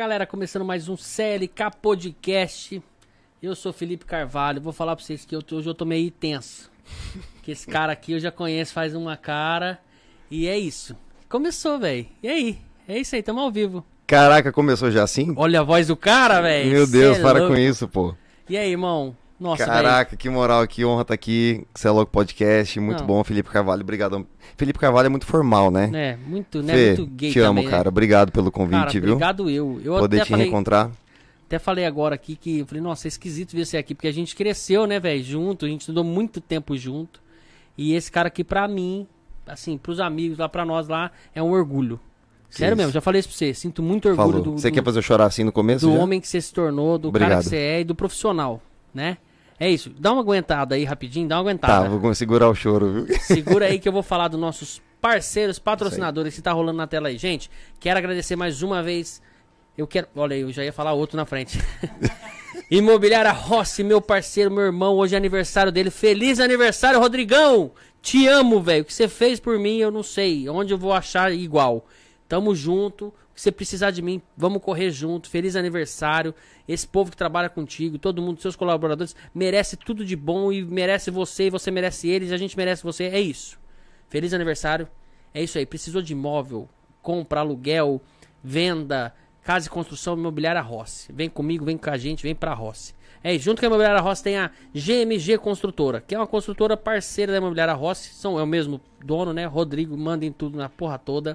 galera, começando mais um CLK Podcast. Eu sou Felipe Carvalho, vou falar pra vocês que hoje eu tô meio tenso. Que esse cara aqui eu já conheço faz uma cara. E é isso. Começou, velho. E aí? É isso aí, tamo ao vivo. Caraca, começou já assim? Olha a voz do cara, velho. Meu Deus, para com isso, pô. E aí, irmão? Nossa, caraca, véio. Que moral, que honra estar aqui. Você é louco podcast, muito bom, Felipe Carvalho, obrigado. Felipe Carvalho é muito formal, né? É, muito, né? Fê, Muito gay te também, amo, cara. Obrigado pelo convite, cara, viu? Obrigado eu. Poder te reencontrar. Até falei agora aqui que eu falei, nossa, é esquisito ver você aqui, porque a gente cresceu, né, velho, junto, a gente estudou muito tempo junto. E esse cara aqui, pra mim, assim, pros amigos lá, pra nós lá, é um orgulho. Sério mesmo, já falei isso pra você. Sinto muito orgulho do... Você quer fazer eu chorar assim no começo? Do homem que você se tornou, do Obrigado. cara que você é e do profissional, né? É isso. Dá uma aguentada aí rapidinho, dá uma aguentada. Tá, vou segurar o choro, viu? Segura aí que eu vou falar dos nossos parceiros, patrocinadores que tá rolando na tela aí. Gente, quero agradecer mais uma vez. Eu quero... Olha aí, eu já ia falar outro na frente. Imobiliária Rossi, meu parceiro, meu irmão. Hoje é aniversário dele. Feliz aniversário, Rodrigão! Te amo, velho. O que você fez por mim, eu não sei. Onde eu vou achar igual. Tamo junto. Se você precisar de mim, vamos correr junto. Feliz aniversário. Esse povo que trabalha contigo, todo mundo, seus colaboradores, merece tudo de bom e merece você, e você merece eles, e a gente merece você. É isso. Feliz aniversário. É isso aí. Precisou de imóvel, compra, aluguel, venda, casa e construção, Imobiliária Rossi. Vem comigo, vem com a gente, vem pra Rossi. É isso. Junto com a Imobiliária Rossi tem a GMG Construtora, que é uma construtora parceira da Imobiliária Rossi. É o mesmo dono, né? Rodrigo, mandem tudo na porra toda.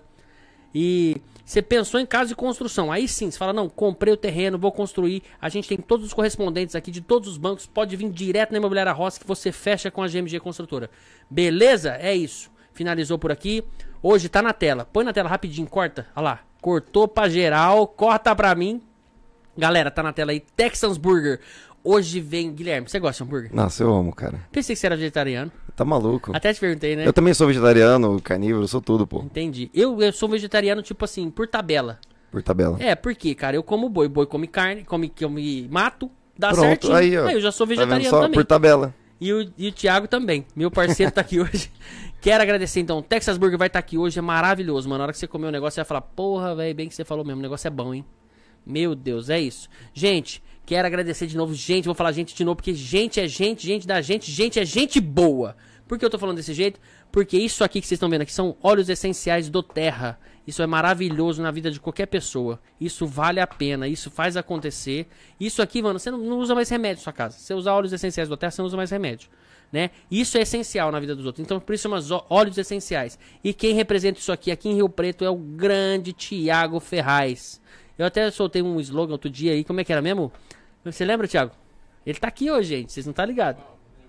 E você pensou em casa de construção, aí sim, você fala, não, comprei o terreno, vou construir. A gente tem todos os correspondentes aqui de todos os bancos, pode vir direto na Imobiliária Rossi que você fecha com a GMG Construtora. Beleza? É isso. Finalizou por aqui. Hoje tá na tela. Põe na tela rapidinho, corta. Olha lá. Cortou pra geral, corta pra mim. Galera, tá na tela aí. Texans Burger. Hoje vem... Guilherme, você gosta de hambúrguer? Nossa, eu amo, cara. Pensei que você era vegetariano. Tá maluco. Até te perguntei, né? Eu também sou vegetariano, carnívoro, sou tudo, pô. Entendi. Eu sou vegetariano, tipo assim, por tabela. Por tabela. É, porque, cara, eu como boi. Boi come carne, que eu me mato, dá pronto, certinho. Aí, ó. Eu já sou Tá vegetariano só também. por tabela. E o Thiago também. Meu parceiro tá aqui hoje. Quero agradecer, então. Texas Burger vai estar aqui hoje, é maravilhoso, mano. Na hora que você comer o negócio, você vai falar, porra, velho, bem que você falou mesmo, o negócio é bom, hein? Meu Deus, é isso. Gente, quero agradecer de novo. Gente, vou falar gente de novo, porque gente é gente da gente é gente boa. Por que eu tô falando desse jeito? Porque isso aqui que vocês estão vendo aqui são óleos essenciais do Terra. Isso é maravilhoso na vida de qualquer pessoa. Isso vale a pena, isso faz acontecer. Isso aqui, mano, você não usa mais remédio na sua casa. Você usa óleos essenciais do Terra, você não usa mais remédio, né? Isso é essencial na vida dos outros. Então, por isso chama óleos essenciais. E quem representa isso aqui em Rio Preto é o grande Thiago Ferraz. Eu até soltei um slogan outro dia aí, como é que era mesmo? Você lembra, Thiago? Ele tá aqui hoje, gente, vocês não tá ligados.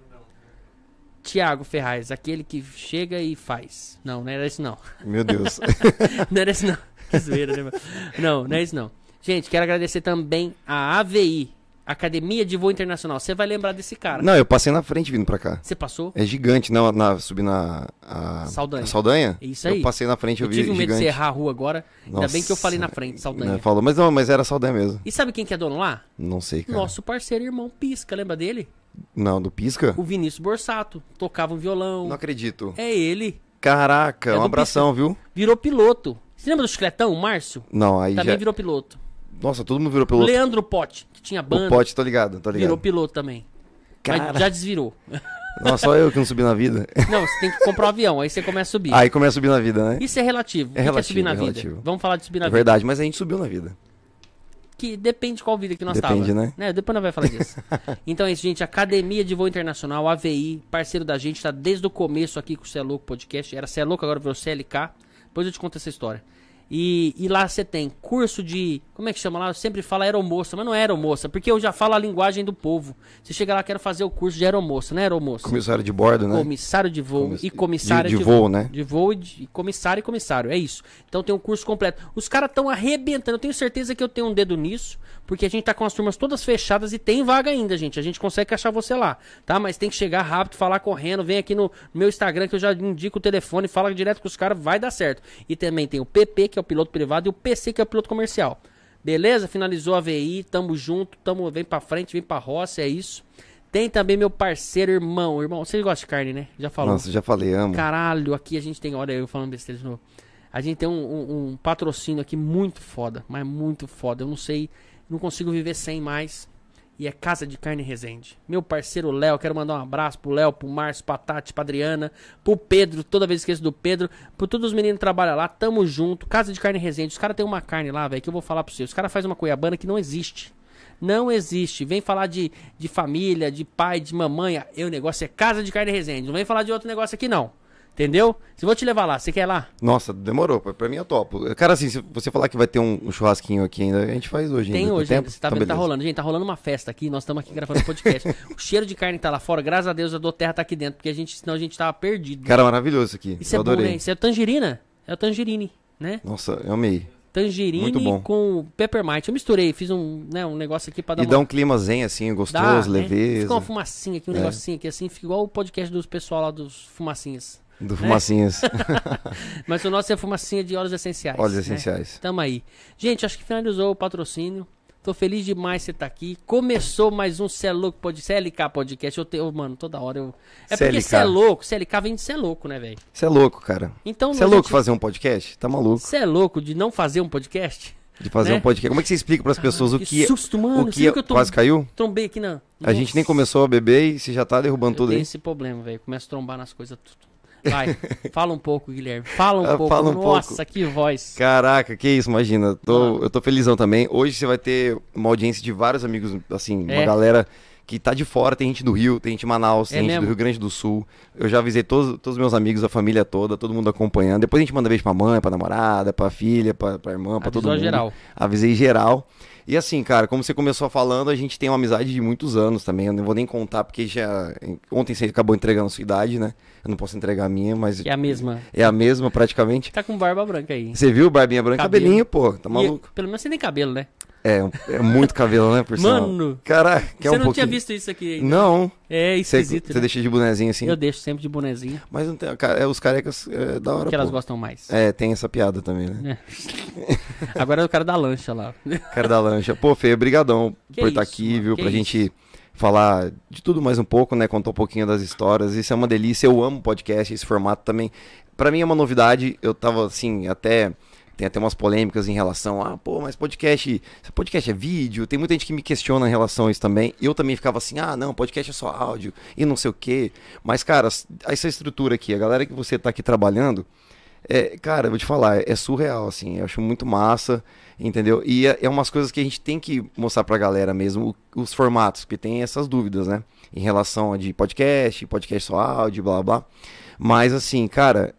Thiago Ferraz, aquele que chega e faz. Não, não era isso não. Meu Deus. Não era isso não. Que zoeira, né, mano? Não, não é isso não. Gente, quero agradecer também a AVI, Academia de Voo Internacional. Você vai lembrar desse cara. Não, eu passei na frente vindo pra cá. Você passou? É gigante, não, subindo a Saldanha. A Saldanha? Isso aí. Eu passei na frente, eu vi tive um medo gigante. de você errar a rua agora. Ainda Nossa, bem que eu falei na frente, Saldanha. Não, falou, mas era Saldanha mesmo. E sabe quem que é dono lá? Não sei, cara. Nosso parceiro irmão Pisca, lembra dele? Não, do Pisca? O Vinícius Borsato. Tocava um violão. Não acredito. É ele. Caraca, É um do abração, Pisca. viu? Virou piloto. Você lembra do Chicletão, o Márcio? Não, aí Também já... virou piloto. Nossa, todo mundo virou O piloto. Leandro Pote, que tinha banda. O Pote, tô ligado. Virou piloto também. Cara. Mas já desvirou. Nossa, só eu que não subi na vida. Não, você tem que comprar um avião, aí você começa a subir. Aí começa a subir na vida, né? Isso é relativo. O que relativo, é subir na é vida? relativo. Vamos falar de subir na É vida. verdade, mas a gente subiu na vida. Que depende de qual vida que nós Depende, tava. né? Depois nós vamos falar disso. Então é isso, gente. Academia de Voo Internacional, AVI, parceiro da gente, tá desde o começo aqui com o Cê é Louco Podcast. Era Cê é Louco, agora virou CLK. Depois eu te conto essa história. E lá você tem curso de... Como é que chama lá? Eu sempre falo aeromoça, mas não é aeromoça, porque eu já falo a linguagem do povo. Você chega lá, quero fazer o curso de aeromoça, não é aeromoça? Comissário de bordo, né? Comissário de voo e comissária de voo, né? De voo e comissário e comissário, é isso. Então tem um curso completo. Os caras estão arrebentando, eu tenho certeza que eu tenho um dedo nisso, porque a gente tá com as turmas todas fechadas e tem vaga ainda, gente. A gente consegue achar você lá, tá? Mas tem que chegar rápido, falar correndo, vem aqui no meu Instagram que eu já indico o telefone, fala direto com os caras, vai dar certo. E também tem o PP, que é o piloto privado, e o PC, que é o piloto comercial. Beleza? Finalizou a VI, tamo junto, vem pra frente, vem pra roça, é isso. Tem também meu parceiro, irmão, você gosta de carne, né? Já falou. Nossa, já falei, amo. Caralho, aqui a gente tem, olha eu falando besteira de novo. A gente tem um patrocínio aqui muito foda, mas muito foda. Eu não sei, não consigo viver sem mais. E é Casa de Carne Resende. Meu parceiro Léo, quero mandar um abraço pro Léo, pro Márcio, pra Tati, pra Adriana, pro Pedro, toda vez esqueço do Pedro, por todos os meninos que trabalham lá, tamo junto. Casa de Carne Resende, os caras tem uma carne lá, velho, que eu vou falar pra vocês. Os caras fazem uma cuiabana que não existe. Não existe. Vem falar de família, de pai, de mamãe. O negócio é Casa de Carne Resende. Não vem falar de outro negócio aqui, não. Entendeu? Se eu vou te levar lá, você quer ir lá? Nossa, demorou. Pra mim é topo. Cara, assim, se você falar que vai ter um churrasquinho aqui ainda, a gente faz hoje. Tem ainda, hoje, tempo? você tá vendo, tá rolando. Gente, tá rolando uma festa aqui, nós estamos aqui gravando um podcast. O cheiro de carne tá lá fora, graças a Deus a Doterra tá aqui dentro, porque senão a gente tava perdido. Cara, maravilhoso isso aqui. Isso eu é adorei. bom, né? Isso é tangerina. É o tangerine, né? Nossa, eu amei. Tangerine com peppermint. Eu misturei, fiz um negócio aqui pra dar dá um clima zen, assim, gostoso, leveza. Fica uma fumacinha aqui, um negocinho aqui, assim, fica igual o podcast dos pessoal lá dos fumacinhas. Do fumacinhas. Mas o nosso é fumacinha de óleos essenciais. Óleos essenciais. Tamo aí. Gente, acho que finalizou o patrocínio. Tô feliz demais você tá aqui. Começou mais um Cê é Louco CLK Podcast. Mano, toda hora eu... É CLK. porque Cê é Louco, CLK vem de Cê é Louco, né, velho? Você é louco, cara. Então, Você é louco fazer um podcast? Tá maluco. Você é louco de não fazer um podcast? De fazer um podcast. Como é que você explica pras pessoas o que... susto, mano. O que quase caiu? Trombei aqui, não. A gente nem começou a beber e você já tá derrubando tudo aí. Tem esse problema, velho. Começa a trombar nas coisas tudo. Vai, fala um pouco, Guilherme. Fala um pouco. Fala um Nossa, pouco. que voz. Caraca, que isso, imagina. Eu tô felizão também. Hoje você vai ter uma audiência de vários amigos, assim, uma galera que tá de fora. Tem gente do Rio, tem gente de Manaus, tem gente do Rio Grande do Sul. Eu já avisei todos os meus amigos, a família toda, todo mundo acompanhando. Depois a gente manda beijo pra mãe, pra namorada, pra filha, pra irmã, pra todo mundo. Geral. Avisei geral. E assim, cara, como você começou falando, a gente tem uma amizade de muitos anos também. Eu não vou nem contar, porque ontem você acabou entregando a sua idade, né? Eu não posso entregar a minha, mas... É a mesma. É a mesma, praticamente. Tá com barba branca aí. Você viu? Barbinha branca, cabelinho, pô. Tá maluco? Pelo menos você tem cabelo, né? É muito cabelo, né, por sinal. Mano! Caraca, você não tinha visto isso aqui ainda. Não. É esquisito. Você deixa de bonezinho assim? Eu deixo sempre de bonezinho. Mas não tem, os carecas é da hora, porque elas gostam mais. É, tem essa piada também, né? Agora é o cara da lancha lá. Cara da lancha. Pô, Fê, brigadão por estar aqui, mano, viu? Pra gente falar de tudo mais um pouco, né? Contar um pouquinho das histórias. Isso é uma delícia. Eu amo podcast, esse formato também. Pra mim é uma novidade. Eu tava, assim, tem até umas polêmicas em relação a, mas podcast é vídeo, tem muita gente que me questiona em relação a isso também. Eu também ficava assim, não, podcast é só áudio e não sei o quê. Mas, cara, essa estrutura aqui, a galera que você tá aqui trabalhando, cara, eu vou te falar, é surreal, assim, eu acho muito massa, entendeu? E é umas coisas que a gente tem que mostrar pra galera mesmo, os formatos, porque tem essas dúvidas, né? Em relação a de podcast só áudio, blá, blá. Mas assim, cara,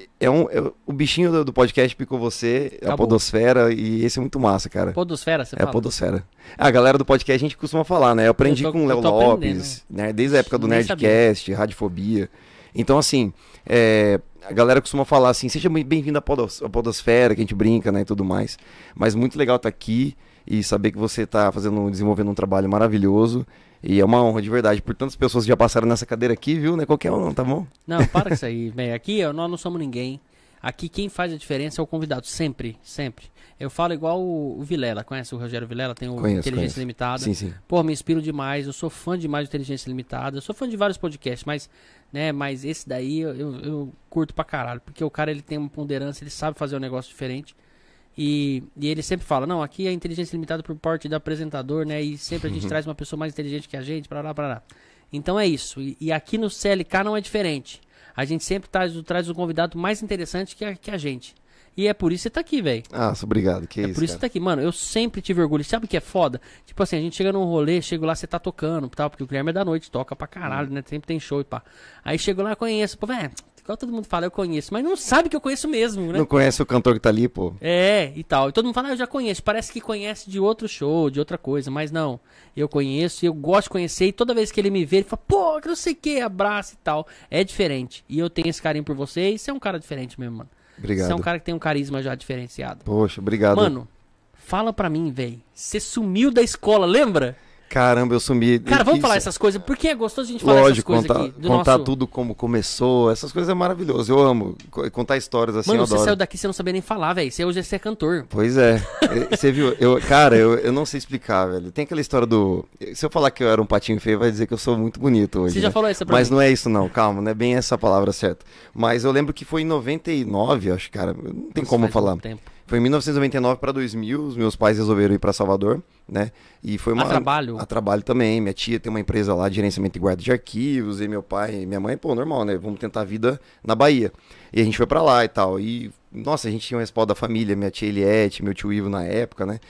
o bichinho do podcast picou você, acabou. A podosfera, e esse é muito massa, cara. Podosfera, você fala? É a podosfera. A galera do podcast a gente costuma falar, né? Eu aprendi com o Léo Lopes, né? Desde a época do Nerdcast, Radiofobia. Então, assim, a galera costuma falar assim, seja bem-vindo à podosfera, que a gente brinca, né, e tudo mais. Mas muito legal estar aqui e saber que você está desenvolvendo um trabalho maravilhoso. E é uma honra, de verdade, por tantas pessoas que já passaram nessa cadeira aqui, viu? Não é qualquer um, não, tá bom? Não, para com isso aí, velho. Aqui nós não somos ninguém. Aqui quem faz a diferença é o convidado, sempre, sempre. Eu falo igual o Vilela, conhece o Rogério Vilela? Tem o Inteligência Limitada. Sim, sim. Pô, me inspiro demais, eu sou fã demais de Inteligência Limitada. Eu sou fã de vários podcasts, mas esse daí eu curto pra caralho. Porque o cara, ele tem uma ponderância, ele sabe fazer um negócio diferente. E ele sempre fala, não, aqui é inteligência limitada por parte do apresentador, né? E sempre a gente traz uma pessoa mais inteligente que a gente, pra lá. Então é isso. E aqui no CLK não é diferente. A gente sempre traz o convidado mais interessante que a gente. E é por isso que você tá aqui, velho. Obrigado, que isso, por isso que você tá aqui. Mano, eu sempre tive orgulho. Sabe o que é foda? Tipo assim, a gente chega num rolê, chego lá, você tá tocando, tal, porque o Guilherme é da noite, toca pra caralho, né? Sempre tem show e pá. Aí chego lá, conheço, pô, velho, igual todo mundo fala, eu conheço, mas não sabe que eu conheço mesmo, né? Não conhece o cantor que tá ali, pô. E tal. E todo mundo fala, eu já conheço. Parece que conhece de outro show, de outra coisa, mas não. Eu conheço, eu gosto de conhecer, e toda vez que ele me vê, ele fala, pô, que não sei o que, abraço e tal. É diferente. E eu tenho esse carinho por você, e você é um cara diferente mesmo, mano. Obrigado. Você é um cara que tem um carisma já diferenciado. Poxa, obrigado. Mano, fala pra mim, velho. Você sumiu da escola, lembra? Caramba, eu sumi. Cara, vamos falar essas coisas, porque é gostoso a gente falar essas coisas aqui. Contar tudo como começou, essas coisas é maravilhoso. Eu amo contar histórias assim, mano, eu adoro. Você saiu daqui, você não sabia nem falar, velho. Hoje você é cantor. Pois é. Você viu? Cara, eu não sei explicar, velho. Tem aquela história do... Se eu falar que eu era um patinho feio, vai dizer que eu sou muito bonito hoje. Você já falou isso pra mim. Mas não é isso não, calma, não é bem essa palavra certa. Mas eu lembro que foi em 99, acho, cara. Não tem como falar. Foi em 1999 para 2000, os meus pais resolveram ir para Salvador, né? E foi uma... A trabalho também. Minha tia tem uma empresa lá de gerenciamento e guarda de arquivos, e meu pai e minha mãe, pô, normal, né? Vamos tentar a vida na Bahia. E a gente foi para lá e tal. E, nossa, a gente tinha um respaldo da família, minha tia Eliette, meu tio Ivo na época, né?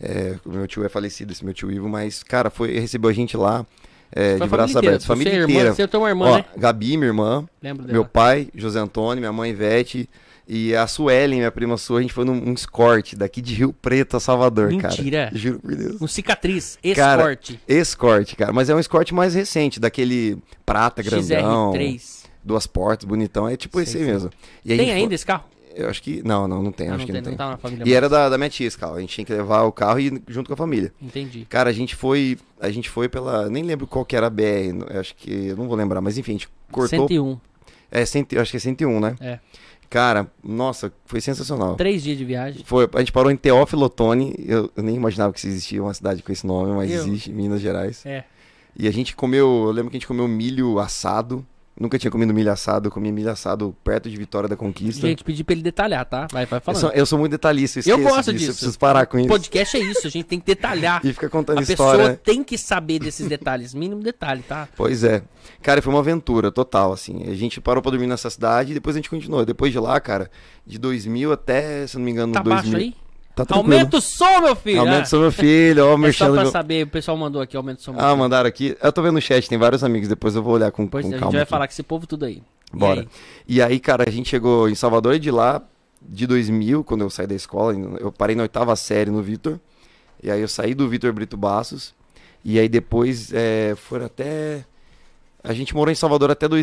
Meu tio é falecido, esse meu tio Ivo, mas, cara, recebeu a gente lá de braços abertos. Família inteira. Você tem uma irmã, né? Gabi, minha irmã, meu pai, José Antônio, minha mãe Ivete... E a Suelen, minha prima sua, a gente foi num escorte daqui de Rio Preto a Salvador, cara. Mentira. Juro por Deus. Um cicatriz, escorte. Escorte, cara. Mas é um escorte mais recente, daquele prata grandão. XR3. 2 portas, bonitão. É tipo esse aí mesmo. E tem ainda esse carro? Eu acho que... Não tem. Acho que não tem. Não tá na família e era da minha tia esse carro. A gente tinha que levar o carro e ir junto com a família. Entendi. Cara, a gente foi pela... Nem lembro qual que era a BR. Acho que... Eu não vou lembrar. Mas enfim, a gente cortou... 101. Acho que é 101, né? É. Cara, nossa, foi sensacional. 3 dias de viagem. A gente parou em Teófilo Otoni. Eu nem imaginava que existia uma cidade com esse nome, mas existe, em Minas Gerais. É. E a gente comeu, eu lembro que a gente comeu milho assado. Nunca tinha comido milho assado, eu comi milho assado perto de Vitória da Conquista. Gente, pedi pra ele detalhar, tá? Vai falando. Eu sou muito detalhista, eu gosto disso. Eu preciso parar com isso. O podcast é isso, a gente tem que detalhar. E fica contando história. A pessoa tem que saber desses detalhes, mínimo detalhe, tá? Pois é. Cara, foi uma aventura total, assim. A gente parou pra dormir nessa cidade e depois a gente continuou. Depois de lá, cara, de 2000 até, se não me engano, 2000. Baixo aí? Tá tranquilo. Aumenta o som, meu filho! Aumenta o som, meu filho. Ó, é só pra saber, o pessoal mandou aqui, aumenta o som. Mandaram aqui. Eu tô vendo no chat, tem vários amigos, depois eu vou olhar com calma. A gente vai falar com esse povo tudo aí. Bora. E aí, cara, a gente chegou em Salvador e de lá, de 2000, quando eu saí da escola, eu parei na 8ª série no Vitor. E aí eu saí do Vitor Brito Bastos. E aí depois foram até... A gente morou em Salvador até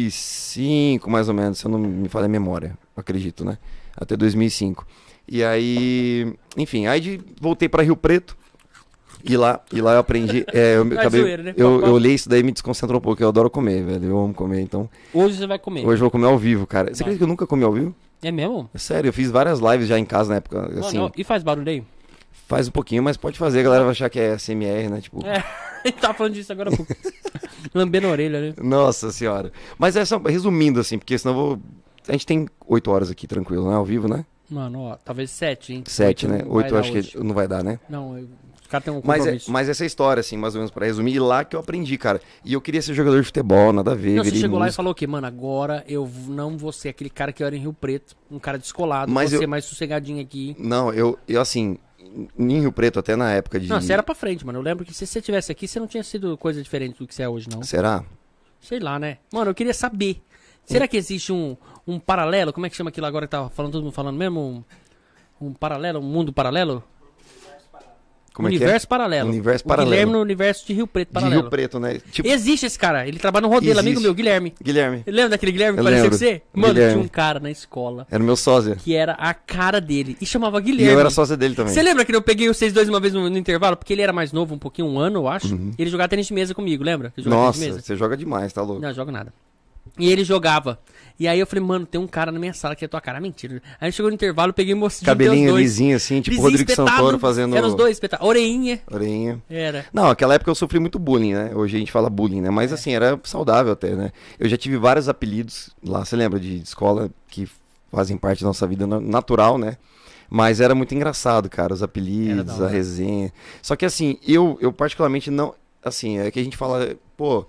2005, mais ou menos, se eu não me falha a memória, acredito, né? Até 2005. E aí, enfim, voltei pra Rio Preto. E lá eu aprendi. Eu olhei isso daí e me desconcentrou um pouco. Eu adoro comer, velho. Eu amo comer, então. Hoje você vai comer. Hoje eu vou comer ao vivo, cara. Você acredita que eu nunca comi ao vivo? É mesmo? É sério, eu fiz várias lives já em casa na época. Assim, e faz barulho aí? Faz um pouquinho, mas pode fazer, a galera vai achar que é SMR, né? Tipo. A gente tá falando disso agora há pouco. Lambendo a orelha, né? Nossa senhora. Mas resumindo, assim, porque senão eu vou. A gente tem 8 horas aqui tranquilo, né? Ao vivo, né? Mano, ó, talvez 7, hein? 7, né? 8 eu acho que não vai dar, né? Não, os caras têm um compromisso. Mas essa história, assim, mais ou menos pra resumir, e lá que eu aprendi, cara. E eu queria ser jogador de futebol, nada a ver. Não, você chegou lá e falou o quê? Mano, agora eu não vou ser aquele cara que eu era em Rio Preto, um cara descolado, vou ser mais sossegadinho aqui. Não, eu assim, em Rio Preto, até na época de... Não, você era pra frente, mano. Eu lembro que se você tivesse aqui, você não tinha sido coisa diferente do que você é hoje, não. Será? Sei lá, né? Mano, eu queria saber. Será que existe um paralelo? Como é que chama aquilo agora que tava falando, todo mundo falando mesmo? Um paralelo, um mundo paralelo? Como universo paralelo. Universo paralelo. Guilherme no universo de Rio Preto paralelo. De Rio Preto, né? Tipo... Existe esse cara. Ele trabalha no Rodelo, amigo meu, Guilherme. Lembra daquele Guilherme que parecia com você? Mano, tinha um cara na escola. Era o meu sósia. Que era a cara dele. E chamava Guilherme. E eu era sósia dele também. Você lembra que eu peguei vocês dois uma vez no intervalo? Porque ele era mais novo, um pouquinho, 1 ano, eu acho. Uhum. Ele jogava tênis de mesa comigo, lembra? Nossa, você joga demais, tá louco? Não, jogo nada. E ele jogava. E aí eu falei, mano, tem um cara na minha sala que é tua cara. Mentira. Aí chegou no intervalo, peguei e mostrei. Cabelinho lisinho assim, tipo lisinho, Rodrigo Santoro fazendo... Eram os dois espetados. Oreinha. Era. Não, naquela época eu sofri muito bullying, né? Hoje a gente fala bullying, né? Mas assim, era saudável até, né? Eu já tive vários apelidos lá, você lembra de escola, que fazem parte da nossa vida natural, né? Mas era muito engraçado, cara, os apelidos, a resenha. Só que assim, eu particularmente não... Assim, é que a gente fala, pô...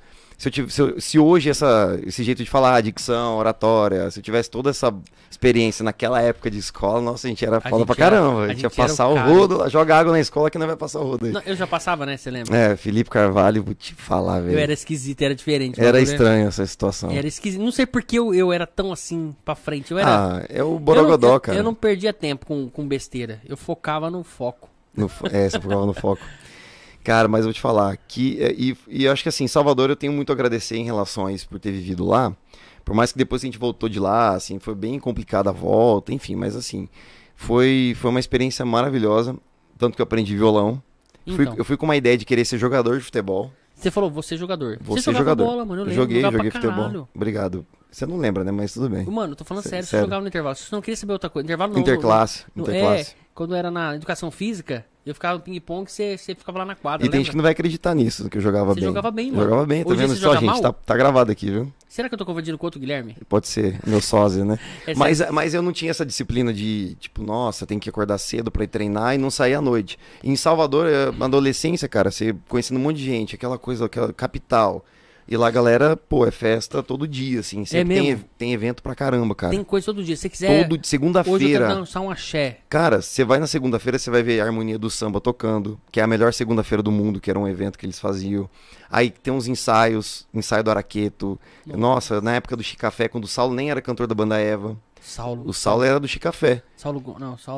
Se hoje esse jeito de falar, dicção, oratória, se eu tivesse toda essa experiência naquela época de escola, nossa, a gente era foda pra caramba. A gente ia passar o rodo, joga água na escola que não vai passar o rodo aí. Não, eu já passava, né? Você lembra? Felipe Carvalho, vou te falar, velho. Eu era esquisito, era diferente. Era estranho essa situação. Era esquisito. Não sei porque eu era tão assim pra frente. Eu era... é o borogodó, cara. Eu não perdia tempo com besteira. Eu focava no foco. Você focava no foco. Cara, mas eu vou te falar que... E eu acho que assim, Salvador eu tenho muito a agradecer em relação a isso por ter vivido lá. Por mais que depois a gente voltou de lá, assim, foi bem complicada a volta, enfim. Mas assim, foi uma experiência maravilhosa. Tanto que eu aprendi violão. Então. Eu fui com uma ideia de querer ser jogador de futebol. Você falou, vou ser jogador. Vou Você ser jogava jogador. bola, mano. Eu lembro. Joguei futebol. Obrigado. Você não lembra, né? Mas tudo bem. Mano, tô falando sério, você jogava no intervalo. Você não queria saber outra coisa. Intervalo não. Interclasse. Quando era na educação física, eu ficava no ping-pong, você ficava lá na quadra. E tem gente que não vai acreditar nisso, que eu jogava bem. Você jogava bem, mano. Jogava bem, tá Hoje vendo? você Só, joga gente, mal? tá gravado aqui, viu? Será que eu tô confundindo com outro Guilherme? Pode ser, meu sósia, né? É Mas eu não tinha essa disciplina de, tipo, nossa, tem que acordar cedo pra ir treinar e não sair à noite. Em Salvador, na adolescência, cara, você conhecendo um monte de gente, aquela coisa, aquela capital. E lá, galera, pô, é festa todo dia, assim. Sempre tem evento pra caramba, cara. Tem coisa todo dia. Se você quiser. Todo de segunda-feira. Hoje eu quero dançar um axé. Cara, você vai na segunda-feira, você vai ver a Harmonia do Samba tocando, que é a melhor segunda-feira do mundo, que era um evento que eles faziam. Aí tem uns ensaios, ensaio do Araqueto. Nossa, na época do Chicafé, quando o Saulo nem era cantor da banda Eva. Saulo. O Saulo era do Chicafé. Saulo. Que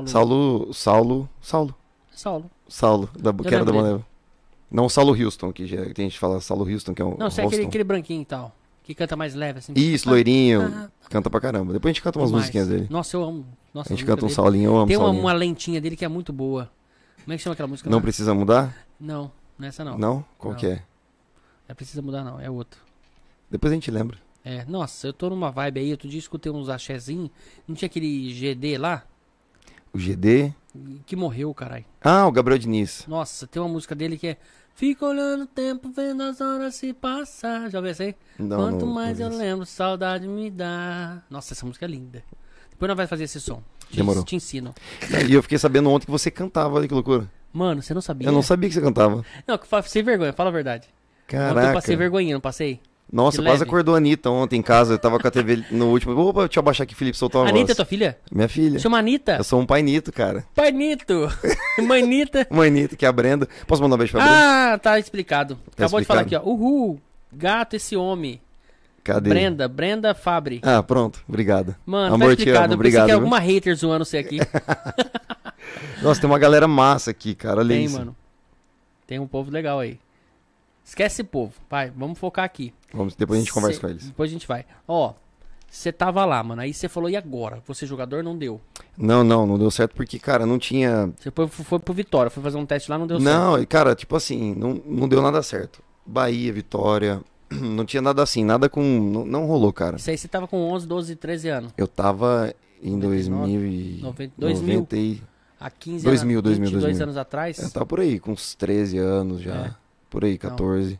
era da banda Eva. Não o Saulo Houston, que tem gente que fala Saulo Houston, que é um. Não, você é aquele branquinho e tal. Que canta mais leve, assim. Isso, loirinho. Canta pra caramba. Depois a gente canta umas musiquinhas dele. Nossa, eu amo. Nossa, a gente canta um Saulinho, eu amo Tem Saulinho. uma lentinha dele que é muito boa. Como é que chama aquela música? Não precisa mudar? Não, nessa não. Não? Qual que é? Não precisa mudar não, é outro. Depois a gente lembra. É, nossa, eu tô numa vibe aí. Outro dia escutei uns axézinhos. Não tinha aquele GD lá? O GD? Que morreu, caralho. Ah, o Gabriel Diniz. Nossa, tem uma música dele que é Fico olhando o tempo, vendo as horas se passar. Já ouviu essa aí? Não, Quanto não, mais não eu lembro, saudade me dá. Nossa, essa música é linda. Depois nós vamos fazer esse som. Demorou. Te ensino. E eu fiquei sabendo ontem que você cantava, olha que loucura. Mano, você não sabia? Eu não sabia que você cantava. Não, sem vergonha, fala a verdade. Caraca. Ontem eu passei vergonhinha, não passei? Nossa, De quase leve. acordou a Anitta ontem em casa. Eu tava com a TV no último. Opa, deixa eu abaixar aqui, Felipe, soltou uma Anitta é voz. tua filha? Minha filha. Chama Anitta? Eu sou um pai Nito, cara. Pai Nito. Mãe Nita. Mãe Nito, que é a Brenda. Posso mandar um beijo pra Brenda? Ah, tá explicado. Acabou de falar aqui, ó. Uhul, gato esse homem. Cadê? Brenda Fabri. Ah, pronto. Obrigado. Mano, amor, tá explicado. te amo. Eu pensei Obrigado. que Viu? alguma hater zoando você aqui. Nossa, tem uma galera massa aqui, cara. Olha Tem, isso. mano. Tem um povo legal aí. Esquece esse povo. Vai, vamos focar aqui. Depois a gente conversa com eles. Depois a gente vai. Ó, você tava lá, mano. Aí você falou, e agora? Você jogador, não deu. Não deu certo porque, cara, não tinha... Você foi pro Vitória, foi fazer um teste lá, não deu certo. Não, e, cara, tipo assim, não deu nada certo. Bahia, Vitória, não tinha nada assim, nada com... Não rolou, cara. Isso aí você tava com 11, 12, 13 anos. Eu tava em 2000. Há 15 2000, anos, 22 anos atrás. Eu tava por aí, com uns 13 anos já. É. Por aí, 14.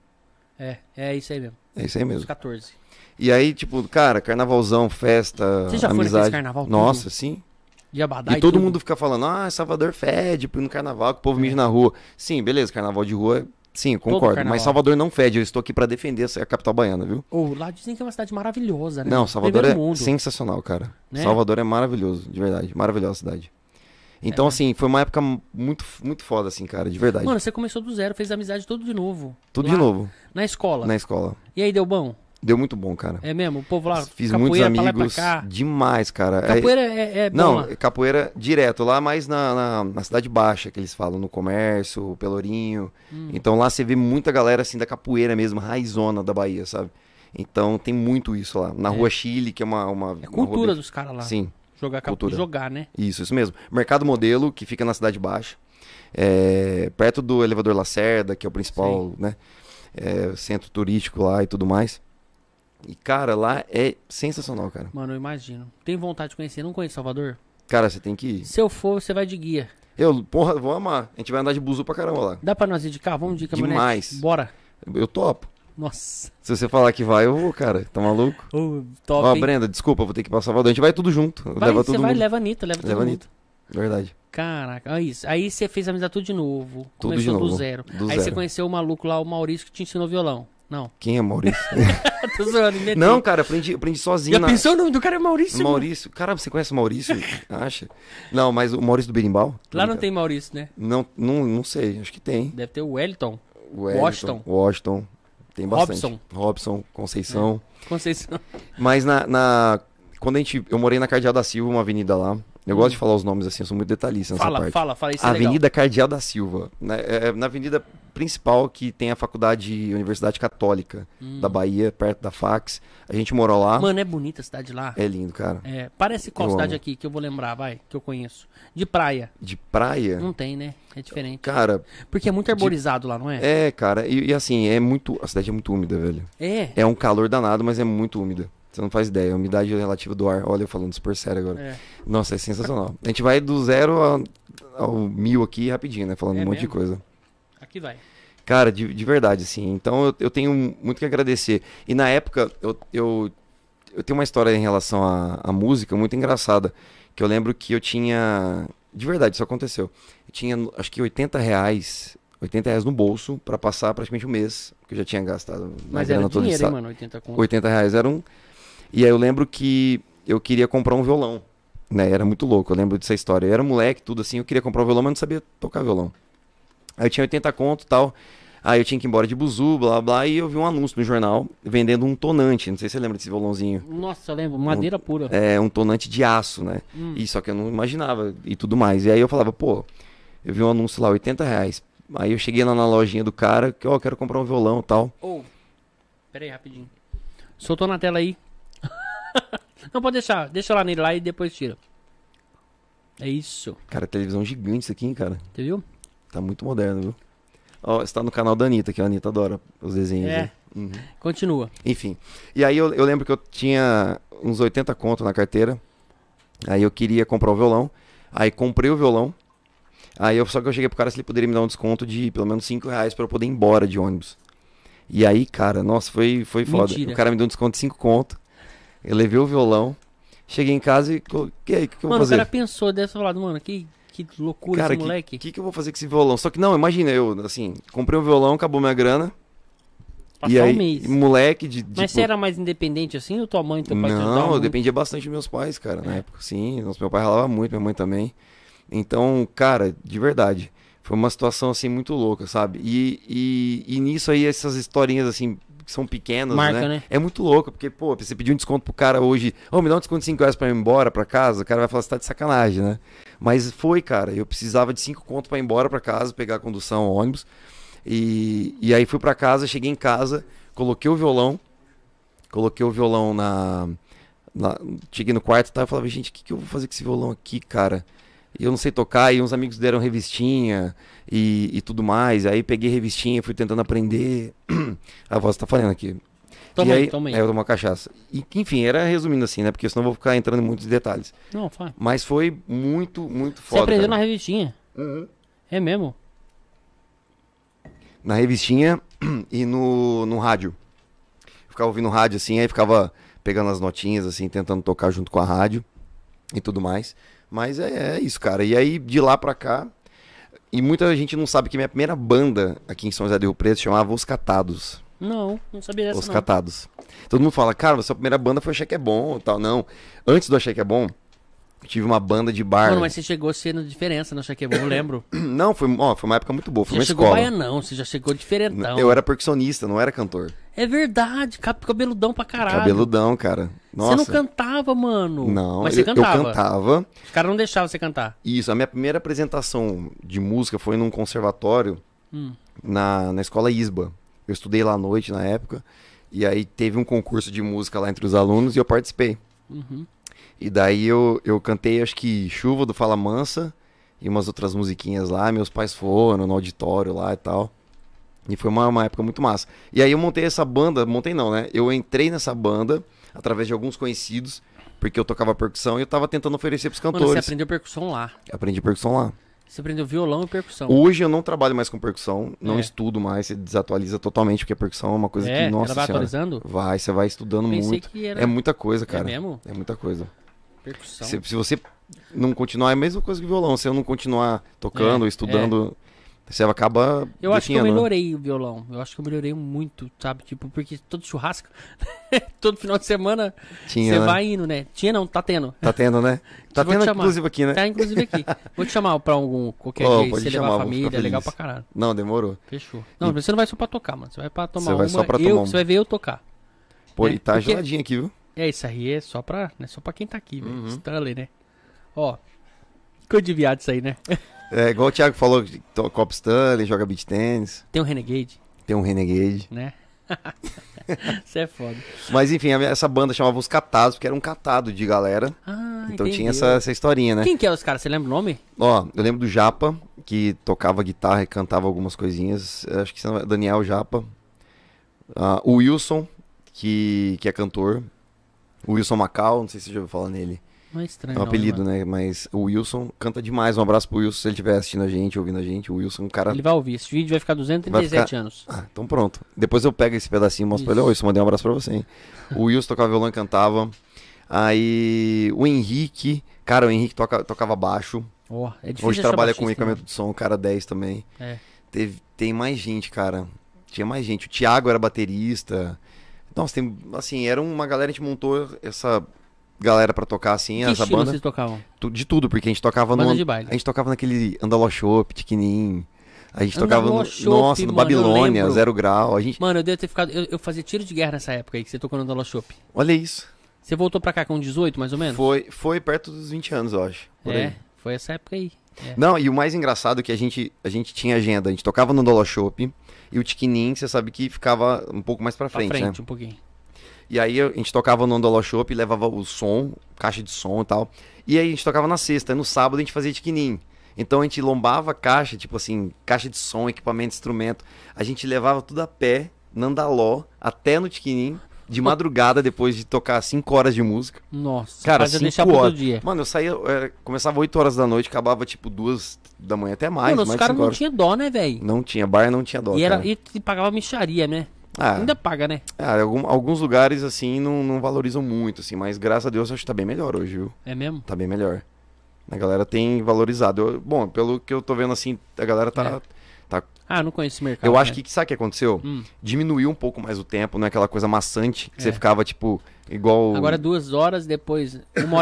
É isso aí mesmo. É isso aí Uns mesmo. 14. E aí, tipo, cara, carnavalzão, festa, Você já foi amizade. naquele carnaval? Nossa, tudo? sim. De Abadá E todo tudo? mundo fica falando, Salvador fede no carnaval, que o povo mija na rua. Sim, beleza, carnaval de rua, sim, eu concordo. carnaval. Mas Salvador não fede, eu estou aqui pra defender a capital baiana, viu? Lá dizem que é uma cidade maravilhosa, né? Não, Salvador Primeiro é mundo. sensacional, cara. Né? Salvador é maravilhoso, de verdade. Maravilhosa cidade. Então, assim, foi uma época muito, muito foda, assim, cara, de verdade. Mano, você começou do zero, fez amizade tudo de novo. Tudo Lá, de novo, Na escola. na escola. E aí, deu bom? Deu muito bom, cara. É mesmo? O povo lá, Fiz muitos capoeira pra lá e amigos, pra cá. demais, cara. Capoeira é bom Não, lá. capoeira direto, lá mais na Cidade Baixa, que eles falam, no comércio, Pelourinho. Então lá você vê muita galera, assim, da capoeira mesmo, raizona da Bahia, sabe? Então tem muito isso lá. Na Rua Chile, que é uma É cultura dos caras lá. Sim, cultura. Jogar, né? isso mesmo. Mercado Modelo, que fica na Cidade Baixa. Perto do Elevador Lacerda, que é o principal, né? Centro turístico lá e tudo mais. E, cara, lá é sensacional, cara. Mano, eu imagino. Tenho vontade de conhecer. Não conheço Salvador? Cara, você tem que ir. Se eu for, você vai de guia. Porra, vou amar. A gente vai andar de buzu pra caramba lá. Dá pra nós ir de carro? Vamos de caminhonete? Demais. Bora. Eu topo. Nossa. Se você falar que vai, eu vou, cara. Tá maluco? Top, Ó, hein? Brenda, desculpa, vou ter que ir pra Salvador. A gente vai tudo junto. Vai, Leva você todo vai, mundo. leva a Anitta, leva todo Leva a mundo. Anitta. Verdade. Caraca, olha isso. Aí você fez amizade tudo de novo. Tudo Começou de novo, do zero. do Aí zero. você conheceu o maluco lá, o Maurício, que te ensinou violão. Não. Quem é Maurício? Tô zoando, inventei. Não, cara, aprendi sozinho. Já pensou o nome do cara é Maurício? mano? Maurício. Cara, você conhece o Maurício? Acha? Não, mas o Maurício do Berimbau? Lá não tem Maurício, né? Não sei, acho que tem. Deve ter o Wellington. O Wellington, Washington. Tem bastante. Robson, Conceição. Conceição. Mas quando eu morei na Cardeal da Silva, uma avenida lá, Eu gosto de falar os nomes assim, eu sou muito detalhista nessa parte. Fala, isso Avenida é legal. Cardeal da Silva. Na avenida principal que tem a faculdade Universidade Católica da Bahia, perto da Fax. A gente morou lá. Mano, é bonita a cidade lá. É lindo, cara. Parece qual Eu cidade amo. aqui que eu vou lembrar, que eu conheço. De praia. De praia? Não tem, né? É diferente. Cara... Porque é muito arborizado lá, não é? Cara. E assim, a cidade é muito úmida, velho. É um calor danado, mas é muito úmida. Você não faz ideia. A umidade relativa do ar. Olha, eu falando super sério agora. Nossa, é sensacional. A gente vai do 0 ao 1000 aqui rapidinho, né? Falando um monte de coisa. Aqui vai. Cara, de verdade, assim. Então eu tenho muito que agradecer. E na época, eu tenho uma história em relação à música muito engraçada. Que eu lembro que eu tinha... De verdade, isso aconteceu. Eu tinha, acho que R$80 no bolso pra passar praticamente um mês. Que eu já tinha gastado. Mas era dinheiro, hein, mano? 80 conto. R$80 era um... E aí eu lembro que eu queria comprar um violão, né? Era muito louco, eu lembro dessa história. Eu era moleque, tudo assim, eu queria comprar um violão, mas não sabia tocar violão. Aí eu tinha 80 conto e tal, aí eu tinha que ir embora de buzu, blá blá, e eu vi um anúncio no jornal vendendo um tonante, não sei se você lembra desse violãozinho. Nossa, eu lembro, madeira pura. Um tonante de aço, né? E só que eu não imaginava e tudo mais. E aí eu falava, pô, eu vi um anúncio lá, R$80. Aí eu cheguei lá na lojinha do cara, que eu quero comprar um violão e tal. Pera aí, rapidinho. Soltou na tela aí. Não, pode deixar. Deixa lá nele lá e depois tira. É isso. Cara, televisão gigante isso aqui, hein, cara. Você viu? Tá muito moderno, viu? Ó, você tá no canal da Anitta, que a Anitta adora os desenhos. Né? Continua. Enfim. E aí eu lembro que eu tinha uns 80 conto na carteira. Aí eu queria comprar o violão. Aí comprei o violão. Só que eu cheguei pro cara se ele poderia me dar um desconto de pelo menos R$5 pra eu poder ir embora de ônibus. E aí, cara, nossa, foi foda. Mentira. O cara me deu um desconto de 5 conto. Eu levei o violão. Cheguei em casa e... O que eu vou fazer? O cara pensou, deve ter falado, mano, que loucura cara, esse moleque. O que eu vou fazer com esse violão? Só que não, imagina, eu, assim, comprei um violão, acabou minha grana. Passar e aí, um mês. moleque Mas você era mais independente assim ou tua mãe e teu pai te ajudavam Não, eu muito? dependia bastante dos meus pais, cara, na época. Sim, meu pai ralava muito, minha mãe também. Então, cara, de verdade, foi uma situação, assim, muito louca, sabe? E nisso aí, essas historinhas, assim, que são pequenas, né? É muito louco, porque, pô, você pedir um desconto pro cara hoje, me dá um desconto de R$5 pra eu ir embora pra casa, o cara vai falar, você tá de sacanagem, né? Mas foi, cara, eu precisava de 5 conto pra ir embora pra casa, pegar a condução, ônibus, e aí fui pra casa, cheguei em casa, coloquei o violão cheguei no quarto e tal, eu falava, gente, o que eu vou fazer com esse violão aqui, cara? E eu não sei tocar, e uns amigos deram revistinha e tudo mais. Aí peguei revistinha, fui tentando aprender. A voz tá falando aqui. Toma aí. Aí eu tomo uma cachaça. E, enfim, era resumindo assim, né? Porque senão eu vou ficar entrando em muitos detalhes. Não, faz. Mas foi muito, muito Você foda. aprendeu cara. na revistinha? É mesmo? Na revistinha e no rádio. Eu ficava ouvindo rádio assim, aí ficava pegando as notinhas, assim, tentando tocar junto com a rádio e tudo mais. Mas é isso, cara. E aí, de lá pra cá... E muita gente não sabe que minha primeira banda aqui em São José do Rio Preto chamava Os Catados. Não sabia dessa Os Catados. Todo mundo fala, cara, sua primeira banda foi Achei Que É Bom e tal. Não, antes do Achei Que É Bom, eu tive uma banda de bar. Mano, mas você chegou sendo diferença no Achei Que É Bom, eu lembro. Não, foi uma época muito boa, foi Você uma já chegou escola. baianão, você já chegou diferentão. Eu era percussionista, não era cantor. É verdade, cabeludão pra caralho. Cabeludão, cara. Nossa. Você não cantava, mano. Não, mas você eu cantava. cantava. Os caras não deixavam você cantar. Isso, a minha primeira apresentação de música foi num conservatório na escola ISBA. Eu estudei lá à noite na época. E aí teve um concurso de música lá entre os alunos e eu participei. E daí eu cantei, acho que Chuva do Fala Mansa e umas outras musiquinhas lá. Meus pais foram no auditório lá e tal. E foi uma época muito massa. E aí eu montei essa banda, montei não, né? Eu entrei nessa banda através de alguns conhecidos, porque eu tocava percussão e eu tava tentando oferecer pros cantores. Mano, você aprendeu percussão lá. Aprendi percussão lá. Você aprendeu violão e percussão. Hoje eu não trabalho mais com percussão, não estudo mais, você desatualiza totalmente, porque a percussão é uma coisa que, nossa ela vai senhora, atualizando? vai, você vai estudando Pensei muito. que era... É muita coisa, cara. É mesmo? É muita coisa. Percussão. Se você não continuar, é a mesma coisa que violão, se eu não continuar tocando, estudando... Você acaba... Eu acho que eu melhorei o violão. Eu acho que eu melhorei muito, sabe? Tipo, porque todo churrasco, todo final de semana, você vai indo, né? Tinha não, tá tendo. Tá tendo, né? Tá tendo inclusive aqui, né? Tá inclusive aqui. Vou te chamar pra qualquer dia, você levar a família, é legal pra caralho. Não, demorou. Fechou. Não, você não vai só pra tocar, mano. Você vai pra tomar uma. Só pra tomar Você vai ver eu tocar. Pô, e tá geladinho aqui, viu? Isso aí é só pra quem tá aqui, velho. Stanley, né? Ó, Coisa de viado isso aí, né? É, igual o Thiago falou, Copa Stanley, joga beach tennis. Tem um Renegade. Tem um Renegade. Né? Isso é foda. Mas enfim, essa banda chamava Os Catados, porque era um catado de galera. Ah, então entendi. tinha essa historinha, né? Quem que é os caras? Você lembra o nome? Ó, eu lembro do Japa, que tocava guitarra e cantava algumas coisinhas. Acho que Daniel Japa. O Wilson, que é cantor. O Wilson Macau, não sei se você já ouviu falar nele. Não é estranho. É um apelido, né? Mas o Wilson canta demais. Um abraço pro Wilson se ele estiver assistindo a gente, ouvindo a gente. O Wilson, um cara. Ele vai ouvir. Esse vídeo vai ficar 237 anos. Ah, então pronto. Depois eu pego esse pedacinho e mostro pra ele. Ô, Wilson, mandei um abraço pra você, hein? O Wilson tocava violão e cantava. Aí o Henrique. Cara, o Henrique tocava baixo. Oh, é difícil. Hoje trabalha com baixista, equipamento de som, o cara 10 também. É. Tem mais gente, cara. Tinha mais gente. O Thiago era baterista. Nossa, tem, assim, era uma galera, a gente montou essa galera pra tocar assim, Que essa estilo banda. vocês tocavam? De tudo, porque a gente tocava Banda no. de baile. A gente tocava naquele Andaló Shop, Tiquinim. A gente Andaló tocava no. Shop, Nossa, no mano, Babilônia, eu lembro. 0 Grau. A gente. Mano, eu devo ter ficado. Eu fazia tiro de guerra nessa época aí que você tocou no Andaló Shop. Olha isso. Você voltou pra cá com 18, mais ou menos? Foi perto dos 20 anos, eu acho. Por aí. Foi essa época aí. É. Não, e o mais engraçado é que a gente tinha agenda. A gente tocava no Andaló Shop e o Tiquinim, você sabe que ficava um pouco mais pra frente, né? Um pouquinho. E aí a gente tocava no Andaló Shop e levava o som, caixa de som e tal. E aí a gente tocava na sexta, e no sábado a gente fazia Tiquinim. Então a gente lombava a caixa, tipo assim, caixa de som, equipamento, instrumento. A gente levava tudo a pé, no Andaló, até no Tiquinim, de madrugada, depois de tocar 5 horas de música. Nossa, Cara, fazia 5 deixar pro horas. outro dia. Mano, eu saía, começava 8 horas da noite, acabava tipo 2 da manhã, até mais. Mano, os mais de caras 5 não horas. tinham dó, né, velho? Não tinha, bar não tinha dó. E pagava micharia, né? Ah, Ainda paga, né? alguns lugares assim não valorizam muito, assim, mas graças a Deus acho que tá bem melhor hoje, viu? É mesmo? Tá bem melhor. A galera tem valorizado. Bom, pelo que eu tô vendo assim, a galera tá. Ah, eu não conheço esse mercado. Eu acho né? que sabe o que aconteceu? Diminuiu um pouco mais o tempo, não é aquela coisa maçante que você ficava tipo igual. Agora 2 horas, depois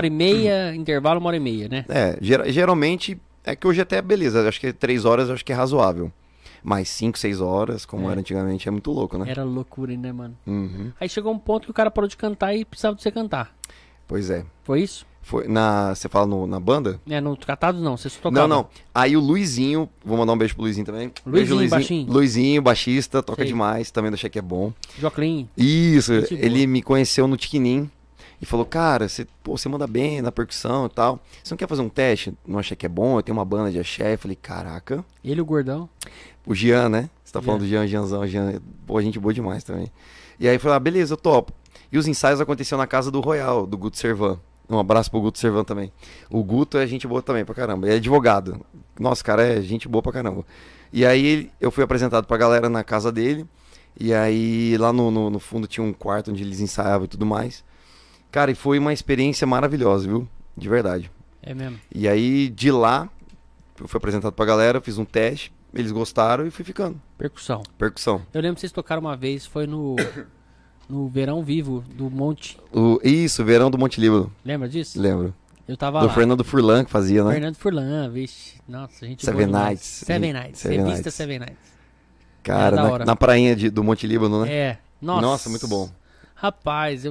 1h30, intervalo 1h30, né? Geralmente é que hoje até beleza, acho que 3 horas acho que é razoável. Mas 5, 6 horas, como era antigamente, é muito louco, né? Era loucura, né, mano? Uhum. Aí chegou um ponto que o cara parou de cantar e precisava de você cantar. Pois é. Foi isso? Você fala na banda? No Catados não, você só tocava. Não. Aí o Luizinho, vou mandar um beijo pro Luizinho também. Luizinho, baixinho. Luizinho, baixista, toca Sei. demais, também do Cheque é bom. Joclin. Isso, Gente boa. ele me conheceu no Tiquinim e falou, cara, você manda bem na percussão e tal. Você não quer fazer um teste? Não achei que é bom, eu tenho uma banda de axé. Eu falei, caraca. Ele, o gordão. O Jean, né? Você tá Jean. falando do Jeanzão, Jean, pô, gente boa demais também. E aí eu falei, beleza, eu topo. E os ensaios aconteciam na casa do Royal, do Guto Servan. Um abraço pro Guto Servan também. O Guto é gente boa também pra caramba. Ele é advogado. Nossa, cara, é gente boa pra caramba. E aí eu fui apresentado pra galera na casa dele. E aí lá no fundo tinha um quarto onde eles ensaiavam e tudo mais. Cara, e foi uma experiência maravilhosa, viu? De verdade. É mesmo. E aí de lá, eu fui apresentado pra galera, fiz um teste. Eles gostaram e fui ficando. Percussão. Percussão. Eu lembro que vocês tocaram uma vez, foi no Verão Vivo do Monte. Isso, Verão do Monte Líbano. Lembra disso? Lembro. Eu tava Do lá. Fernando Furlan que fazia, né? Fernando Furlan, vixe. Nossa, a gente Seven boa demais. Nights. Seven Nights. Seven Revista Nights. Seven Nights. Cara, da hora. na prainha do Monte Líbano, né? É. Nossa, muito bom. Rapaz,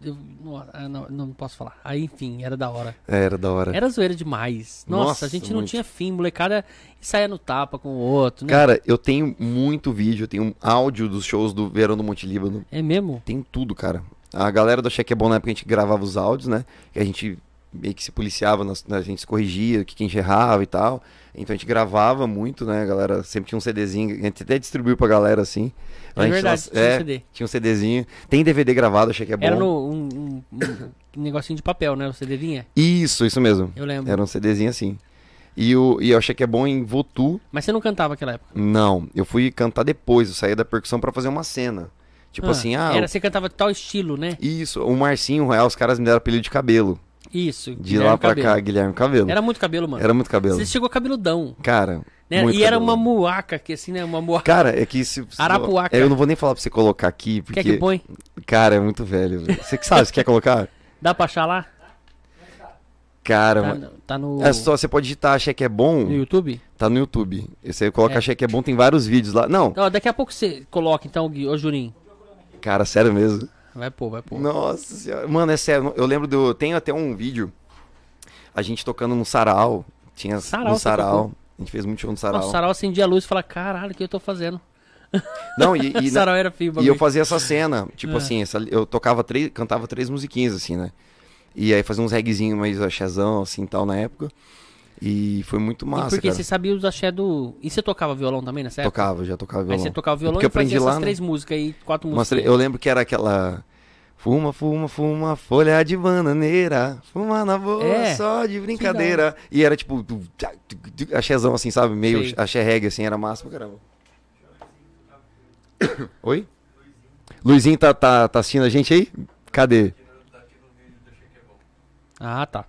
não posso falar. Aí, enfim, era da hora. Era da hora. Era zoeira demais. Nossa, Nossa, a gente não muito. tinha fim, molecada saia no tapa com o outro, né? Cara, eu tenho muito vídeo, eu tenho um áudio dos shows do Verão do Monte Líbano. É mesmo? Tem tudo, cara. A galera do Cheque é Bom, na época a gente gravava os áudios, né? Que a gente meio que se policiava, a gente se corrigia, o que a gente errava e tal. Então a gente gravava muito, né? A galera sempre tinha um CDzinho, a gente até distribuiu pra galera assim. É verdade, tinha um CD. Tinha um CDzinho. Tem DVD gravado, achei que é bom. Era um negocinho de papel, né? O CD vinha? Isso mesmo. Eu lembro. Era um CDzinho assim. E eu achei que é bom em Votu. Mas você não cantava naquela época? Não, eu fui cantar depois, eu saí da percussão pra fazer uma cena. Tipo assim, Você cantava tal estilo, né? Isso, o Marcinho, o Real, os caras me deram apelido de cabelo. Isso. De Guilherme lá pra Cabelo. cá, Guilherme Cabelo. Era muito cabelo, mano. Era muito cabelo. Você chegou cabeludão. Cara, Né? muito E era cabelo. uma muaca, que assim, né? Uma muaca. Cara, é que se... Arapuaca. Eu não vou nem falar pra você colocar aqui, porque... Quer que põe? Cara, é muito velho. Você que sabe, você quer colocar? Dá pra achar lá? Cara, Tá no... é só, você pode digitar Achei que é bom, No YouTube? tá no YouTube. Você coloca Achei que é bom, tem vários vídeos lá. Não, Ó, daqui a pouco você coloca, então, ô Juninho. cara, sério mesmo. Vai pôr. Nossa senhora. Mano, é sério, eu lembro tenho até um vídeo, a gente tocando no sarau, Tinha Sarau, no Sarau. A gente fez muito show no Sarau. Nossa, o Sarau acendia a luz e falava, caralho, o que eu tô fazendo? Não, e Sarau era fio, e eu fazia essa cena, tipo assim, eu cantava 3 musiquinhas, assim, né? E aí fazia uns reguezinhos mais axézão, assim, tal, na época. E foi muito massa, porque cara. você sabia os axé do... E você tocava violão também nessa época? Já tocava violão. Aí você tocava violão porque e fazia essas lá, 3 músicas aí, 4 músicas. Eu lembro que era aquela... Fuma, fuma, fuma, folha de bananeira. Fuma na boa, só de brincadeira. E era tipo... Axézão, assim, sabe? Meio axé reggae, assim, era massa pra caramba. Oi? Luizinho tá assistindo a gente aí? Cadê? Ah, tá.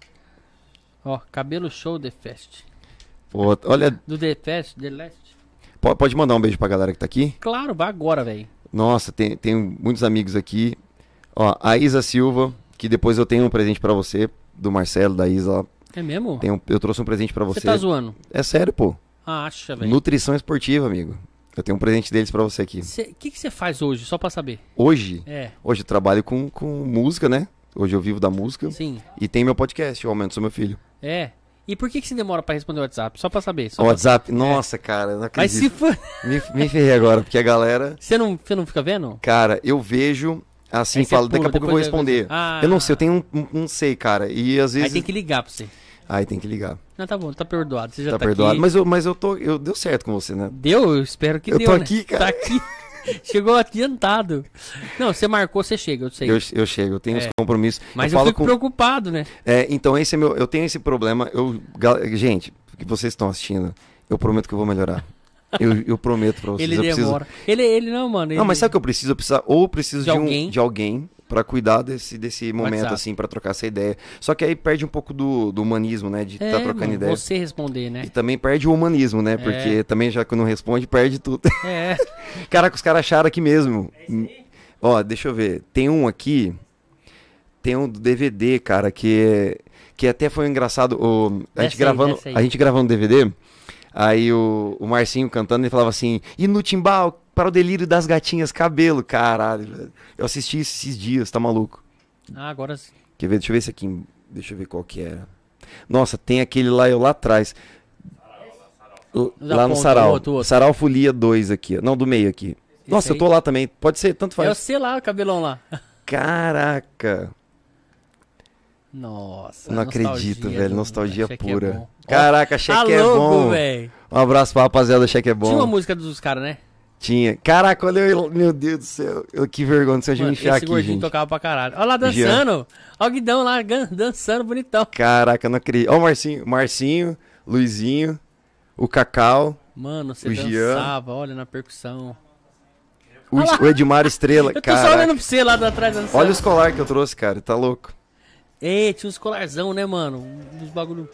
Ó, cabelo show The Fest. Pô, olha... Do The Fest, The Last. Pode mandar um beijo pra galera que tá aqui? Claro, vai agora, velho. Nossa, tem muitos amigos aqui. Ó, a Isa Silva, que depois eu tenho um presente pra você, do Marcelo, da Isa lá. É mesmo? Eu trouxe um presente pra você. Você tá zoando? É sério, pô. Acha, velho. Nutrição esportiva, amigo. Eu tenho um presente deles pra você aqui. O que você faz hoje, só pra saber? Hoje? É. Hoje eu trabalho com música, né? Hoje eu vivo da música. Sim. E tem meu podcast, Eu Aumento Sou Meu Filho. É. E por que você demora pra responder o WhatsApp? Só pra saber. O WhatsApp? Nossa, cara, eu não Mas acredito. se for... Me ferrei agora, porque a galera... Você não fica vendo? Cara, eu vejo... Assim, Aí falo, você daqui a pula, pouco eu vou depois responder. Eu não sei, eu tenho não sei, cara. E às vezes... Aí tem que ligar pra você. Aí tem que ligar. Não, tá bom, tá perdoado. Você já Tá tá perdoado. aqui. Mas eu deu certo com você, né? Deu? Eu espero que Eu deu, tô né? aqui, cara. Tá aqui. Chegou adiantado. Não, você marcou, você chega, eu sei. Eu chego, eu tenho os compromissos. Mas eu falo fico preocupado, né? Então esse é meu... Eu tenho esse problema. Gente, que vocês estão assistindo, eu prometo que eu vou melhorar. Eu prometo pra vocês. Ele demora. Ele não, mano. Não, mas sabe o que eu preciso? Eu preciso de alguém pra cuidar desse momento, WhatsApp. assim, pra trocar essa ideia. Só que aí perde um pouco do humanismo, né? De estar trocando mano, ideia. você responder, né? E também perde o humanismo, né? Porque também, já que não responde, perde tudo. É. Caraca, os caras acharam aqui mesmo. Ó, deixa eu ver. Tem um aqui. Tem um do DVD, cara, que até foi engraçado. A gente gravando DVD. Aí o Marcinho cantando, ele falava assim: e no timbal, para o delírio das gatinhas, cabelo. Caralho, velho. Eu assisti isso esses dias, tá maluco? Ah, agora sim. Quer ver? Deixa eu ver esse aqui. Deixa eu ver qual que era. Nossa, tem aquele lá atrás. Lá no Sarau. Outro. Sarau Folia 2 aqui. Não, do meio aqui. Nossa, eu tô lá também. Pode ser, tanto faz. É você lá, o cabelão lá. Caraca. Nossa. Não acredito, velho. Nostalgia pura. É Caraca, Cheque é bom. Véio. Um abraço pra rapaziada, Cheque é bom. Tinha uma música dos caras, né? Tinha. Caraca, olha eu. Meu Deus do céu. Que vergonha de eu me enfiar aqui, gordinho gente. tocava pra caralho. Olha lá dançando. Olha o Guidão lá dançando bonitão. Caraca, eu não acredito. Olha o Marcinho, Luizinho, o Cacau. Mano, você o dançava, olha, na percussão. O Edmar Estrela, eu tô cara. só olhando pra você lá atrás dançando. Olha os colar que eu trouxe, cara. Tá louco. Ei, tinha uns colarzão, né, mano? Dos bagulho.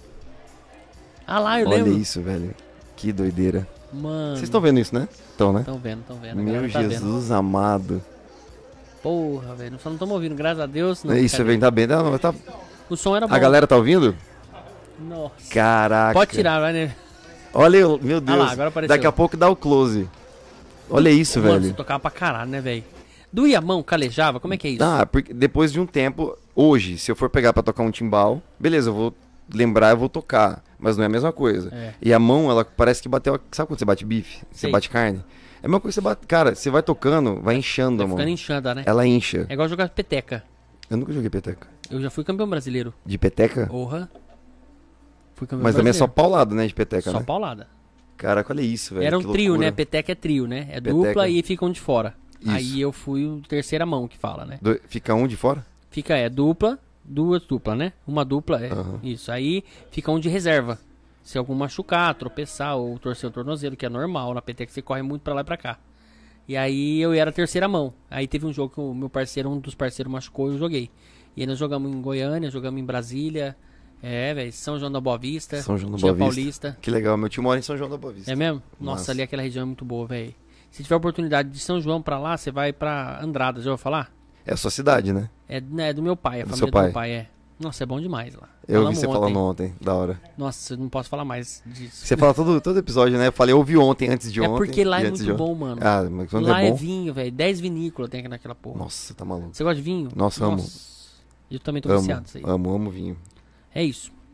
Ah lá, eu Olha lembro. Olha isso, velho. Que doideira. Mano. Vocês estão vendo isso, né? Estão, né? Estão vendo. Meu Jesus amado. Porra, velho. Só não estamos ouvindo, graças a Deus. Não, isso, velho. Tá bem. Não, tá... O som era bom. A galera tá ouvindo? Nossa. Caraca. Pode tirar, vai, né? Olha, meu Deus. Ah lá, agora apareceu. Daqui a pouco dá o close. Olha isso, mano, velho. Você tocava pra caralho, né, velho? Doía a mão, calejava? Como é que é isso? Ah, porque depois de um tempo, hoje, se eu for pegar pra tocar um timbal, beleza, eu vou lembrar, eu vou tocar. Mas não é a mesma coisa. É. E a mão, ela parece que bateu. Sabe quando você bate bife? Você Sei. bate carne? É a mesma coisa que você bate. Cara, você vai tocando, vai inchando a mão. Vai ficando inchada, né? Ela incha. É igual jogar peteca. Eu nunca joguei peteca. Eu já fui campeão brasileiro. De peteca? Porra. Fui campeão Mas também é só brasileiro. paulada, né? De peteca, Só né? paulada. Caraca, olha isso, velho. Era um que trio, loucura. né? Peteca é trio, né? É Peteca. dupla e fica um de fora. Isso. Aí eu fui o terceira mão que fala, né? Fica um de fora? Fica, dupla, duas duplas, né? Uma dupla, Aham. isso. Aí fica um de reserva. Se algum machucar, tropeçar ou torcer o tornozelo, que é normal, na peteca você corre muito pra lá e pra cá. E aí eu era a terceira mão. Aí teve um jogo que o meu parceiro, um dos parceiros machucou e eu joguei. E aí nós jogamos em Goiânia, jogamos em Brasília, velho, São João da Boa Vista, São João da tinha Boa Vista. Paulista. Que legal, meu tio mora em São João da Boa Vista. É mesmo? Nossa, Nossa. ali aquela região é muito boa, velho. Se tiver oportunidade de São João pra lá, você vai pra Andradas, já ouviu falar? É a sua cidade, né? É do meu pai, a Do família seu do pai. meu pai, é. Nossa, é bom demais lá. Eu vi Falamos você ontem. falando ontem, da hora. Nossa, eu não posso falar mais disso. Você fala todo episódio, né? Eu falei, eu ouvi ontem, antes de É ontem. porque lá e é antes muito de ontem. bom, mano. Ah, mas quando Lá é é bom... vinho, velho. 10 vinícolas tem aqui naquela porra. Nossa, tá maluco. Você gosta de vinho? Nossa, amo. Eu também tô viciado nisso aí. Amo vinho. É isso.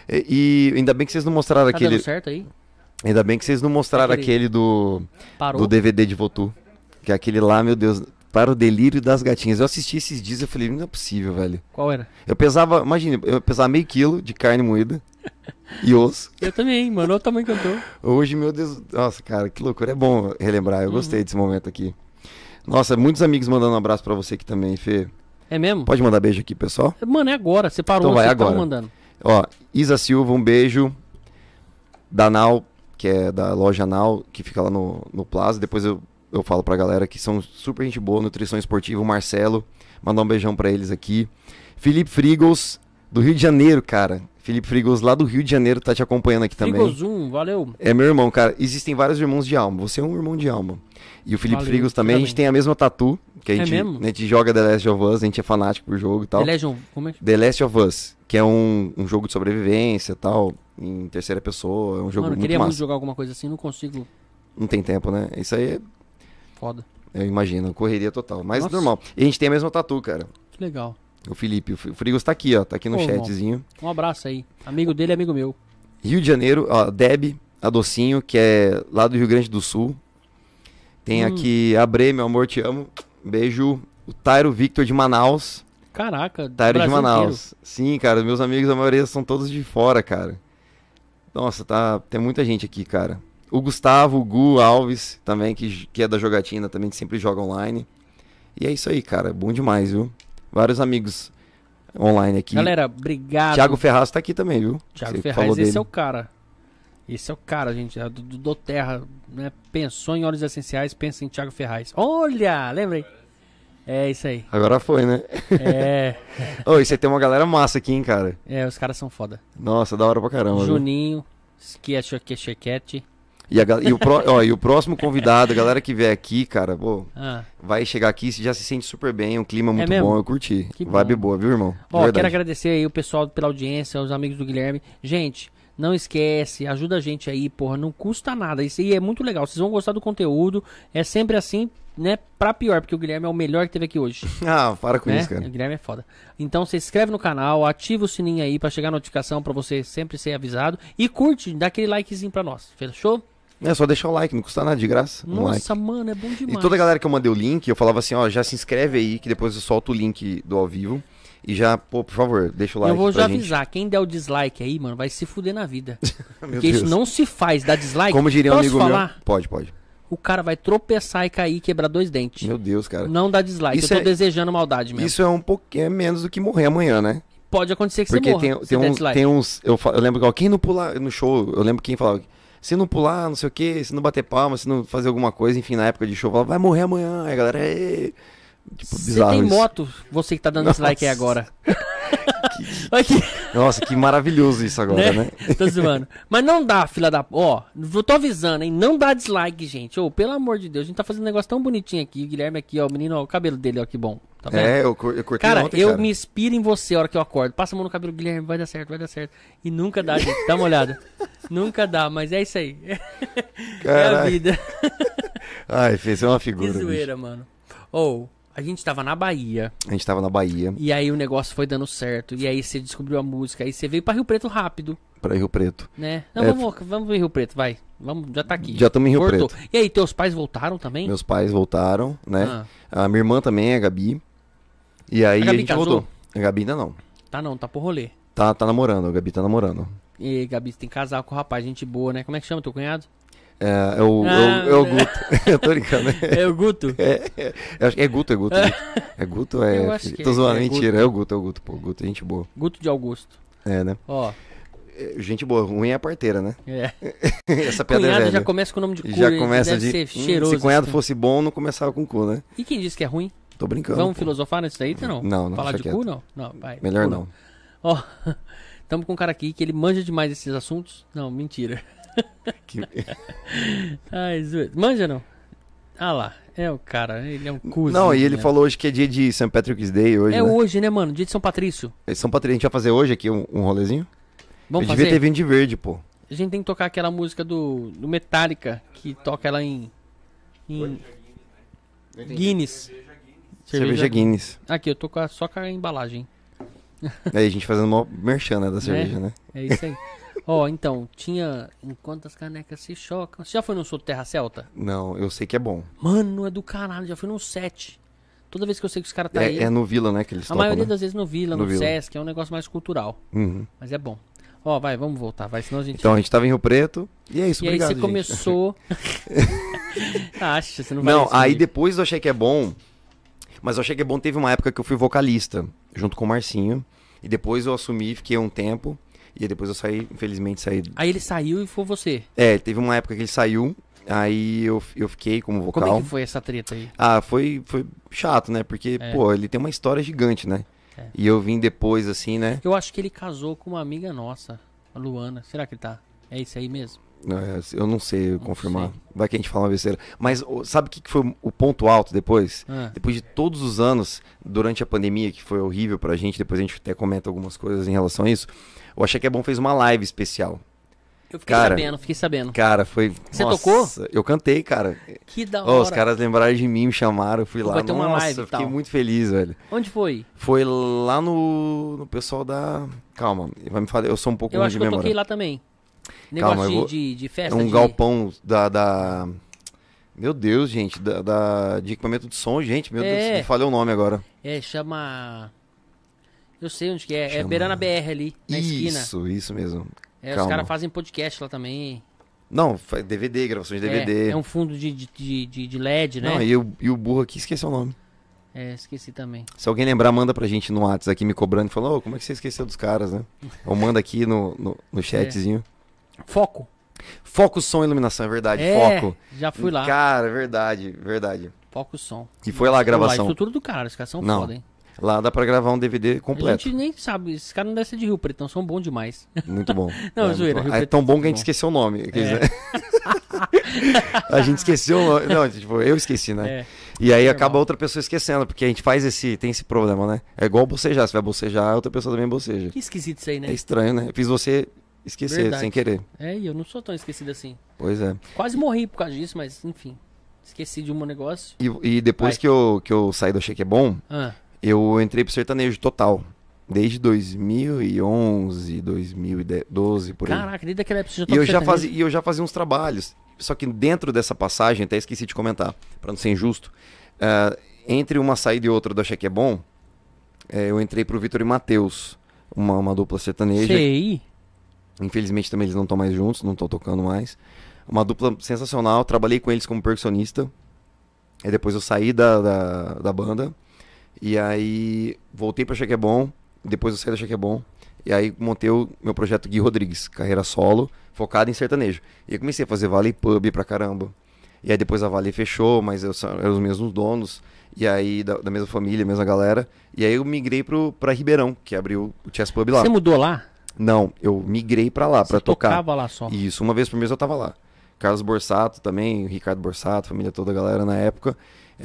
E ainda bem que vocês não mostraram Tá aquele... dando certo aí? Ainda bem que vocês não mostraram aquele do DVD de Votu. Que é aquele lá, meu Deus, para o delírio das gatinhas. Eu assisti esses dias e eu falei, não é possível, velho. Qual era? Eu pesava, imagina, eu pesava meio quilo de carne moída e osso. Eu também, mano, olha o tamanho que eu tô. Hoje, meu Deus, nossa, cara, que loucura. É bom relembrar, eu gostei desse momento aqui. Nossa, muitos amigos mandando um abraço pra você aqui também, Fê. É mesmo? Pode mandar beijo aqui, pessoal? Mano, é agora, você parou, então vai, você agora. tá mandando. Ó, Isa Silva, um beijo. Danal, que é da loja Nau, que fica lá no Plaza. Depois eu falo pra galera que são super gente boa, nutrição esportiva, o Marcelo, mandar um beijão pra eles aqui. Felipe Frigos, do Rio de Janeiro, cara. Felipe Frigos, lá do Rio de Janeiro, tá te acompanhando aqui também. Frigosum, valeu. É meu irmão, cara. Existem vários irmãos de alma. Você é um irmão de alma. E o Felipe Frigos também, a gente tem a mesma tatu, que a gente joga The Last of Us, a gente é fanático por jogo e tal. The Last of Us, que é um jogo de sobrevivência e tal, em terceira pessoa, é um jogo muito massa. Eu queria muito jogar alguma coisa assim, não consigo. Não tem tempo, né? Isso aí é... Foda. Eu imagino, correria total. Mas normal. E a gente tem a mesma tatu, cara. Que legal. O Felipe, o Frigos tá aqui, ó. Tá aqui no chatzinho. Um abraço aí. Amigo dele, amigo meu. Rio de Janeiro, ó, Deb, a Docinho, que é lá do Rio Grande do Sul. Tem aqui a Bre, meu amor, te amo. Beijo. O Tairo Victor de Manaus. Caraca, Tairo de Manaus. Inteiro. Sim, cara, meus amigos, a maioria são todos de fora, cara. Nossa, tem muita gente aqui, cara. O Gustavo, o Gu Alves, também, que é da jogatina, também, que sempre joga online. E é isso aí, cara. Bom demais, viu? Vários amigos online aqui. Galera, obrigado. Thiago Ferraz tá aqui também, viu? Thiago Ferraz, esse é o cara. Esse é o cara, gente. Do Terra, né? Pensou em óleos essenciais, pensa em Thiago Ferraz. Olha, lembrei. É isso aí. Agora foi, né? É. Ô, e você tem uma galera massa aqui, hein, cara? É, os caras são foda. Nossa, da hora pra caramba. Juninho, Sketchequete. E o próximo convidado, a galera que vier aqui, cara, pô, vai chegar aqui, já se sente super bem, um clima muito bom, eu curti. Vibe boa, viu, irmão? Ó, quero agradecer aí o pessoal pela audiência, os amigos do Guilherme. Gente, não esquece, ajuda a gente aí, porra, não custa nada. Isso aí é muito legal, vocês vão gostar do conteúdo, é sempre assim, né, pra pior, porque o Guilherme é o melhor que teve aqui hoje. Ah, para com isso, cara. O Guilherme é foda. Então, você se inscreve no canal, ativa o sininho aí pra chegar a notificação, pra você sempre ser avisado. E curte, dá aquele likezinho pra nós, fechou? É só deixar o like, não custa nada, de graça. Nossa, mano, é bom demais. E toda a galera que eu mandei o link, eu falava assim, ó, já se inscreve aí, que depois eu solto o link do ao vivo. E já, pô, por favor, deixa o like. Eu vou já avisar, quem der o dislike aí, mano, vai se fuder na vida. Porque Deus. Isso não se faz, dar dislike. Como diria um amigo meu. Pode. O cara vai tropeçar e cair e quebrar 2 dentes. Meu Deus, cara. Não dá dislike, eu tô desejando maldade mesmo. Isso é um pouquinho menos do que morrer amanhã, né? Pode acontecer que porque você morra. Porque tem uns. Eu lembro que quem não pular no show, eu lembro quem falava. Se não pular, não sei o que, se não bater palma, se não fazer alguma coisa, enfim, na época de show, falava, vai morrer amanhã. Aí a galera, tipo, bizarro. Você tem moto, você que tá dando dislike aí agora. Nossa, que maravilhoso isso agora, né? Tô zoando. Mas não dá, filha da... Ó, eu tô avisando, hein? Não dá dislike, gente. Ô, pelo amor de Deus, a gente tá fazendo um negócio tão bonitinho aqui. O Guilherme aqui, ó, o menino, ó, o cabelo dele, ó, que bom. Tá vendo? Eu curti cara, ontem, eu me inspiro em você a hora que eu acordo. Passa a mão no cabelo, Guilherme, vai dar certo. E nunca dá, gente. Dá uma olhada. Nunca dá, mas é isso aí. É a vida. Ai, fez uma figura. Que zoeira, mano. A gente tava na Bahia. E aí o negócio foi dando certo. E aí você descobriu a música. Aí você veio pra Rio Preto rápido. Pra Rio Preto. Né? Não, vamos em Rio Preto, vai. Vamos, já tá aqui. Já estamos em Rio Preto. E aí, teus pais voltaram também? Meus pais voltaram, né? A minha irmã também, a Gabi. E aí a gente voltou. A Gabi ainda não. Tá por rolê. Tá namorando, a Gabi tá namorando. E Gabi, você tem que casar com o rapaz, gente boa, né? Como é que chama teu cunhado? É o Guto. Eu tô brincando. É o Guto? É Guto. É Guto, tô zoando, mentira. É o Guto, pô. Guto é gente boa. Guto de Augusto. É, né? Ó. Gente boa, ruim é a parteira, né? É. Essa piada cunhado é velha. já começa com o nome de cu, já começa deve ser cheiroso. Se cunhado fosse bom, não começava com cu, né? E quem disse que é ruim? Tô brincando. Vamos filosofar nisso daí, não? Não. Falar de cu, não? Não, vai. Melhor não. Ó, tamo com um cara aqui que ele manja demais desses assuntos. Não, mentira. Ai, zoeira. Manja não? Ah lá, é o cara, ele é um cozinho. Não, e ele falou hoje que é dia de St. Patrick's Day hoje, né? Hoje, né, mano? Dia de São Patrício. São Patrício, a gente vai fazer hoje aqui um rolezinho? Vamos fazer? Devia ter vindo de verde, pô. A gente tem que tocar aquela música do Metallica, que toca ela em Guinness. Cerveja Guinness. Aqui, eu tô só com a embalagem. Aí a gente fazendo uma merchan, né, da cerveja, né? É isso aí. Ó, então, tinha... Enquanto as canecas se chocam... Você já foi no Sul Terra Celta? Não, eu sei que é bom. Mano, é do caralho. Já fui num 7. Toda vez que eu sei que os caras tá aí... É no Vila, né, que eles A tocam, maioria né? das vezes no Vila, no Sesc, é um negócio mais cultural. Uhum. Mas é bom. Ó, vai, vamos voltar, vai, senão a gente... Então, a gente tava em Rio Preto, e é isso, E obrigado, aí você gente. começou... Acha, você não vai... Não, aí depois do Achei Que É Bom... Mas o Achei Que É Bom teve uma época que eu fui vocalista, junto com o Marcinho. E depois eu assumi, fiquei um tempo. E aí depois eu saí, infelizmente saí... Aí ele saiu e foi você. É, teve uma época que ele saiu, aí eu fiquei como vocal. Como é que foi essa treta aí? Ah, foi chato, né? Porque, pô, ele tem uma história gigante, né? É. E eu vim depois, assim, né? Eu acho que ele casou com uma amiga nossa, a Luana. Será que ele tá? É isso aí mesmo? Eu não sei confirmar. Vai que a gente fala uma besteira. Mas sabe o que foi o ponto alto depois? Depois de todos os anos, durante a pandemia, que foi horrível pra gente, depois a gente até comenta algumas coisas em relação a isso, o Achei Que É Bom fez uma live especial. Eu fiquei sabendo. Cara, foi... Você tocou? Eu cantei, cara. Que da hora. Os caras lembraram de mim, me chamaram, eu fui lá. Vai ter uma live eu fiquei muito feliz, velho. Onde foi? Foi lá no pessoal da... Calma, vai me falar, eu sou um pouco ruim de memória. Eu toquei lá também. Calma, Negócio de festa. Um galpão da... Meu Deus, gente, de equipamento de som, gente, meu Deus, me falei o nome agora. Chama... Eu sei onde que é, é beirando a BR ali, na esquina. Isso mesmo. Os caras fazem podcast lá também. Não, faz DVD, gravações de DVD. É um fundo de LED, né? Não, e o burro aqui esqueceu o nome. Esqueci também. Se alguém lembrar, manda pra gente no WhatsApp aqui me cobrando e falando, como é que você esqueceu dos caras, né? Ou manda aqui no chatzinho. Foco. Foco, som e iluminação, é verdade. Foco. Já fui lá. Cara, verdade. Foco, som. E foi lá a gravação. A estrutura do cara, os caras são foda, hein? Lá dá pra gravar um DVD completo. A gente nem sabe, esses caras não devem ser de Rio Preto, então são bons demais. Muito bom. Não, zoeira. É tão bom que a gente esqueceu o nome. A gente esqueceu o nome. Não, tipo, eu esqueci, né? E aí acaba outra pessoa esquecendo, porque a gente tem esse problema, né? É igual bocejar, você vai bocejar, outra pessoa também boceja. Que esquisito isso aí, né? É estranho, né? Eu fiz você esquecer, sem querer. E eu não sou tão esquecido assim. Pois é. Quase morri por causa disso, mas enfim. Esqueci de um negócio. E depois que eu saí do Achei Que É Bom, eu entrei pro sertanejo total. Desde 2011, 2012, por aí. Caraca, desde aquela época você já toca eu já fazia uns trabalhos. Só que dentro dessa passagem, até esqueci de comentar, pra não ser injusto, entre uma saída e outra do Achei Que É Bom, eu entrei pro Vitor e Matheus, uma dupla sertaneja. Sei. Infelizmente também eles não estão mais juntos, não estão tocando mais. Uma dupla sensacional, trabalhei com eles como percussionista. Aí depois eu saí da banda. E aí voltei pra Achei Que É Bom. Depois eu saí da Achei Que É Bom. E aí montei o meu projeto Gui Rodrigues, carreira solo, focado em sertanejo. E eu comecei a fazer Vale Pub pra caramba. E aí depois a Vale fechou, mas eram os mesmos donos. E aí da mesma família, mesma galera. E aí eu migrei pra Ribeirão, que abriu o Chess Pub lá. Você mudou lá? Não, eu migrei pra lá, pra tocar. Você tocava lá só? Isso, uma vez por mês eu tava lá. Carlos Borsato também, Ricardo Borsato, família toda a galera na época.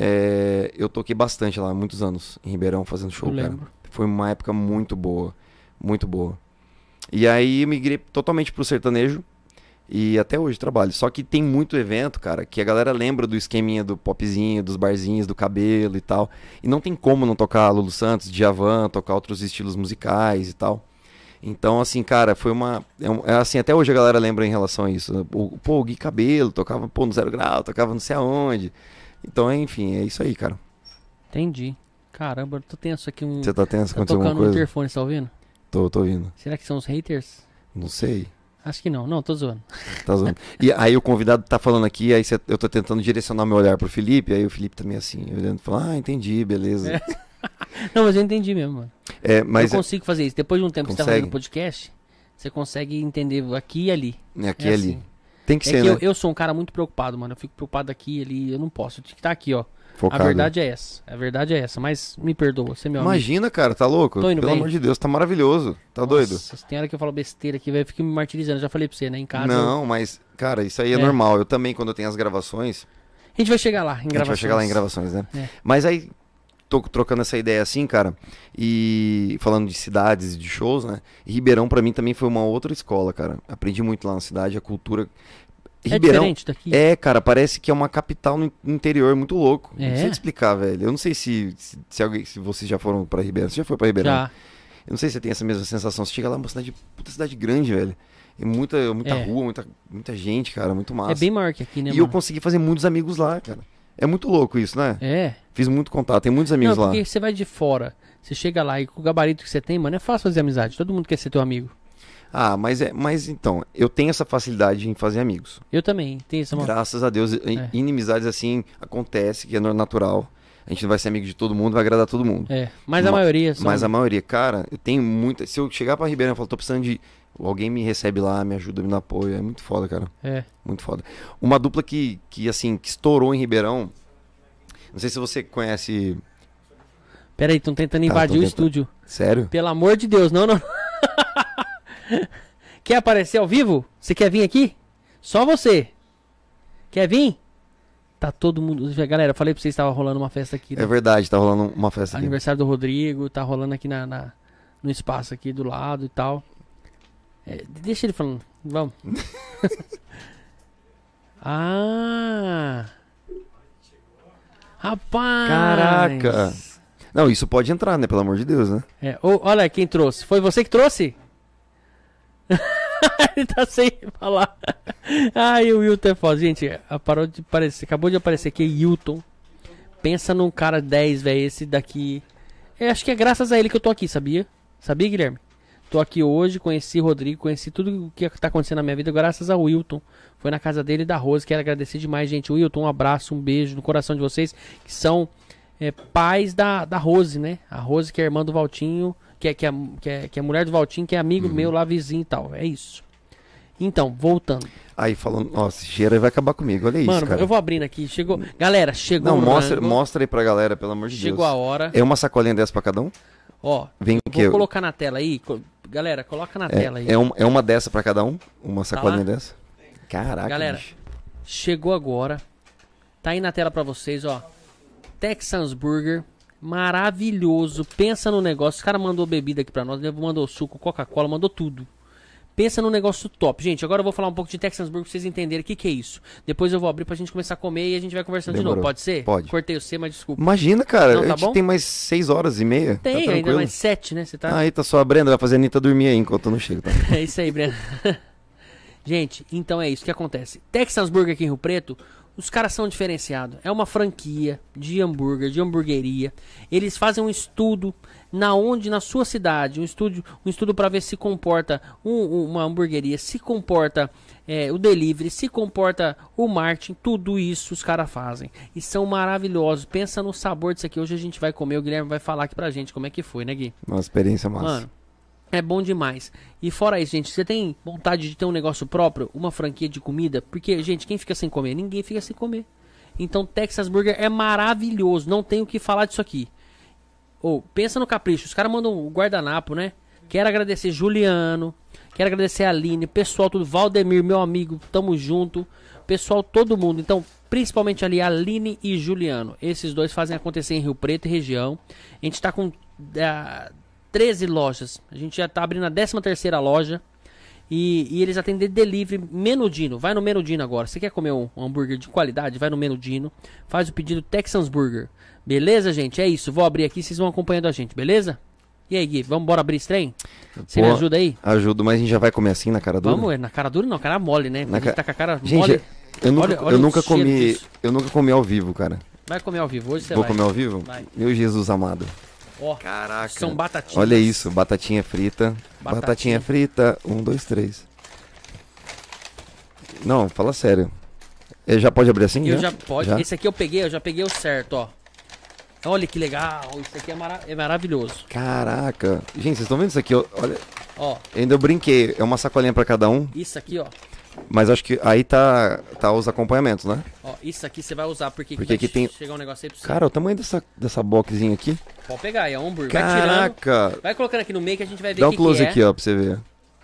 Eu toquei bastante lá, muitos anos, em Ribeirão, fazendo show, cara. Foi uma época muito boa, muito boa. E aí eu migrei totalmente pro sertanejo e até hoje trabalho. Só que tem muito evento, cara, que a galera lembra do esqueminha do popzinho, dos barzinhos, do cabelo e tal. E não tem como não tocar Lulu Santos, Djavan, tocar outros estilos musicais e tal. Então, assim, cara, foi assim, até hoje a galera lembra em relação a isso. O Gui Cabelo tocava, no Zero Grau, tocava não sei aonde. Então, enfim, é isso aí, cara. Entendi. Caramba, eu tô tenso aqui. Você tá tenso? Aconteceu alguma coisa? Tô tocando no interfone, você tá ouvindo? Tô ouvindo. Será que são os haters? Não sei. Acho que não. Não, tô zoando. Tá zoando. E aí o convidado tá falando aqui, aí eu tô tentando direcionar meu olhar pro Felipe, aí o Felipe também assim, olhando e falando, entendi, beleza. Não, mas eu entendi mesmo, mano. Mas eu consigo fazer isso. Depois de um tempo que você tá fazendo podcast, você consegue entender aqui e ali. Aqui e ali. Assim. Tem que ser, que né? Eu sou um cara muito preocupado, mano. Eu fico preocupado aqui e ali, eu não posso. Eu tenho que estar aqui, ó. Focado. A verdade é essa. A verdade é essa. Mas me perdoa, você é meu amigo. Imagina, cara, tá louco? Tô indo Pelo bem. amor de Deus, tá maravilhoso. Tá doido? Tem hora que eu falo besteira aqui, velho. Eu fico me martirizando. Eu já falei pra você, né? Em casa. Não, mas, cara, isso aí é normal. Eu também, quando eu tenho as gravações. A gente vai chegar lá em gravações. A gente vai chegar lá em gravações, né? Mas aí, tô trocando essa ideia assim, cara. E falando de cidades e de shows, né? E Ribeirão, pra mim, também foi uma outra escola, cara. Aprendi muito lá na cidade, a cultura. Ribeirão, diferente daqui? Cara, parece que é uma capital no interior muito louco. Não sei te explicar, velho. Eu não sei se vocês já foram pra Ribeirão. Você já foi pra Ribeirão? Já. Eu não sei se você tem essa mesma sensação. Você chega lá, uma puta cidade grande, velho. E muita rua, muita gente, cara, muito massa. É bem maior que aqui, né, E eu consegui fazer muitos amigos lá, cara. É muito louco isso, né? É. Fiz muito contato, tem muitos amigos lá. Porque você vai de fora, você chega lá e com o gabarito que você tem, mano, é fácil fazer amizade. Todo mundo quer ser teu amigo. Ah, mas então, eu tenho essa facilidade em fazer amigos. Eu também, tenho essa Graças a Deus, inimizades assim, acontece, que é natural. A gente não vai ser amigo de todo mundo, vai agradar todo mundo. Mas a maioria... Mas a maioria, cara, eu tenho muita... Se eu chegar pra Ribeirão e falar, tô precisando de... Alguém me recebe lá, me ajuda, me dá apoio. É muito foda, cara. Muito foda. Uma dupla que estourou em Ribeirão... Não sei se você conhece... Pera aí, estão tentando invadir o estúdio. Sério? Pelo amor de Deus, não. Quer aparecer ao vivo? Você quer vir aqui? Só você. Quer vir? Tá todo mundo... Galera, eu falei pra vocês que tava rolando uma festa aqui. Né? É verdade, tá rolando uma festa aqui. Aniversário do Rodrigo, tá rolando aqui no espaço aqui do lado e tal. Deixa ele falando. Vamos. Rapaz! Caraca! Não, isso pode entrar, né? Pelo amor de Deus, né? Olha quem trouxe. Foi você que trouxe? Ele tá sem falar. Ai, o Wilton é foda. Gente, acabou de aparecer aqui Wilton. Pensa num cara 10, velho. Esse daqui. Eu acho que é graças a ele que eu tô aqui, sabia? Sabia, Guilherme? Tô aqui hoje, conheci o Rodrigo, conheci tudo o que tá acontecendo na minha vida graças ao Wilton. Foi na casa dele e da Rose. Quero agradecer demais, gente. Wilton, um abraço, um beijo no coração de vocês, que são pais da Rose, né? A Rose, que é irmã do Valtinho, que é mulher do Valtinho, que é amigo meu lá, vizinho e tal. É isso. Então, voltando. Aí falando, nossa, esse cheiro aí vai acabar comigo, olha isso, cara. Eu vou abrindo aqui. Chegou. Galera, chegou. Não, mostra aí pra galera, pelo amor de Deus. Chegou a hora. É uma sacolinha dessa pra cada um? Ó, vou colocar na tela aí. Galera, coloca na tela aí. É uma dessa pra cada um? Uma sacolinha dessa? Caraca, galera, bicho. Chegou agora. Tá aí na tela pra vocês, ó. Texas Burger. Maravilhoso. Pensa no negócio. Os caras mandou bebida aqui pra nós. Mandou suco, Coca-Cola, mandou tudo. Pensa num negócio top. Gente, agora eu vou falar um pouco de Texas Burger pra vocês entenderem o que é isso. Depois eu vou abrir pra gente começar a comer e a gente vai conversando de novo. Pode ser? Pode. Cortei o C, mas desculpa. Imagina, cara. Não, tá a gente bom? tem mais 6 horas e meia. Tem, tá ainda mais 7, né? Você tá... Aí tá só a Brenda, vai fazer a Anitta dormir aí enquanto eu não chego, tá? É isso aí, Brenda. Gente, então é isso que acontece. Texas Burger aqui em Rio Preto, os caras são diferenciados. É uma franquia de hambúrguer, de hamburgueria. Eles fazem um estudo na sua cidade, um estudo para ver se comporta uma hamburgueria, se comporta o delivery, se comporta o marketing, tudo isso os caras fazem. E são maravilhosos. Pensa no sabor disso aqui. Hoje a gente vai comer, o Guilherme vai falar aqui pra gente como é que foi, né, Gui? Uma experiência massa. Mano, é bom demais. E fora isso, gente, você tem vontade de ter um negócio próprio, uma franquia de comida? Porque, gente, quem fica sem comer? Ninguém fica sem comer. Então, Texas Burger é maravilhoso. Não tenho o que falar disso aqui. Pensa no capricho. Os caras mandam o guardanapo, né? Quero agradecer Juliano. Quero agradecer a Aline. Pessoal, tudo. Valdemir, meu amigo. Tamo junto. Pessoal, todo mundo. Então, principalmente ali, Aline e Juliano. Esses dois fazem acontecer em Rio Preto e região. A gente tá com 13 lojas. A gente já tá abrindo a 13ª loja. E eles atendem delivery Menudino. Vai no Menudino agora. Você quer comer um hambúrguer de qualidade? Vai no Menudino. Faz o pedido Texas Burger. Beleza, gente? É isso. Vou abrir aqui. Vocês vão acompanhando a gente, beleza? E aí, Gui? Vamos embora abrir esse trem? Você me ajuda aí? Ajudo, mas a gente já vai comer assim na cara dura? Vamos, na cara dura não. Cara mole, né? A gente tá com a cara mole. Gente, eu nunca comi ao vivo, cara. Vai comer ao vivo. Hoje você vai. Vou comer ao vivo? Vai. Meu Jesus amado. Ó, caraca. são batatinhas. Olha isso, batatinha frita. Batatinha frita, 1, 2, 3. Não, fala sério. Já pode abrir assim? Já pode. Já? Esse aqui eu já peguei o certo, ó. Olha que legal, isso aqui é maravilhoso. Caraca. Gente, vocês estão vendo isso aqui? Olha. Ó. Ainda eu brinquei, é uma sacolinha pra cada um. Isso aqui, ó. Mas acho que aí tá os acompanhamentos, né? Ó, isso aqui você vai usar porque aqui tem... chegar um negócio aí pra você. Cara, o tamanho dessa boxzinha aqui. Pode pegar, é um hambúrguer. Caraca. Vai tirando. Vai colocando aqui no meio que a gente vai ver o que é. Dá um close aqui, ó, pra você ver.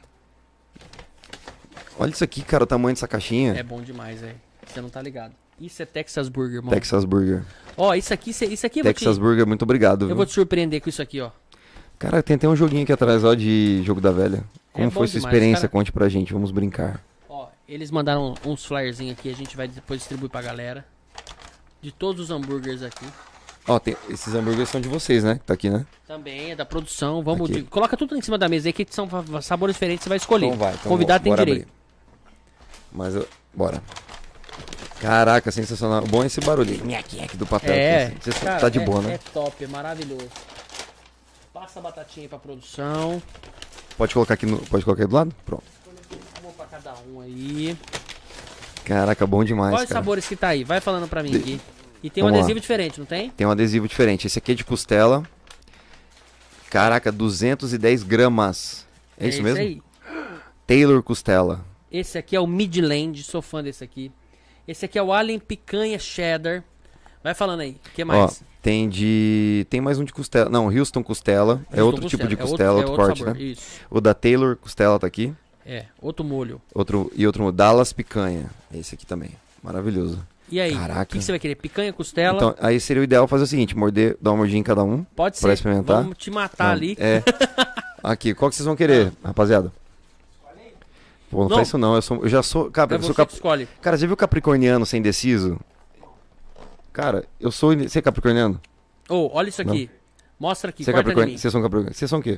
Olha isso aqui, cara, o tamanho dessa caixinha. É bom demais, velho. Você não tá ligado. Isso é Texas Burger, mano. Texas Burger. Ó, isso aqui eu Texas Burger, muito obrigado. Eu vou te surpreender com isso aqui, ó. Cara, tem até um joguinho aqui atrás, ó, de Jogo da Velha. Como foi sua experiência? Cara... Conte pra gente, vamos brincar. Ó, eles mandaram uns flyerzinhos aqui, a gente vai depois distribuir pra galera. De todos os hambúrgueres aqui. Ó, esses hambúrgueres são de vocês, né? Tá aqui, né? Também é da produção. Vamos coloca tudo em cima da mesa aí, que são sabores diferentes, você vai escolher. Então vai. Então convidado tem direito. Abrir. Mas, bora. Caraca, sensacional. O bom é esse barulhinho do papel aqui. Assim. Cara, tá de boa, né? É top, é maravilhoso. Passa a batatinha aí pra produção. Pode colocar aqui do lado? Pronto. Vou pra cada um aí. Caraca, bom demais, Quais os sabores que tá aí? Vai falando pra mim aqui. E tem um Vamos adesivo lá. diferente, não tem? Tem um adesivo diferente. Esse aqui é de costela. Caraca, 210 gramas. É isso mesmo? Aí. Taylor Costela. Esse aqui é o Midland, sou fã desse aqui. Esse aqui é o Allen Picanha Cheddar. Vai falando aí, o que mais? Ó, tem mais um de costela. Não, Houston Costela. É outro tipo de costela, outro corte, sabor. né? Isso. O da Taylor Costela tá aqui. Outro molho. Outro Dallas Picanha. Esse aqui também. Maravilhoso. E aí, o que você vai querer? Picanha, costela? Então, aí seria o ideal fazer o seguinte, dar uma mordidinha em cada um. Pode ser. Pra experimentar. Vamos te matar ali. Aqui, qual que vocês vão querer, rapaziada? Pô, não faz isso não, eu já sou... Cara, escolhe. Cara, já viu Capricorniano sem indeciso? Cara, eu sou... Você é Capricorniano? Olha isso aqui. Não. Mostra aqui, Vocês são Capricorniano. Vocês são o quê?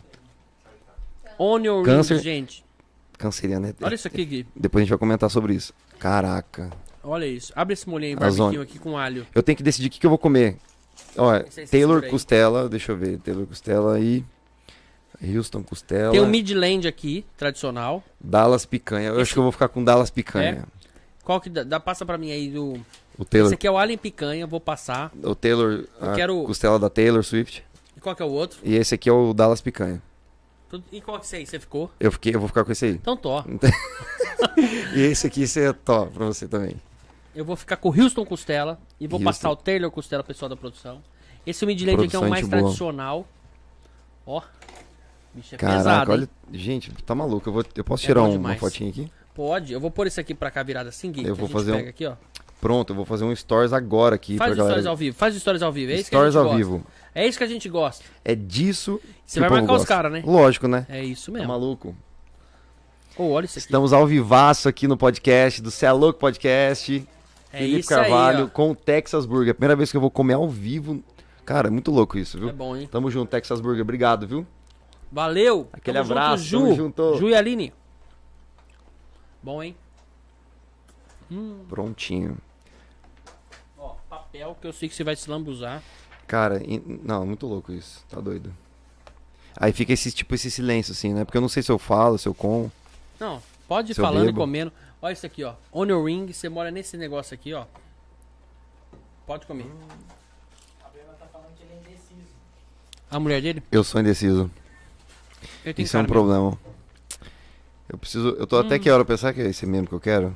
Onion Câncer. Rings, gente. Canceriano, né? Olha isso aqui, Gui. Depois a gente vai comentar sobre isso. Caraca. Olha isso. Abre esse molhinho barbecue aqui com alho. Eu tenho que decidir o que eu vou comer. Olha, Taylor Costela, deixa eu ver. Taylor Costela e... Houston Costela. Tem o Midland aqui, tradicional. Dallas Picanha. Eu acho que eu vou ficar com Dallas Picanha. Qual que dá? Passa pra mim aí do... O Taylor. Esse aqui é o Allen Picanha, vou passar. O Taylor, costela da Taylor Swift. E qual que é o outro? E esse aqui é o Dallas Picanha. E qual que você ficou? Eu vou ficar com esse aí. Então tó. E esse aqui você é tó pra você também. Eu vou ficar com o Houston Costela e vou passar o Taylor Costela, pessoal da produção. Esse Midland aqui é o mais tradicional. Ó. Bicho, é pesado, olha, gente, tá maluco. Eu posso tirar uma fotinha aqui? Pode, eu vou pôr esse aqui pra cá virado assim, Gui. Eu vou fazer pega aqui, ó. Pronto, eu vou fazer um stories agora aqui pra galera. Faz stories ao vivo, é isso que a gente gosta. Vivo. É isso que a gente gosta. É disso Você vai marcar os caras, né? Lógico, né? É isso mesmo. Tá maluco. Olha isso aqui. Estamos ao vivaço aqui no podcast do Cê é Louco Podcast. Felipe isso Carvalho aí, com o Texas Burger. Primeira vez que eu vou comer ao vivo. Cara, é muito louco isso, viu? É bom, hein? Tamo junto, Texas Burger. Obrigado, viu? Valeu! Aquele abraço, junto, Ju e Aline. Bom, hein? Prontinho. Ó, papel que eu sei que você vai se lambuzar. Cara, não, muito louco isso. Tá doido. Aí fica esse silêncio assim, né? Porque eu não sei se eu falo, se eu como. Não, pode ir falando e comendo. Olha isso aqui, ó. Onion ring, você mora nesse negócio aqui, ó. Pode comer. A Bruna tá falando que ele é indeciso. A mulher dele? Eu sou indeciso. Isso é um problema. Eu tô até que hora pensar que é esse mesmo que eu quero.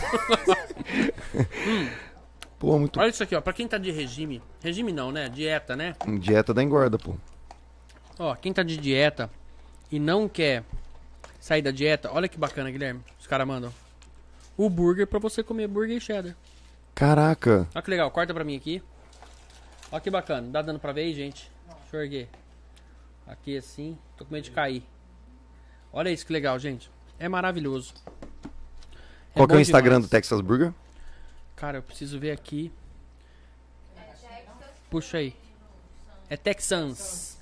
Pô, muito... Olha isso aqui, ó. Pra quem tá de regime. Regime não, né? Dieta, né? Dieta da engorda, pô. Ó, quem tá de dieta e não quer sair da dieta, olha que bacana, Guilherme. Os caras mandam o burger pra você comer burger e cheddar. Caraca. Olha que legal, corta pra mim aqui. Olha que bacana. Dá dando pra ver aí, gente? Deixa eu erguer. Aqui assim. Tô com medo de cair. Olha isso que legal, gente. É maravilhoso. Qual que é o Instagram do Texas Burger? Cara, eu preciso ver aqui. Puxa aí. É Texans.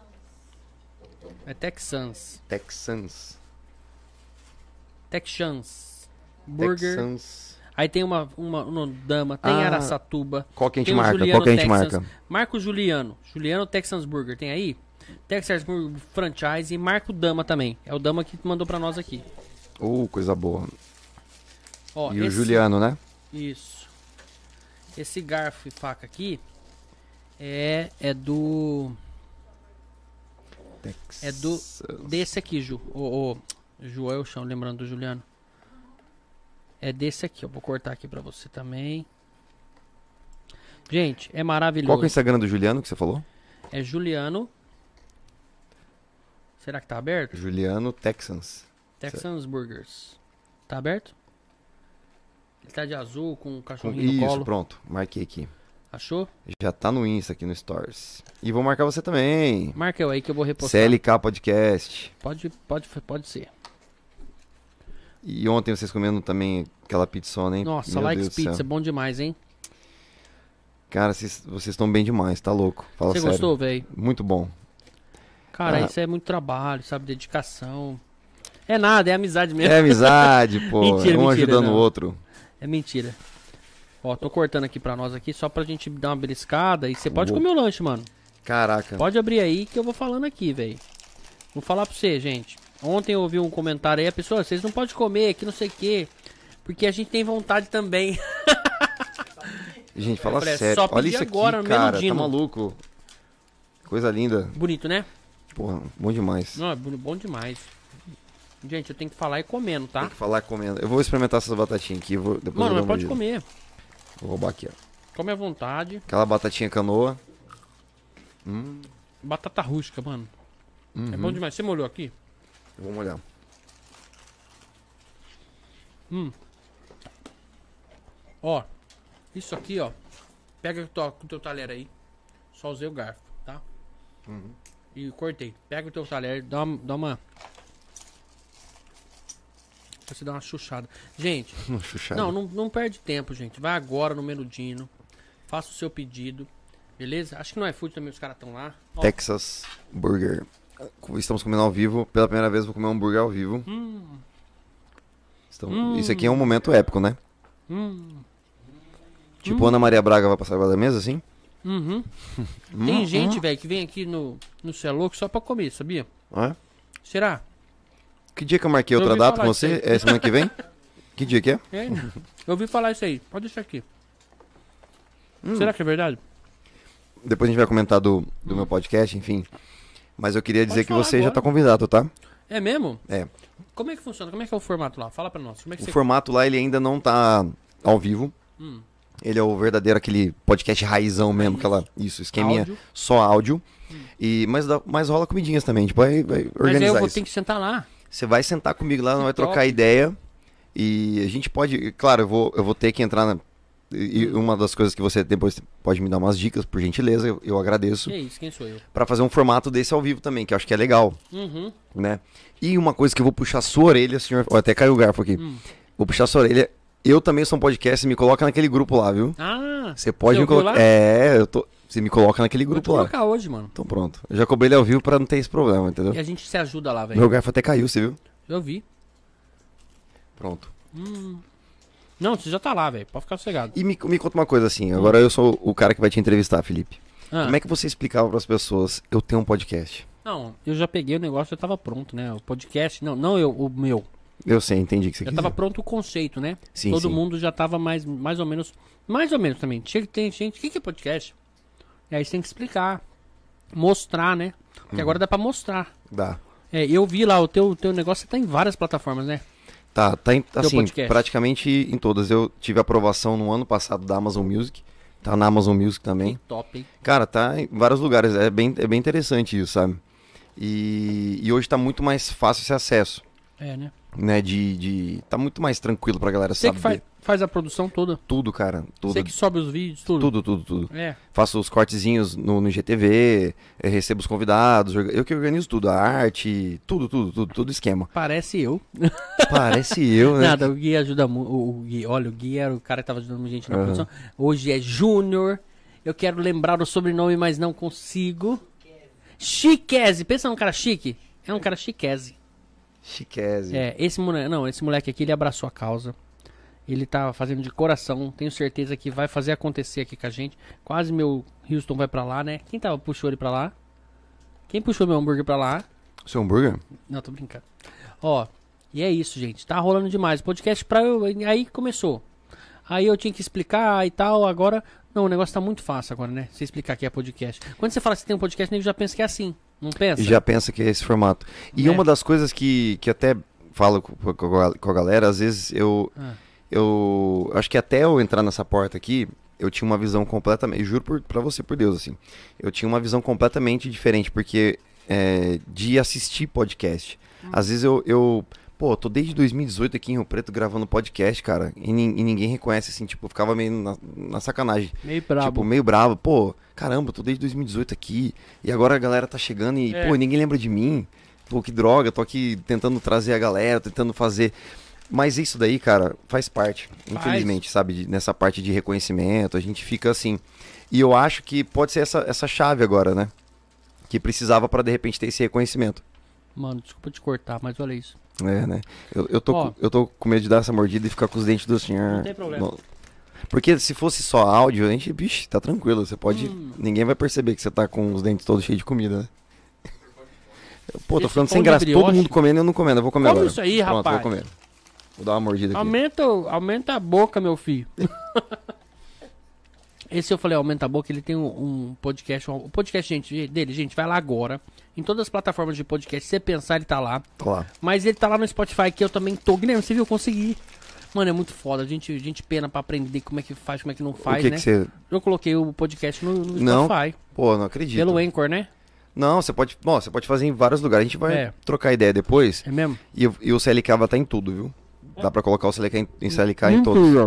É Texans. Texans. Texans. Burger. Texans. Aí tem uma dama, tem Araçatuba. Qual que a gente marca? Qual que a gente marca? Marco Juliano. Juliano Texans Burger. Tem aí? Texas Burger Franchise e Marco Dama também. É o Dama que mandou pra nós aqui. Coisa boa. Ó, e o Juliano, né? Isso. Esse garfo e faca aqui é do... Texas. É desse aqui, Ju. Joel Chão, lembrando do Juliano. É desse aqui, eu vou cortar aqui pra você também. Gente, é maravilhoso. Qual que é o Instagram do Juliano que você falou? É Juliano. Será que tá aberto? Juliano Texans. Texans Burgers. Tá aberto? Ele tá de azul com um cachorrinho no colo. Isso, pronto. Marquei aqui. Achou? Já tá no Insta aqui no Stories. E vou marcar você também. Marca eu aí que eu vou repostar. CLK Podcast. Pode ser. E ontem vocês comendo também aquela pizzona, hein? Nossa, Likes Pizza, bom demais, hein? Cara, vocês estão bem demais, tá louco. Fala Você sério. gostou, velho? Muito bom. Cara, isso é muito trabalho, sabe? Dedicação. É nada, é amizade mesmo. É amizade, pô. Mentira, um mentira, ajudando não. o outro. É mentira. Ó, tô cortando aqui pra nós aqui, só pra gente dar uma beliscada. E você pode Boa. comer o lanche, mano. Caraca. Pode abrir aí que eu vou falando aqui, velho. Vou falar pra você, gente. Ontem eu ouvi um comentário aí, a pessoa, vocês não podem comer, que não sei o quê. Porque a gente tem vontade também. Gente, fala falei, sério. só Olha pedir isso aqui, agora, no cara. Meludino. Tá maluco. Coisa linda. Bonito, né? Porra, bom demais. Não, é bom demais. Gente, eu tenho que falar e comendo, tá? Tem que falar comendo. Eu vou experimentar essas batatinhas aqui. Depois Mano, eu mas dou uma pode medida. comer. Vou roubar aqui, ó. Come à vontade. Aquela batatinha canoa. Batata rústica, mano. É bom demais. Você molhou aqui? Eu vou molhar. Ó, isso aqui, ó. Pega com o teu talher aí. Só usei o garfo, tá? E cortei. Pega o teu talher, dá uma... Você dá uma chuchada. Gente, Chuchada. não perde tempo, gente. Vai agora no Meludino. Faça o seu pedido. Beleza? Acho que no iFood também os caras estão lá. Ó, Texas Burger. Estamos comendo ao vivo. Pela primeira vez vou comer um hambúrguer ao vivo. Isso aqui é um momento épico, né? Tipo Ana Maria Braga vai passar da mesa, assim? Tem gente, velho, que vem aqui no Cê é Louco só pra comer, sabia? É? Será? Que dia que eu marquei Eu outra ouvi data falar com disso você? aí. É semana que vem? Que dia que é? É, eu ouvi falar isso aí. Pode deixar aqui. Será que é verdade? Depois a gente vai comentar do meu podcast, enfim. Mas eu queria dizer Pode que falar você já agora. tá convidado, tá? É mesmo? É. Como é que funciona? Como é que é o formato lá? Fala pra nós. Como é que O você... formato lá, ele ainda não tá ao vivo. Ele é o verdadeiro, aquele podcast raizão mesmo, isso, esqueminha, Áudio. só áudio. Mas rola comidinhas também, a gente vai Mas aí organizar eu vou isso. ter que sentar lá. Você vai sentar comigo lá, nós vai top. trocar ideia. E a gente pode, claro, eu vou ter que entrar e uma das coisas que você depois pode me dar umas dicas, por gentileza, eu agradeço. Que isso, quem sou eu? Pra fazer um formato desse ao vivo também, que eu acho que é legal, né? E uma coisa que eu vou puxar a sua orelha, senhor, ó, até caiu o garfo aqui. Vou puxar a sua orelha. Eu também sou um podcast, me coloca naquele grupo lá, viu? Ah, Você pode você me ouviu colocar. lá? Você me coloca naquele vou te grupo lá. colocar hoje, mano. Então pronto. Eu já cobrei ele ao vivo pra não ter esse problema, entendeu? E a gente se ajuda lá, velho. Meu garfo até caiu, você viu? Eu vi. Pronto. Não, você já tá lá, velho. Pode ficar sossegado. E me conta uma coisa assim, agora eu sou o cara que vai te entrevistar, Felipe. Ah. Como é que você explicava pras pessoas, eu tenho um podcast? Não, eu já peguei o negócio, já tava pronto, né? O podcast, não eu, o meu. Eu sei, entendi o que você Já quis tava dizer. pronto o conceito, né? Sim, Todo sim. mundo já tava mais ou menos também. Tem gente, o que é podcast? E aí você tem que explicar, mostrar, né? Porque agora dá pra mostrar. Dá. É, eu vi lá, o teu negócio tá em várias plataformas, né? Tá assim, podcast. praticamente em todas. Eu tive aprovação no ano passado da Amazon Music. Tá na Amazon Music também. Que top, hein? Cara, tá em vários lugares. É bem interessante isso, sabe? E hoje tá muito mais fácil esse acesso, É, né? né? Tá muito mais tranquilo pra galera Você saber. que faz a produção toda. Tudo, cara. Tudo. Você que sobe os vídeos, tudo. Tudo. É. Faço os cortezinhos no GTV, recebo os convidados, eu que organizo tudo, a arte, tudo esquema. Parece eu. Parece eu, né? Nada, o Gui ajuda muito. O Gui, olha, o Gui era o cara que tava ajudando a gente na Aham. produção. Hoje é Júnior. Eu quero lembrar o sobrenome, mas não consigo. Chiquese. Pensa num cara chique? É um cara chiquese. Chiquese. É, esse moleque aqui, ele abraçou a causa. Ele tá fazendo de coração. Tenho certeza que vai fazer acontecer aqui com a gente. Quase meu Houston vai pra lá, né? Quem puxou ele pra lá? Quem puxou meu hambúrguer pra lá? Seu hambúrguer? Não, tô brincando. Ó, e é isso, gente. Tá rolando demais. Podcast pra eu... Aí começou. Aí eu tinha que explicar e tal. Agora... Não, o negócio tá muito fácil agora, né? Você explicar que é podcast. Quando você fala que você tem um podcast, nego já pensa que é assim. Não pensa? E já pensa que é esse formato. E É. uma das coisas que até falo com a galera, às vezes eu acho que até eu entrar nessa porta aqui, eu tinha uma visão completamente, juro pra você, por Deus, assim, eu tinha uma visão completamente diferente, porque de assistir podcast. Às vezes pô, tô desde 2018 aqui em Rio Preto gravando podcast, cara, e ninguém reconhece, assim, tipo, eu ficava meio na sacanagem. Meio brabo. Tipo, meio bravo. Pô, caramba, tô desde 2018 aqui, e agora a galera tá chegando pô, ninguém lembra de mim. Pô, que droga, tô aqui tentando trazer a galera, tentando fazer... Mas isso daí, cara, faz parte, infelizmente, sabe? Nessa parte de reconhecimento, a gente fica assim. E eu acho que pode ser essa chave agora, né? Que precisava pra de repente ter esse reconhecimento. Mano, desculpa te cortar, mas olha isso. É, né? Eu tô com medo de dar essa mordida e ficar com os dentes do senhor. Não tem problema. Porque se fosse só áudio, a gente, bicho, tá tranquilo. Você pode. Ninguém vai perceber que você tá com os dentes todos cheios de comida, né? Pô, tô ficando sem graça. Todo mundo comendo e eu não comendo. Eu vou comer agora. Isso aí, pronto, rapaz. Vou comer. Vou dar uma mordida aqui. Aumenta a boca, meu filho. Esse eu falei, aumenta a boca, ele tem um podcast. O podcast dele, gente, vai lá agora. Em todas as plataformas de podcast, se você pensar, ele tá lá. Claro. Mas ele tá lá no Spotify, que eu também tô. Guilherme, você viu? Eu consegui. Mano, é muito foda. A gente pena pra aprender como é que faz, como é que não faz, né? Você... Eu coloquei o podcast no Spotify. Não, pô, não acredito. Pelo Anchor, né? Não, você pode fazer em vários lugares. A gente vai trocar ideia depois. É mesmo? E o CLK vai estar em tudo, viu? Dá pra colocar o CLK em CLK em todos.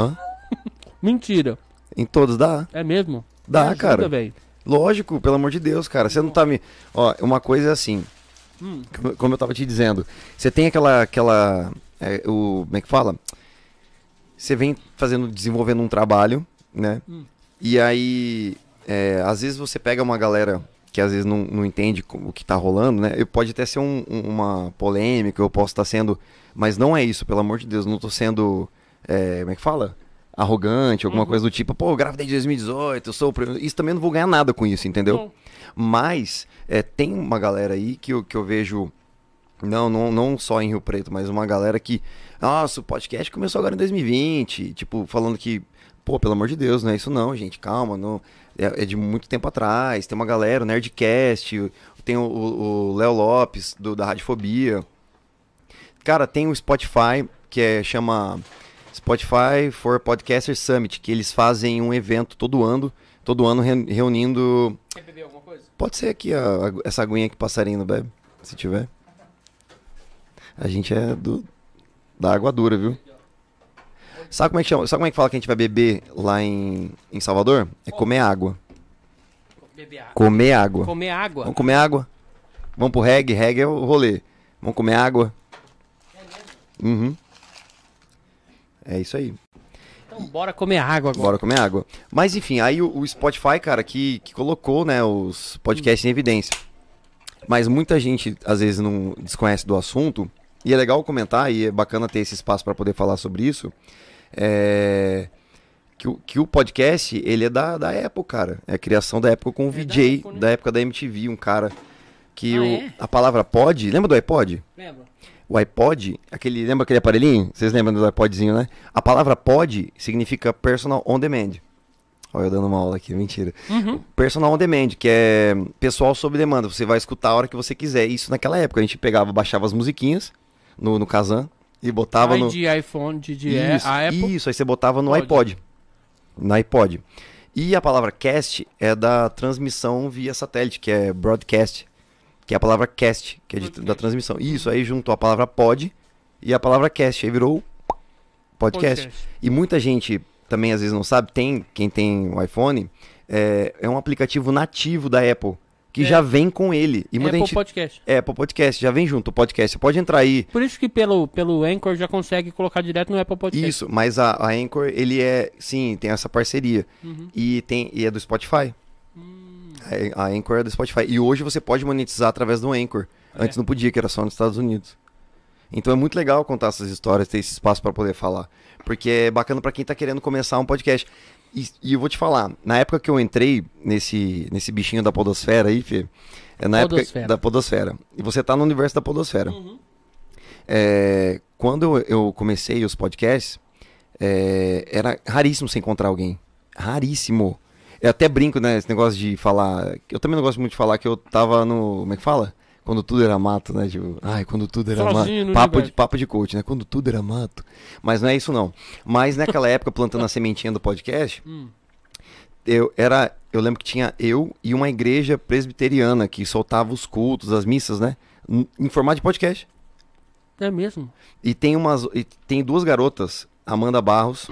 Mentira. Em todos dá. É mesmo? Dá, ajuda, cara. Véio. Lógico, pelo amor de Deus, cara. Você não tá me... Ó, uma coisa é assim. Como eu tava te dizendo. Você tem aquela como é que fala? Você vem desenvolvendo um trabalho, né? E aí, às vezes você pega uma galera que às vezes não entende o que tá rolando, né? Pode até ser uma polêmica, eu posso estar sendo... Mas não é isso, pelo amor de Deus. Não tô sendo... como é que fala? Arrogante, alguma coisa do tipo, pô, eu gravo desde 2018, eu sou... Isso também não vou ganhar nada com isso, entendeu? Mas tem uma galera aí que eu vejo... Não só em Rio Preto, mas uma galera que... Nossa, o podcast começou agora em 2020. Tipo, falando que... Pô, pelo amor de Deus, não é isso não, gente. Calma, não, é de muito tempo atrás. Tem uma galera, o Nerdcast. Tem o Léo Lopes, da Radiofobia. Cara, tem o Spotify, que chama Spotify for Podcasters Summit. Que eles fazem um evento todo ano reunindo... Quer beber alguma coisa? Pode ser aqui, essa aguinha que passarinho não bebe, se tiver. A gente é da água dura, viu? Sabe como é que chama? Sabe como é que fala que a gente vai beber lá em Salvador? É comer água. Beber água. Comer água. Comer água? Vamos comer água. Vamos pro reggae. Reggae é o rolê. Vamos comer água. É isso aí. Então bora comer água agora. Bora comer água. Mas enfim, aí o Spotify, cara, que colocou, né, os podcasts em evidência. Mas muita gente, às vezes, não desconhece do assunto. E é legal comentar, e é bacana ter esse espaço para poder falar sobre isso. Que o podcast, ele é da Apple, cara. É a criação da Apple com o VJ, Apple, né? da época da MTV, um cara que a palavra pod... Lembra do iPod? Lembra? O iPod, lembra aquele aparelhinho? Vocês lembram do iPodzinho, né? A palavra pod significa personal on demand. Olha eu dando uma aula aqui, mentira. Personal on demand, que é pessoal sob demanda. Você vai escutar a hora que você quiser. Isso naquela época. A gente baixava as musiquinhas no Kazan e botava no... de iPhone, a Apple. Isso, aí você botava no Pod. iPod. E a palavra cast é da transmissão via satélite, que é broadcast. Que é a palavra cast, que é da transmissão. Isso, aí juntou a palavra pod e a palavra cast. Aí virou podcast. E muita gente também às vezes não sabe, quem tem o iPhone, é um aplicativo nativo da Apple, que já vem com ele. E muita gente, Podcast. Apple Podcast, já vem junto o podcast. Você pode entrar aí. Por isso que pelo Anchor já consegue colocar direto no Apple Podcast. Isso, mas a Anchor, ele tem essa parceria. E é do Spotify. A Anchor é do Spotify. E hoje você pode monetizar através do Anchor. Antes não podia, que era só nos Estados Unidos. Então é muito legal contar essas histórias, ter esse espaço para poder falar. Porque é bacana para quem tá querendo começar um podcast. E eu vou te falar, na época que eu entrei nesse bichinho da podosfera aí, Fê, na época da podosfera. E você tá no universo da podosfera. Quando eu comecei os podcasts, era raríssimo você encontrar alguém. Raríssimo. Eu até brinco, né, esse negócio de falar... Eu também não gosto muito de falar que eu tava no... Como é que fala? Quando tudo era mato, né? Tipo, quando tudo era mato. Papo de coach, né? Quando tudo era mato. Mas não é isso, não. Mas naquela época, plantando a sementinha do podcast, eu lembro que tinha eu e uma igreja presbiteriana que soltava os cultos, as missas, né? Em formato de podcast. É mesmo? E tem duas garotas, Amanda Barros,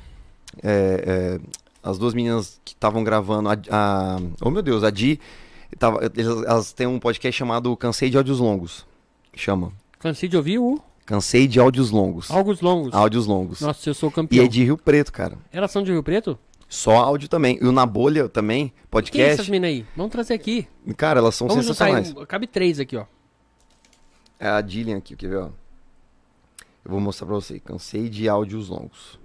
as duas meninas que estavam gravando, oh meu Deus, a Di... Elas têm um podcast chamado Cansei de Áudios Longos. Chama. Cansei de ouvir o... Cansei de áudios longos. Áudios longos. Áudios longos. Nossa, eu sou E campeão. é de Rio Preto, cara. Elas são de Rio Preto? Só áudio também. E o Na Bolha também, Quem é podcast. essas minas aí? Vamos trazer aqui. Cara, elas são Vamos juntar sensacionais. aí. Cabe 3 aqui, ó. É a Dillian aqui, quer ver, ó. Eu vou mostrar pra você. Cansei de áudios longos.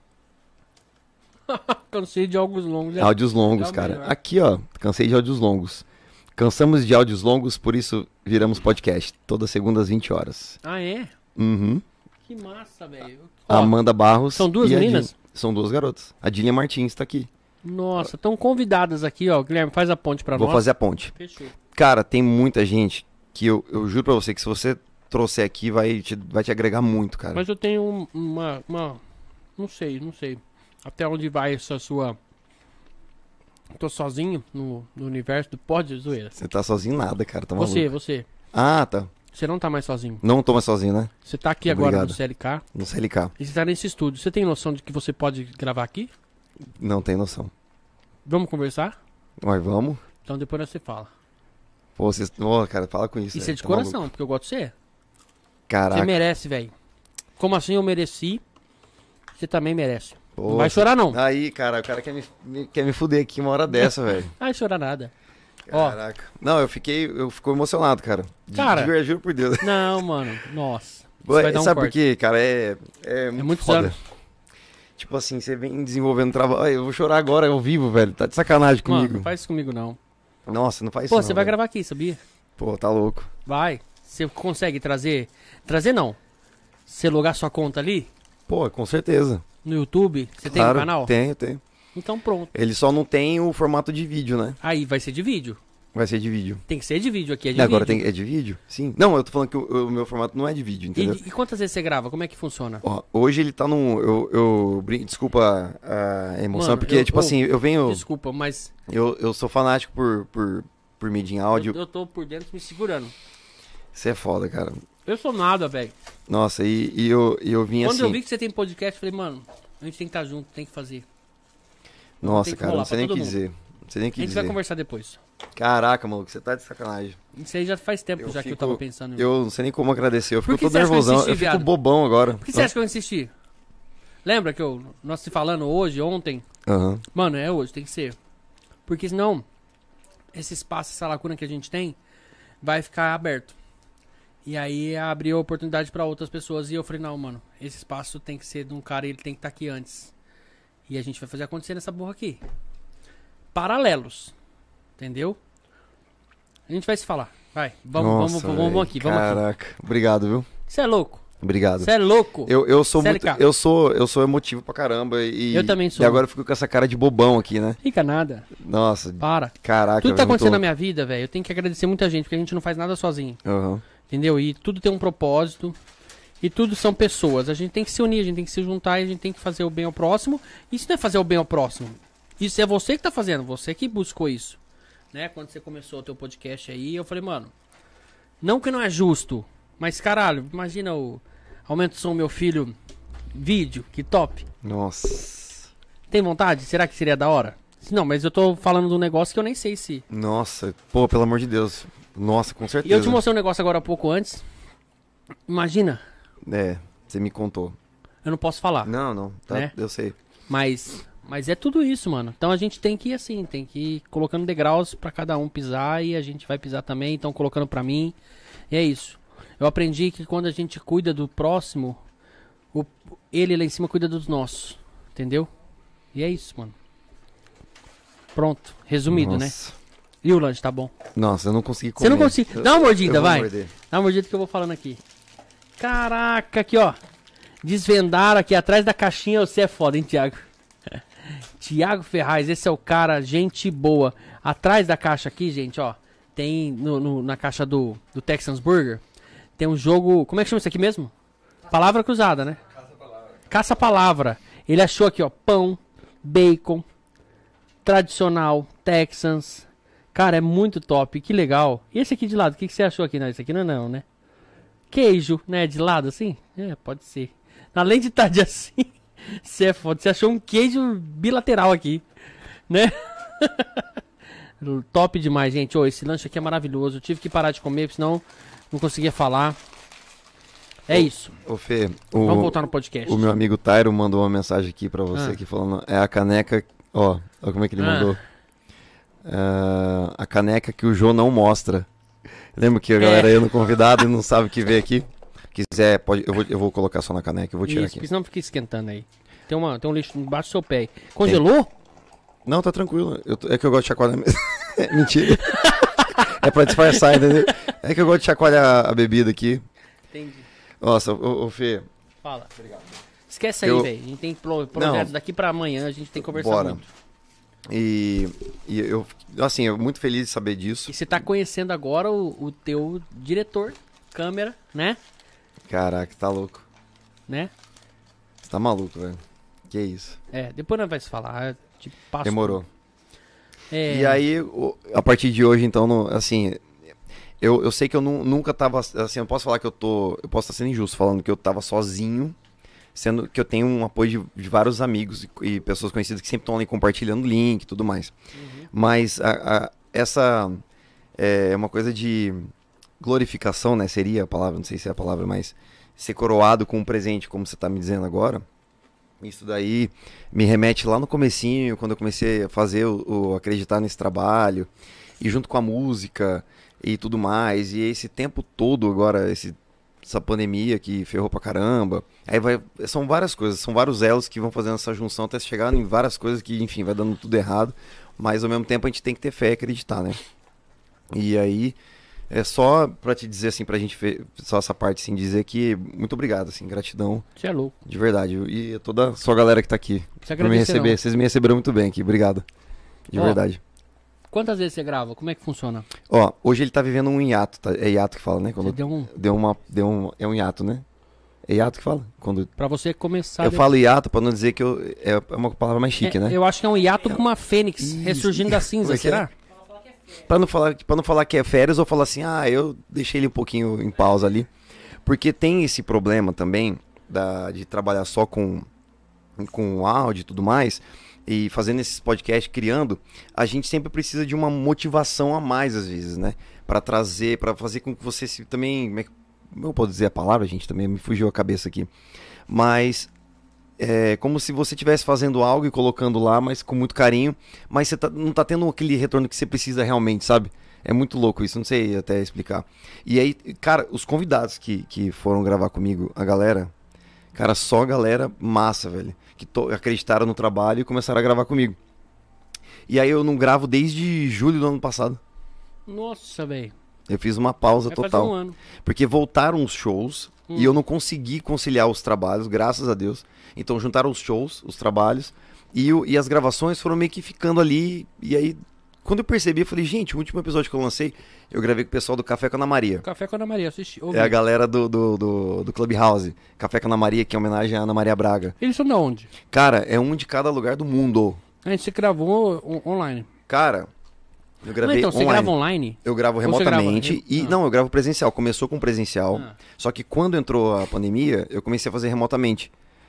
Cansei de áudios longos. Áudios longos, é o cara. melhor. Aqui, ó. Cansei de áudios longos. Cansamos de áudios longos, por isso viramos podcast. Todas segundas, 20 horas. Ah, é? Uhum. Que massa, velho. Ó, Amanda Barros. são duas e a meninas? São duas garotas. A Dillian Martins tá aqui. Nossa, estão convidadas aqui, ó. Guilherme, faz a ponte pra Vou nós. fazer a ponte. Fechou. Cara, tem muita gente que eu juro pra você que se você trouxer aqui vai te agregar muito, cara. Mas eu tenho uma... Não sei. Até onde vai essa sua... Tô sozinho no universo do Pod Zoeira. Você tá sozinho nada, cara. Tá maluco. Você. Ah, tá. Você não tá mais sozinho. Não tô mais sozinho, né? Você tá aqui agora Obrigado. no CLK. No CLK. E você tá nesse estúdio. Você tem noção de que você pode gravar aqui? Não tem noção. Vamos conversar? Mas vamos. Então depois você fala. Pô, vocês... Ô, cara, fala com isso. Isso é velho, de tá coração, maluco. porque eu gosto de você. Você Caraca. merece, velho. Como assim eu mereci? Você também merece. Pô, Não vai chorar, não. Aí, cara, o cara quer me fuder aqui uma hora dessa, velho. Não vai chorar nada. Ó. Caraca. Não, eu fico emocionado, cara. Cara. De verdade, juro por Deus. Não, mano. Nossa. Você Ué, vai dar um sabe por corte. quê, cara? É muitos foda. anos. Tipo assim, você vem desenvolvendo trabalho. Ai, eu vou chorar agora ao vivo, velho. Tá de sacanagem Mano, comigo. não faz isso comigo, não. Nossa, não faz Pô, isso você não, vai velho. gravar aqui, sabia? Pô, tá louco. Vai. Você consegue trazer... Trazer não. Você logar sua conta ali, Pô, com certeza. no YouTube. Você tem Claro, um canal? Tenho. Então pronto. Ele só não tem o formato de vídeo, né? Aí vai ser de vídeo. Vai ser de vídeo. Tem que ser de vídeo aqui, é de Agora vídeo. é de vídeo? Sim. Não, eu tô falando que o meu formato não é de vídeo, entendeu? E quantas vezes você grava? Como é que funciona? Ó, hoje ele tá num... Desculpa a emoção, Mano, porque, tipo assim, eu venho... Desculpa, mas Eu sou fanático por mídia em áudio. eu tô por dentro me segurando. Você é foda, cara. Eu sou nada, velho. Nossa, e eu vim Quando assim... eu vi que você tem podcast, eu falei, mano, a gente tem que estar junto, tem que fazer. Nossa, tem que cara, rolar não sei pra nem o que todo dizer. Não sei nem o A que gente dizer. vai conversar depois. Caraca, maluco, você tá de sacanagem. Isso aí já faz tempo Eu já que eu fico- tava pensando. Eu não sei nem como agradecer. Eu Por fico que todo você acha que eu nervosão. insisti, Eu fico viado? bobão agora. Por que você acha que eu insisti? Lembra que nós se falando hoje, ontem? Aham. Mano, é hoje, tem que ser. Porque senão, esse espaço, essa lacuna que a gente tem, vai ficar aberto. E aí abriu a oportunidade pra outras pessoas. E eu falei, não, mano, esse espaço tem que ser de um cara, ele tem que estar aqui antes. E a gente vai fazer acontecer nessa porra aqui. Paralelos. Entendeu? A gente vai se falar. Vai, vamos Nossa, aqui, velho, vamos aqui. Caraca, obrigado, viu? Você é louco? Obrigado. Você é louco? Eu sou CLK. muito. Eu sou emotivo pra caramba. E, Eu também sou. E agora eu fico com essa cara de bobão aqui, né? Fica nada. Nossa, Para. caraca. Tudo que tá velho, eu acontecendo tô- na minha vida, velho, eu tenho que agradecer muita gente, porque a gente não faz nada sozinho. Aham. Entendeu? E tudo tem um propósito. E tudo são pessoas. A gente tem que se unir, a gente tem que se juntar e a gente tem que fazer o bem ao próximo. Isso não é fazer o bem ao próximo. Isso é você que tá fazendo, você que buscou isso. Né? Quando você começou o teu podcast aí, eu falei, mano, não que não é justo, mas caralho, imagina o aumento do som meu filho, vídeo, que top. Nossa. Tem vontade? Será que seria da hora? Não, mas eu tô falando de um negócio que eu nem sei se... Nossa. Pô, pelo amor de Deus. Nossa, com E certeza. eu te mostrei um negócio agora há pouco antes. Imagina, É, você me contou. eu não posso falar. Não. Tá, Né? eu sei. Mas é tudo isso, mano. Então a gente tem que ir assim, tem que ir colocando degraus pra cada um pisar e a gente vai pisar também, então colocando pra mim. E é isso. Eu aprendi que quando a gente cuida do próximo, ele lá em cima cuida dos nossos. Entendeu? E é isso, mano. Pronto. Resumido, né? Nossa. E o lanche, tá bom? Nossa, eu não consegui comer. Você não conseguiu. Dá uma mordida, eu vou vai. morder. Dá uma mordida que eu vou falando aqui. Caraca, aqui, ó. Desvendaram aqui atrás da caixinha. Você é foda, hein, Thiago? Thiago Ferraz, esse é o cara, gente boa. Atrás da caixa aqui, gente, ó. Tem na caixa do Texans Burger. Tem um jogo. Como é que chama isso aqui mesmo? Palavra cruzada, né? Caça-palavra. Ele achou aqui, ó. Pão, bacon, tradicional, Texans. Cara, é muito top. Que legal. E esse aqui de lado, o que você achou aqui? Não, esse aqui não, né? Queijo, né? De lado assim? É, pode ser. Além de estar de assim, você é foda. Você achou um queijo bilateral aqui, né? Top demais, gente. Ô, esse lanche aqui é maravilhoso. Eu tive que parar de comer, porque senão não conseguia falar. É isso. Ô Fê, Vamos voltar no podcast. O meu amigo Tairo mandou uma mensagem aqui pra você, aqui falando, é a caneca, ó como é que ele mandou. A caneca que o Jô não mostra. Lembra que a galera ia no convidado e não sabe o que vê aqui? Quiser, pode, eu vou colocar só na caneca, eu vou tirar aqui. Porque senão fica esquentando aí. Tem um lixo embaixo do seu pé. Congelou? Não, tá tranquilo. É que eu gosto de chacoalhar mesmo. Mentira. É pra disfarçar, entendeu? É que eu gosto de chacoalhar a bebida aqui. Entendi. Nossa, ô Fê. Fala. Obrigado. Esquece aí, velho. A gente tem projetos daqui pra amanhã, a gente tem que conversar muito. E eu, assim, eu muito feliz de saber disso. E você tá conhecendo agora o teu diretor, câmera, né? Caraca, tá louco. Né? Você tá maluco, velho. Que isso. Depois nós vamos falar. Demorou. E aí, a partir de hoje, então, assim, eu sei que eu nunca tava, assim, eu posso falar que eu posso estar sendo injusto falando que eu tava sozinho, sendo que eu tenho um apoio de vários amigos e pessoas conhecidas que sempre estão ali compartilhando link e tudo mais. Uhum. Mas essa é uma coisa de glorificação, né? Seria a palavra, não sei se é a palavra, mas ser coroado com um presente, como você tá me dizendo agora. Isso daí me remete lá no comecinho, quando eu comecei a fazer acreditar nesse trabalho, e junto com a música e tudo mais, e esse tempo todo agora, essa pandemia que ferrou pra caramba, aí são várias coisas, são vários elos que vão fazendo essa junção até chegar em várias coisas que, enfim, vai dando tudo errado, mas ao mesmo tempo a gente tem que ter fé e acreditar, né? E aí, é só pra te dizer assim, pra gente só essa parte assim, dizer que muito obrigado, assim, gratidão. Você é louco. De verdade, e toda a sua galera que tá aqui pra me receber, vocês me receberam muito bem aqui, obrigado. De verdade. Quantas vezes você grava? Como é que funciona? Ó, hoje ele tá vivendo um hiato, tá? É hiato que fala, né? Quando é um hiato, né? É hiato que fala? Pra você começar... Eu falo hiato pra não dizer que é uma palavra mais chique, né? Eu acho que é um hiato com uma fênix ressurgindo da cinza, será? Pra não falar que é férias, ou falar assim, eu deixei ele um pouquinho em pausa ali. Porque tem esse problema também de trabalhar só com áudio e tudo mais, e fazendo esses podcasts, criando, a gente sempre precisa de uma motivação a mais às vezes, né? Pra fazer com que você também... Como eu posso dizer a palavra, gente? Também me fugiu a cabeça aqui. Mas... É como se você estivesse fazendo algo e colocando lá, mas com muito carinho, mas você não tá tendo aquele retorno que você precisa realmente, sabe? É muito louco isso, não sei até explicar. E aí, cara, os convidados que foram gravar comigo, a galera, cara, só galera massa, velho, que acreditaram no trabalho e começaram a gravar comigo. E aí eu não gravo desde julho do ano passado. Nossa, velho. Eu fiz uma pausa total. Um ano. Porque voltaram os shows e eu não consegui conciliar os trabalhos, graças a Deus. Então juntaram os shows, os trabalhos, e as gravações foram meio que ficando ali. E aí, quando eu percebi, eu falei, gente, o último episódio que eu lancei, eu gravei com o pessoal do Café com a Ana Maria. Café com a Ana Maria, assisti. É a galera do Clubhouse. Café com a Ana Maria, que é homenagem à Ana Maria Braga. Eles são de onde? Cara, é um de cada lugar do mundo. A gente gravou online. Cara... Eu gravei então, online. Você grava online? Eu gravo remotamente Não, eu gravo presencial. Começou com presencial. Só que quando entrou a pandemia, eu comecei a fazer remotamente.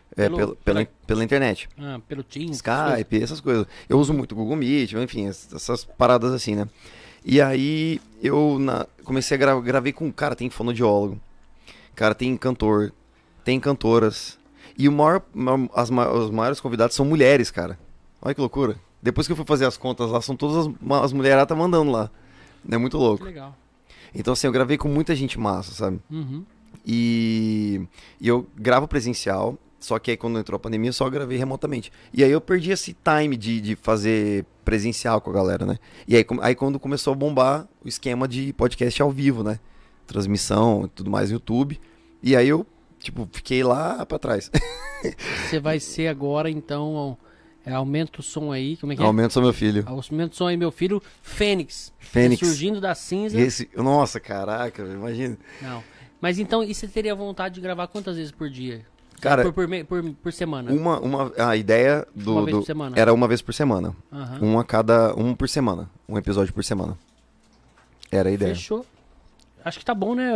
Pela internet. Pelo Teams. Skype, essas coisas. Eu uso muito Google Meet, enfim, essas paradas assim, né? E aí eu comecei a gravei com... Cara, tem fonoaudiólogo. Cara, tem cantor. Tem cantoras. E os maiores convidados são mulheres, cara. Olha que loucura. Depois que eu fui fazer as contas lá, são todas as mulheradas mandando lá. É muito louco. Que legal. Então, assim, eu gravei com muita gente massa, sabe? Uhum. E eu gravo presencial, só que aí quando entrou a pandemia, eu só gravei remotamente. E aí eu perdi esse time de fazer presencial com a galera, né? E aí quando começou a bombar o esquema de podcast ao vivo, né? Transmissão e tudo mais no YouTube. E aí eu, fiquei lá pra trás. Você vai ser agora, então... aumenta o som aí, como é que é? Aumenta o som, meu filho. Aumenta o som aí, meu filho. Fênix. Surgindo da cinza. Nossa, caraca, imagina. Não. Mas então, e você teria vontade de gravar quantas vezes por dia? Cara, por semana? A ideia uma vez por semana. Era uma vez por semana. Uhum. Um por semana. Um episódio por semana. Era a ideia. Fechou. Acho que tá bom, né?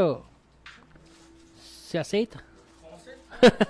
Você aceita? Com certeza.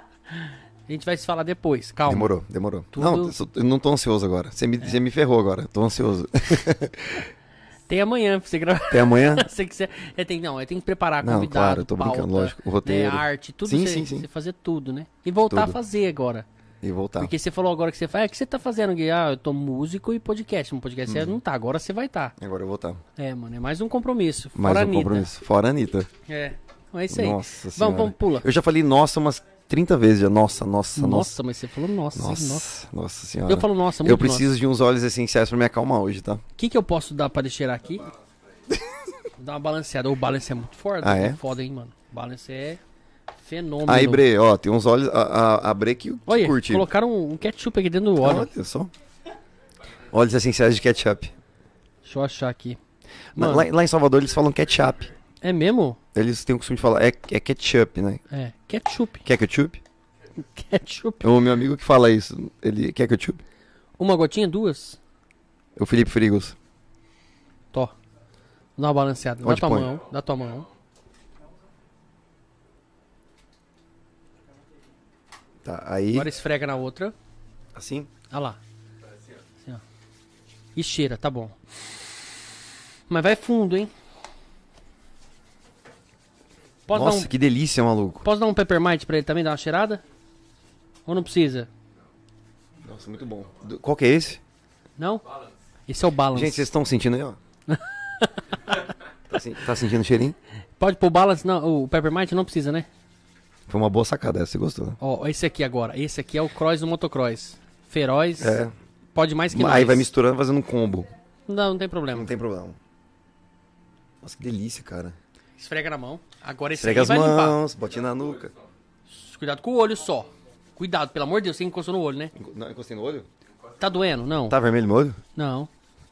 A gente vai se falar depois, calma. Demorou. Tudo... Não, eu não tô ansioso agora. Você me ferrou agora, tô ansioso. Tem amanhã pra você gravar. Até amanhã? Se quiser. Tem que preparar Não, convidado, claro, eu tô pauta, brincando, lógico. O roteiro. né, arte, tudo Sim, você, sim, sim. você fazer tudo, né? E voltar Tudo. a fazer agora. E voltar. Porque você falou agora que você faz. O que você tá fazendo, Gui? Ah, eu tô músico e podcast. Um podcast você não tá, agora você vai estar. Agora eu vou voltar. É, mano, é mais um compromisso. Mais Fora um a Anitta. compromisso. Fora a Anitta. É. Então é isso aí. Nossa senhora. Vamos, pula. Eu já falei nossa umas 30 vezes já. Nossa. Nossa, mas você falou nossa. Nossa senhora. Eu falo nossa, muito Eu preciso de uns óleos essenciais pra me acalmar hoje, tá? O que eu posso dar pra cheirar aqui? Dar uma balanceada. O balance é muito forte. Ah, é? Foda, hein, mano. O balance é fenômeno. Aí, Bre, ó, tem uns óleos. A Bre que Olha, curte. colocaram um ketchup aqui dentro do óleo. Olha só. Óleos essenciais de ketchup. Deixa eu achar aqui. Mano, Lá em Salvador eles falam ketchup. é mesmo? Eles têm o costume de falar, é ketchup, né? É, ketchup. Quer ketchup? Ketchup. O meu amigo que fala isso, ele quer ketchup. Uma gotinha, duas? O Felipe Frigos. Tó. Dá uma balanceada. Onde põe? Dá tua mão. Tá, aí. Agora esfrega na outra. Assim? Olha lá. Assim, ó. E cheira, tá bom. Mas vai fundo, hein? Nossa, que delícia, maluco. Posso dar um peppermint pra ele também, dar uma cheirada? Ou não precisa? Nossa, muito bom. Qual que é esse? Não? Esse é o balance. Gente, vocês estão sentindo aí, ó? Tá sentindo o cheirinho? Pode pôr o balance? Não, o peppermint não precisa, né? Foi uma boa sacada essa, você gostou, né? Ó, esse aqui agora. Esse aqui é o cross do motocross. Feroz. É. Pode mais que nós. Aí vai misturando, fazendo um combo. Não tem problema. Não tem problema. Nossa, que delícia, cara. Esfrega na mão. Agora esse Esfrega aí as vai limpar. mãos, botinha na nuca. Cuidado com o olho só. Cuidado, pelo amor de Deus, você encostou no olho, né? Não, encostei no olho? Tá doendo? Não. Tá vermelho meu olho? Não.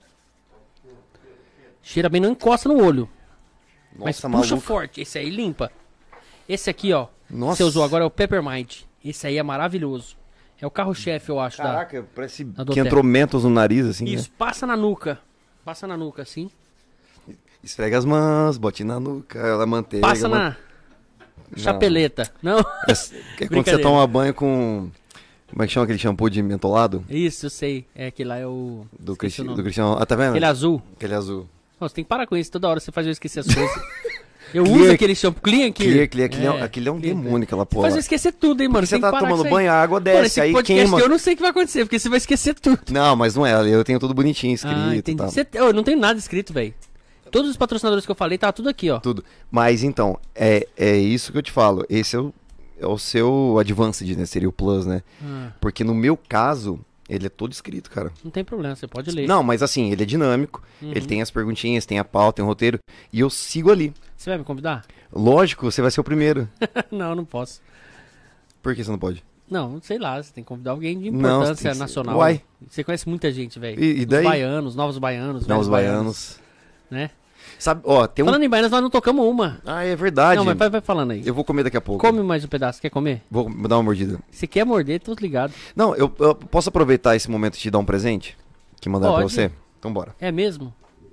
Cheira bem, não encosta no olho. Mas Nossa, puxa maluco. forte. Esse aí limpa. Esse aqui, ó. Nossa. Você usou agora é o Peppermint. Esse aí é maravilhoso. É o carro-chefe, eu acho. Caraca, parece da que Doterra. entrou mentos no nariz, assim, Isso, né? passa na nuca. Passa na nuca, assim. Esfrega as mãos, botinha na nuca, ela manteiga. Passa na chapeleta. Não? É quando você Brincadeira. toma banho com... Como é que chama aquele shampoo de mentolado? Isso, eu sei. É, aquele lá é o... Do esqueci o nome. Cristiano. Ah, tá vendo? Aquele azul. Aquele azul. Não, você tem que parar com isso. Toda hora você faz eu esquecer as coisas. Eu Clear- uso aquele shampoo. Clean Clear. Aquele é um Clear. demônio, aquela Você porra. faz eu esquecer tudo, hein, mano. Porque você tem que tá parar com tomando isso aí. banho, a água Mano, desce, esse aí podcast queima. eu não sei o que vai acontecer, porque você vai esquecer tudo. Não, mas não é. Eu tenho tudo bonitinho escrito. Ah, entendi. Tá? Eu não tenho nada escrito, velho. Todos os patrocinadores que eu falei, tá tudo aqui, ó. Tudo. Mas então, é isso que eu te falo. Esse é o seu Advanced, né? Seria o Plus, né? Ah, Porque no meu caso, ele é todo escrito, cara. não tem problema, você pode ler. Não, mas assim, ele é dinâmico. Uhum. Ele tem as perguntinhas, tem a pauta, tem o roteiro. E eu sigo ali. Você vai me convidar? Lógico, você vai ser o primeiro. Não posso. Por que você não pode? Não, sei lá, você tem que convidar alguém de Não, importância você tem que ser- nacional. Uai. Você conhece muita gente, velho. E daí? Os baianos, novos baianos. Não, os velhos baianos. Né? Sabe, ó, tem um... Falando em baianos, nós não tocamos uma. Ah, é verdade. Não, mas vai falando aí. Eu vou comer daqui a pouco. Come mais um pedaço, quer comer? Vou dar uma mordida. Se quer morder, tô ligado. Não, eu posso aproveitar esse momento e te dar um presente? Que mandaram pra Pode. você? Então bora. É mesmo?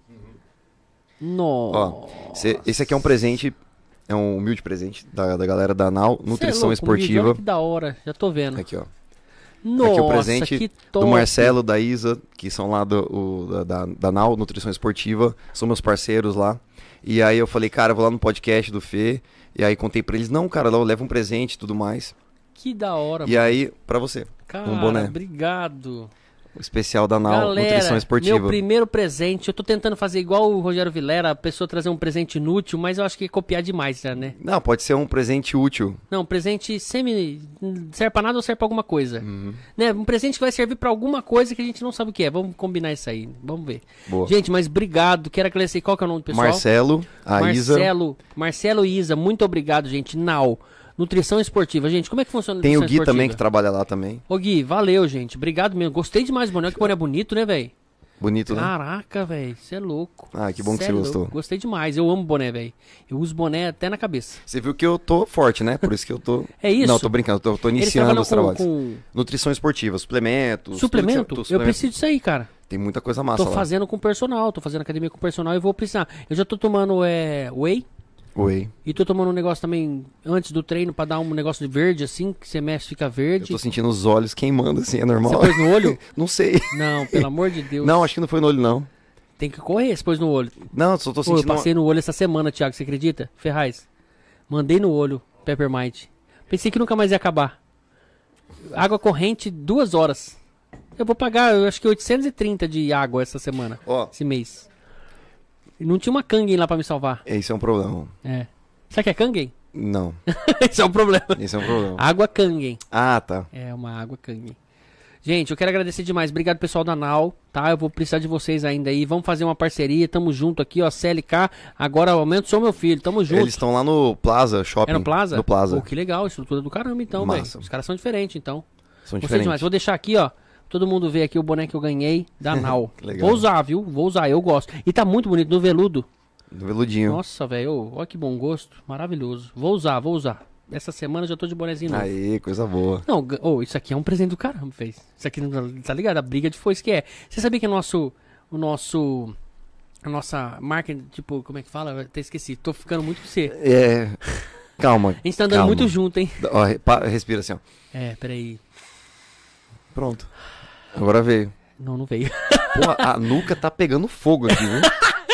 Ó, Nossa. esse aqui é um presente, é um humilde presente da galera da Nau Cê é Nutrição louco, Esportiva. Olha que da hora, já tô vendo. Aqui, ó. Nossa, aqui o presente que top. do Marcelo, da Isa, que são lá da Nau Nutrição Esportiva, são meus parceiros lá. E aí eu falei, cara, eu vou lá no podcast do Fê. E aí contei pra eles, não, cara, leva um presente e tudo mais. Que da hora, E aí, pra você, cara, um boné. obrigado. O especial da Nau Galera, Nutrição Esportiva. meu primeiro presente, eu tô tentando fazer igual o Rogério Vilera, a pessoa trazer um presente inútil, mas eu acho que é copiar demais já, né? Não, pode ser um presente útil. Não, presente serve pra nada ou serve pra alguma coisa. Uhum. Né? Um presente que vai servir pra alguma coisa que a gente não sabe o que é. Vamos combinar isso aí, vamos ver. Boa. Gente, mas obrigado, quero agradecer, qual que é o nome do pessoal? Marcelo, a Isa. Marcelo e Isa, muito obrigado, gente. Nau, Nutrição Esportiva. Gente, como é que funciona a Tem o nutrição Gui esportiva? também que trabalha lá também. Ô Gui, valeu, gente. Obrigado mesmo. Gostei demais do boné. Que boné bonito, né, velho? Bonito, né? Caraca, velho. Você é louco. Ah, que bom que Cê você é gostou. louco. Gostei demais. Eu amo boné, velho. Eu uso boné até na cabeça. Você viu que eu tô forte, né? Por isso que eu tô... É isso? Não, tô brincando, tô Eles iniciando os trabalham trabalhos. Nutrição esportiva, suplementos. suplemento? tudo que Eu preciso disso aí, cara. Tem muita coisa massa Tô lá. fazendo com personal. Tô fazendo academia com personal e vou precisar. Eu já tô tomando whey. Oi. E tô tomando um negócio também antes do treino pra dar um negócio de verde, assim, que você mexe fica Eu verde. tô sentindo os olhos queimando, assim, é normal. Você pôs no olho? Não sei. Não, pelo amor de Deus. Não, acho que não foi no olho, não. Tem que correr, você pôs no olho. Não, só tô Pô, sentindo... eu passei no olho essa semana, Thiago, você acredita? Ferraz. Mandei no olho, Peppermint. Pensei que nunca mais ia acabar. Água corrente, 2 horas. Eu vou pagar, eu acho que 830 de água essa semana, Ó, esse mês. E não tinha uma Kangen lá pra me salvar. esse é um problema. É. Sabe o que é Kangen? Não, Esse é um problema. esse é um problema. Água Kangen. Ah, tá. É uma água Kangen. Gente, eu quero agradecer demais. Obrigado, pessoal da Nau, tá? Eu vou precisar de vocês ainda aí. Vamos fazer uma parceria. Tamo junto aqui, ó. CLK. Agora, aumento sou meu filho. Tamo junto. Eles estão lá no Plaza Shopping. É no Plaza? No Plaza. Pô, que legal. Estrutura do caramba, então, velho. Massa. Os caras são diferentes, então. São Gostei diferentes. demais. Vou deixar aqui, ó. Todo mundo vê aqui o boneco que eu ganhei da Nau. Legal. Vou usar, viu? Vou usar. Eu gosto. E tá muito bonito no veludo. Do veludinho. Nossa, velho. Olha que bom gosto. Maravilhoso. Vou usar, vou usar. Essa semana eu já tô de bonezinho novo. Aí, coisa boa. Não, isso aqui é um presente do caramba, fez. Isso aqui, tá ligado? A briga de foice que é. Você sabia que a nossa marca, tipo, como é que fala? Eu até esqueci. Tô ficando muito com você. É. Calma. A gente tá andando calma. muito junto, hein? Ó, respira assim, ó. É, peraí. Pronto. Agora veio. Não veio. Porra, a nuca tá pegando fogo aqui, viu?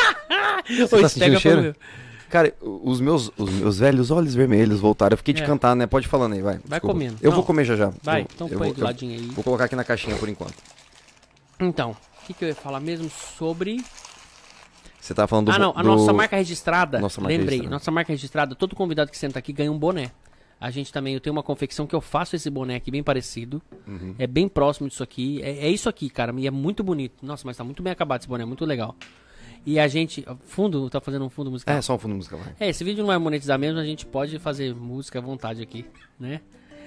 Você Ô, tá isso sentindo pega o cheiro? fogo. Cara, os meus velhos olhos vermelhos voltaram. Eu fiquei de É. cantar, né? Pode ir falando aí, vai. Vai Desculpa. comendo. Eu Não. vou comer já já. Vai, Eu- então eu põe vou- do ladinho aí. Vou colocar aqui na caixinha por enquanto. Então, o que eu ia falar mesmo sobre... Você tá falando do... não, a nossa marca registrada, Nossa marca lembrei, registrada. nossa marca registrada, todo convidado que senta aqui ganha um boné. A gente também, eu tenho uma confecção que eu faço esse boné aqui bem parecido, Uhum. é bem próximo disso aqui, é isso aqui, cara, e é muito bonito. Nossa, mas tá muito bem acabado esse boné, muito legal. E a gente, tá fazendo um fundo musical. É, só um fundo musical. Vai. Esse vídeo não vai monetizar mesmo, a gente pode fazer música à vontade aqui, né?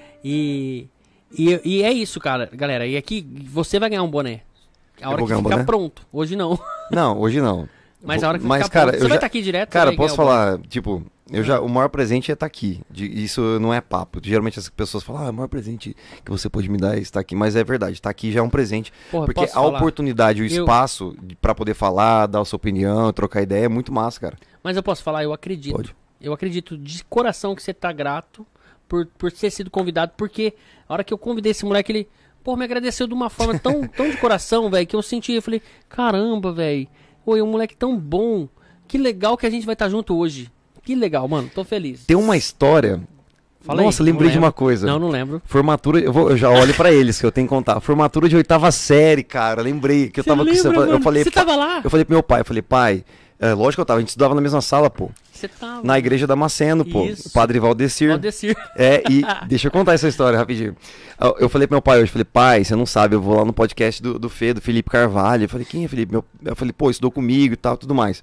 E é isso, cara, galera, e aqui você vai ganhar um boné. A hora vou que ganhar um ficar boné? pronto, hoje não. Não, hoje não. Mas a hora que Mas, ficar cara, pronto, você eu vai já- estar aqui direto. você Cara, vai posso ganhar o boné. falar, tipo, o maior presente é estar aqui. Isso não é papo. Geralmente as pessoas falam, o maior presente que você pode me dar é estar aqui. Mas é verdade, estar aqui já é um presente. Porra, Porque posso a falar? oportunidade, o Eu- espaço pra poder falar, dar a sua opinião, trocar ideia é muito massa, cara. Mas eu posso falar, eu acredito. Pode. Eu acredito de coração que você tá grato por ter sido convidado, porque a hora que eu convidei esse moleque, ele, pô, me agradeceu de uma forma tão, tão de coração, velho, que eu senti, eu falei, caramba, velho, oi, um moleque tão bom, que legal que a gente vai estar junto hoje. Que legal, mano, tô feliz. Tem uma história. Fala aí, Nossa, não lembrei de lembro. uma coisa. Não lembro. Formatura, eu já olho pra eles que eu tenho que contar. Formatura de 8ª série, cara. Lembrei que eu Você tava lembra, eu mano? falei, Você tava lá? Eu falei pro meu pai, eu falei, pai, lógico que eu tava, a gente estudava na mesma sala, pô. Você tava. Na igreja da Maceno, pô. Isso. O padre Valdecir. Valdecir. É, e deixa eu contar essa história rapidinho. Eu falei pro meu pai hoje, falei, pai, você não sabe, eu vou lá no podcast do Felipe Carvalho. Eu falei, quem é Felipe? Eu falei, pô, estudou comigo e tal, tudo mais.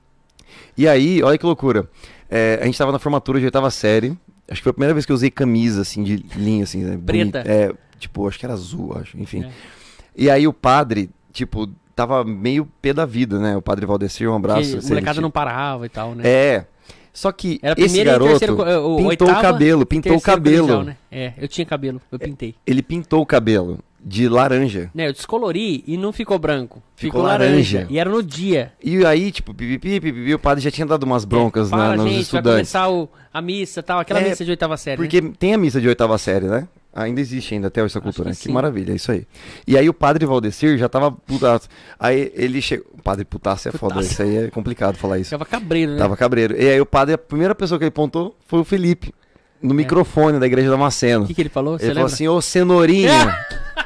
E aí, olha que loucura. A gente tava na formatura de 8ª série. Acho que foi a primeira vez que eu usei camisa, assim, de linha, assim, né? Preta. Tipo, acho que era azul, acho, enfim. É. E aí o padre, tipo, tava meio pé da vida, né? O padre Valdecir, um abraço. Que a se molecada ele- não parava e tal, né? É. Só que Era esse primeiro e garoto terceiro, pintou oitava, o cabelo, pintou o terceiro cabelo. colegial, né? É, eu tinha cabelo, eu pintei. Ele pintou o cabelo de laranja. Né, eu descolori e não ficou branco. Ficou Ficou laranja. laranja. E era no dia. E aí, tipo, pipipi, o padre já tinha dado umas broncas Fala, nos gente, vai estudantes. começar a missa e tal. Aquela É, missa de 8ª série, Porque né? tem a missa de 8ª série, né? Ainda existe ainda até essa cultura, que né? Que sim. maravilha, é isso aí. E aí o padre Valdecir já tava putaço. Aí ele chegou... O padre putaço é foda, Putaço. isso aí é complicado falar isso. Ficava cabreiro, né? Tava cabreiro. E aí o padre, a primeira pessoa que ele apontou foi o Felipe. No microfone da igreja da Maceno. O que ele falou? Você Ele falou lembra? assim, ô cenourinha.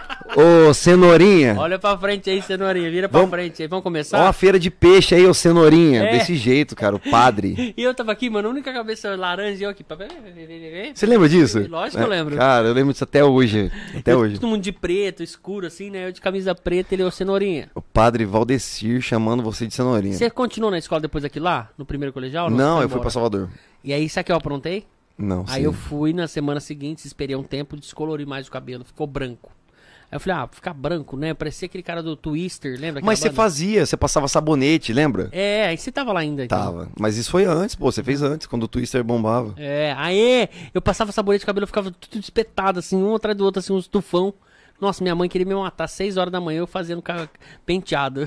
Ô cenourinha. Olha pra frente aí, cenourinha. Vira pra Vamos- frente aí. Vamos Ó começar? uma feira de peixe aí, ô cenourinha. É. Desse jeito, cara, o padre. E eu tava aqui, mano, a única cabeça laranja e eu aqui. Você lembra disso? Lógico que eu lembro. Cara, eu lembro disso até hoje. Até hoje. Todo mundo de preto, escuro, assim, né? Eu de camisa preta, ele é o cenourinha. O padre Valdecir chamando você de cenourinha. Você continuou na escola depois aqui lá? No primeiro colegial? ou Não, Você foi eu fui embora? pra Salvador. E aí, sabe o que eu aprontei? Não, Aí eu fui na semana seguinte, esperei um tempo, descolori mais o cabelo, ficou branco. Aí eu falei, ficar branco, né? Parecia aquele cara do Twister, lembra? aquela Mas você banda? fazia, você passava sabonete, lembra? É, aí você tava lá ainda. então. Tava. Mas isso foi antes, pô. Você fez antes, quando o Twister bombava. É, aí eu passava sabonete, o cabelo ficava tudo espetado, assim, um atrás do outro, assim, um tufão. Nossa, minha mãe queria me matar, 6 horas da manhã, eu fazendo penteado.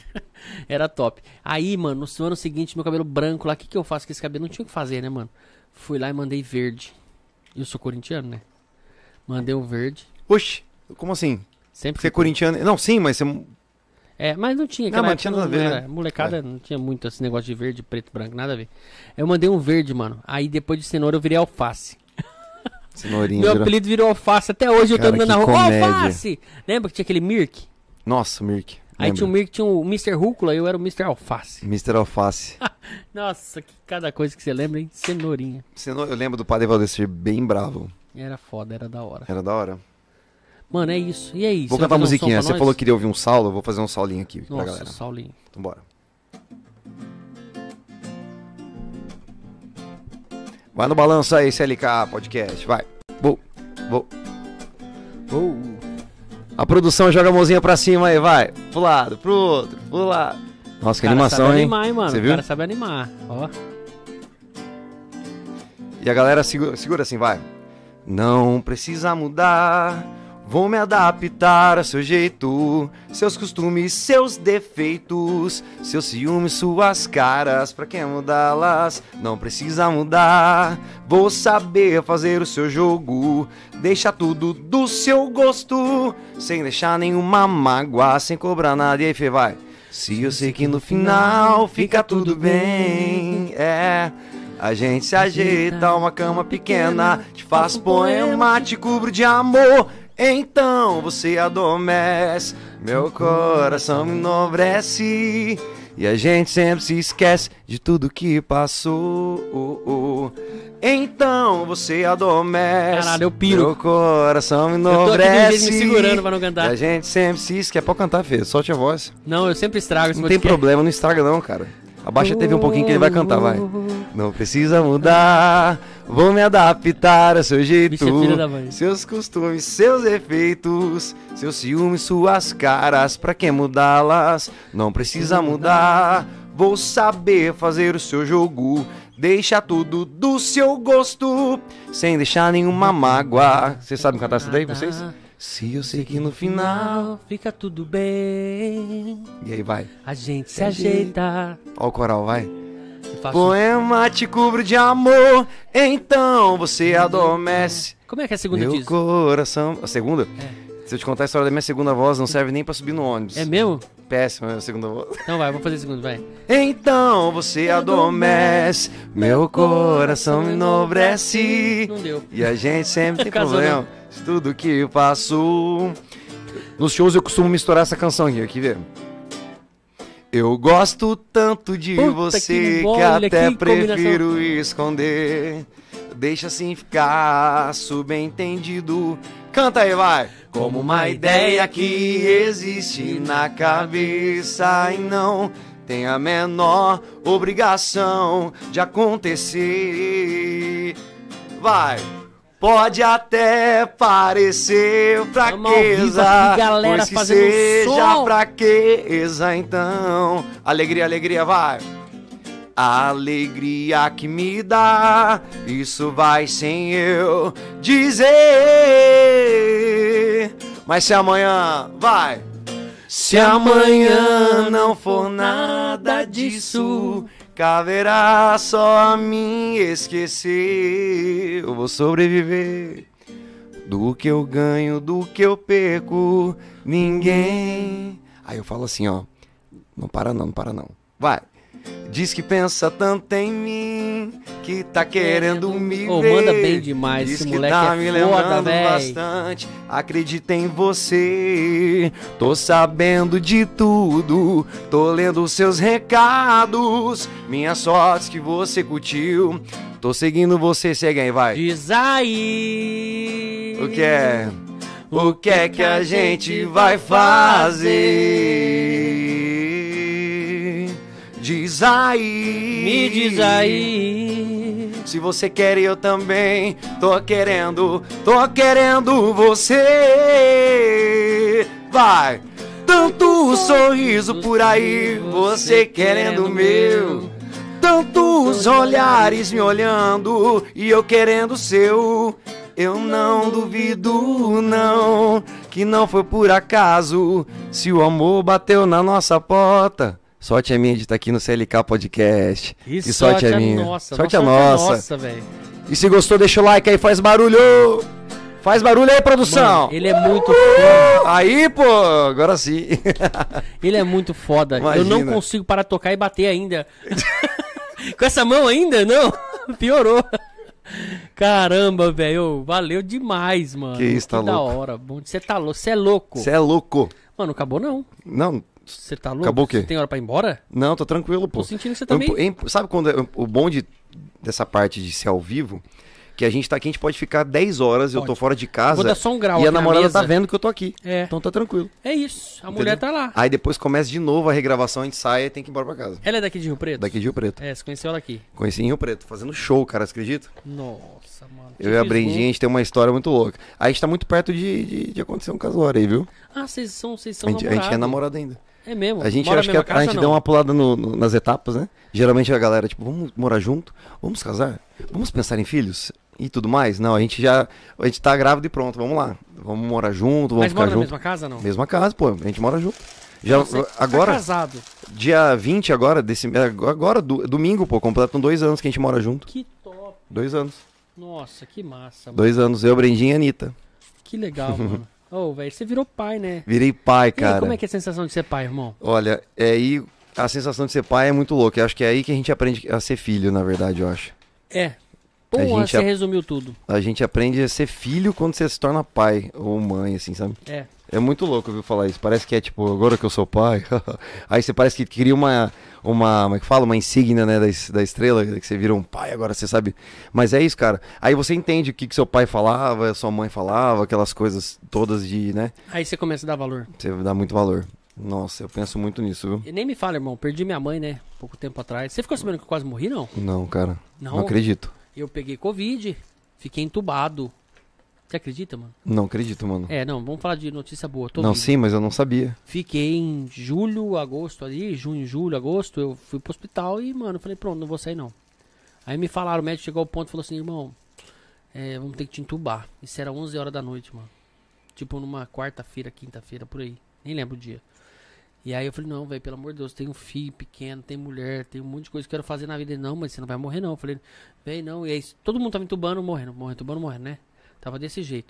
Era top. Aí, mano, no ano seguinte, meu cabelo branco lá, o que que eu faço com esse cabelo? Não tinha o que fazer, né, mano? Fui lá e mandei verde. Eu sou corintiano, né? Mandei um verde. Oxi, como assim? Sempre Você é fui corintiano? Não, sim, mas você... Mas não tinha. Não, mas tinha nada a ver, né? Molecada não tinha muito esse negócio de verde, preto, branco, nada a ver. Eu mandei um verde, mano. Aí depois de cenoura eu virei alface. Cenourinha. Meu apelido virou alface. Até hoje eu tô andando na rua. Comédia. Alface! Lembra que tinha aquele Mirk? Nossa, Mirk. Aí tinha o Mirk, tinha o Mr. Rúcula e eu era o Mr. Alface. Mr. Alface. Nossa, que cada coisa que você lembra, hein? Cenourinha. Eu lembro do Padre Valdecir bem bravo. Era foda, era da hora. Era da hora. Mano, é isso. E aí? Vou cantar uma musiquinha. Você falou que queria ouvir um saulo, eu vou fazer um saulinho aqui pra galera. Nossa, saulinho. Então bora. Vai no balanço aí, CLK Podcast. Vai. Vou. A produção joga a mãozinha pra cima aí, vai. Pro lado, pro outro, pro lado. Nossa, que animação, sabe hein? Animar, hein, mano? Você viu? O cara sabe animar, ó. E a galera segura assim, vai. Não precisa mudar, vou me adaptar a seu jeito, seus costumes, seus defeitos, seus ciúmes, suas caras, pra que mudá-las? Não precisa mudar, vou saber fazer o seu jogo, deixa tudo do seu gosto, sem deixar nenhuma mágoa, sem cobrar nada. E aí, Fê, vai. Se eu sei que no final fica tudo bem, a gente se ajeita, uma cama pequena, te faço poema, te cubro de amor. Então você adormece, meu coração me enobrece, e a gente sempre se esquece de tudo que passou. Então você adormece, caralho, eu piro. Meu coração me enobrece, eu tô aqui me segurando pra não cantar. E a gente sempre se esquece. Pode cantar, Fê, solte a voz. Não, eu sempre estrago esse Não tem problema, não estraga não, cara. Abaixa a TV um pouquinho que ele vai cantar, vai. Não precisa mudar, vou me adaptar a seu jeito. Bicha, filha da mãe. Seus costumes, seus efeitos, seus ciúmes, suas caras, pra que mudá-las? Não precisa mudar, vou saber fazer o seu jogo, deixa tudo do seu gosto, sem deixar nenhuma mágoa. Vocês sabem cantar isso daí, vocês? Se eu sei que no final fica tudo bem, e aí vai. a gente se ajeita. Ó o coral, vai. Faço... Poema te cubro de amor, então você adormece. Como é que é a segunda Meu diz? coração. A segunda? É. Se eu te contar a história da minha segunda voz, não serve nem pra subir no ônibus. É mesmo? Péssima a minha segunda voz. Então vai, vou fazer a segunda, vai. Então você adormece, meu coração me enobrece. Não deu. E a gente sempre tem Casou, problema. né? Tudo que passou. Nos shows eu costumo misturar essa canção aqui ver. Eu gosto tanto de Puta você que que até que prefiro esconder. Deixa assim ficar subentendido. Canta aí, vai! Como uma ideia que existe na cabeça e não tem a menor obrigação de acontecer. Vai! Pode até parecer fraqueza, aqui, galera, pois que fazendo seja som. fraqueza, então. Alegria, alegria, vai. A alegria que me dá, isso vai sem eu dizer. Mas se amanhã, vai. Se amanhã não for nada disso, caberá só a mim esquecer. Eu vou sobreviver. Do que eu ganho, do que eu perco, ninguém. Aí eu falo assim, ó. Não para não, não para não. Vai. Diz que pensa tanto em mim, que tá querendo me ver. Manda bem demais, Diz esse que moleque tá é me foda, lembrando véi. bastante. Acredita em você, tô sabendo de tudo, tô lendo seus recados, minhas sortes que você curtiu. Tô seguindo você, segue aí, vai. Diz aí. O que é? O que é que a gente vai fazer? Diz aí. Me diz aí. Se você quer, eu também tô querendo você. Vai. Tanto sorriso por aí, você querendo o meu. Tantos olhares me olhando e eu querendo o seu. Eu não duvido, não, que não foi por acaso. Se o amor bateu na nossa porta, sorte é minha de estar aqui no CLK Podcast. Que sorte é minha. Nossa, sorte é nossa. Nossa, velho. E se gostou, deixa o like aí, faz barulho. Faz barulho aí, produção! Mano, ele é muito foda. Aí, pô, agora sim. Ele é muito foda. Imagina. Eu não consigo parar de tocar e bater ainda. Com essa mão ainda? Não. Piorou. Caramba, velho. Valeu demais, mano. Que isso, tá da louco. hora. Você tá louco. Você é louco. Você é louco. Mano, acabou não. Não, Você tá louco? Acabou o quê? Você tem hora pra ir embora? não, tô tranquilo, pô. Tô sentindo que você tá meio... Sabe quando o bom dessa parte de ser ao vivo? Que a gente tá aqui, a gente pode ficar 10 horas, eu tô Pode. fora de casa. Vou dar só um grau e a aqui na namorada mesa. tá vendo que eu tô aqui. É. Então tá tranquilo. É isso. A mulher tá lá. Aí depois começa de novo a regravação, a gente sai e tem que ir embora pra casa. Ela é daqui de Rio Preto? Daqui de Rio Preto. É, você conheceu ela aqui. Conheci em Rio Preto, fazendo show, cara, você acredita? Nossa, mano. Eu e a Brendinha, a gente tem uma história muito louca. Aí a gente tá muito perto de acontecer um casório aí, viu? Ah, vocês são A gente é namorados. namorado ainda. É mesmo? A gente Mora acha na que mesma a casa, gente não? deu uma pulada nas etapas, né? Geralmente a galera, tipo, vamos morar junto? Vamos casar? Vamos pensar em filhos? E tudo mais? Não, a gente tá grávido e pronto, vamos lá. Vamos morar junto, vamos Mas ficar mora na junto. mesma casa, não? Mesma casa, pô, a gente mora junto. Já, Você agora, tá casado. dia 20 agora, domingo, pô, completam 2 anos que a gente mora junto. Que top. 2 anos. Nossa, que massa, mano. 2 anos, eu, Brendinha e Anitta. Que legal, mano. Ô, velho, você virou pai, né? Virei pai, E aí, cara. como é que é a sensação de ser pai, irmão? Olha, aí a sensação de ser pai é muito louca. Eu acho que é aí que a gente aprende a ser filho, na verdade, eu acho. É. Pô, A gente você resumiu tudo. A gente aprende a ser filho quando você se torna pai ou mãe, assim, sabe? É. É muito louco ouvir falar isso. Parece que é tipo, agora que eu sou pai. Aí você parece que cria uma como é que fala? Uma insígnia, né, da estrela, que você vira um pai, agora você sabe. Mas é isso, cara. Aí você entende o que seu pai falava, sua mãe falava, aquelas coisas todas de, né? Aí você começa a dar valor. Você dá muito valor. Nossa, eu penso muito nisso, viu? E nem me fala, irmão. Perdi minha mãe, né? Pouco tempo atrás. Você ficou sabendo que eu quase morri, não? Não, cara. Não? Não acredito. Eu peguei Covid. Fiquei entubado. Você acredita, mano? Não acredito, mano. É, não. Vamos falar de notícia boa. Tô Não, vivo. sim, mas eu não sabia. Fiquei em julho, agosto ali. Junho, julho, agosto. Eu fui pro hospital e, mano, eu falei, pronto, não vou sair, não. Aí me falaram, o médico chegou ao ponto e falou assim, irmão, vamos ter que te entubar. Isso era 11 horas da noite, mano. Tipo numa quarta-feira, quinta-feira, por aí. Nem lembro o dia. E aí eu falei, não, velho, pelo amor de Deus, tem um filho pequeno, tem mulher, tem um monte de coisa que eu quero fazer na vida. Ele, não, mas você não vai morrer, não. Eu falei, velho, não. E aí todo mundo tava entubando, morrendo, né? Tava desse jeito.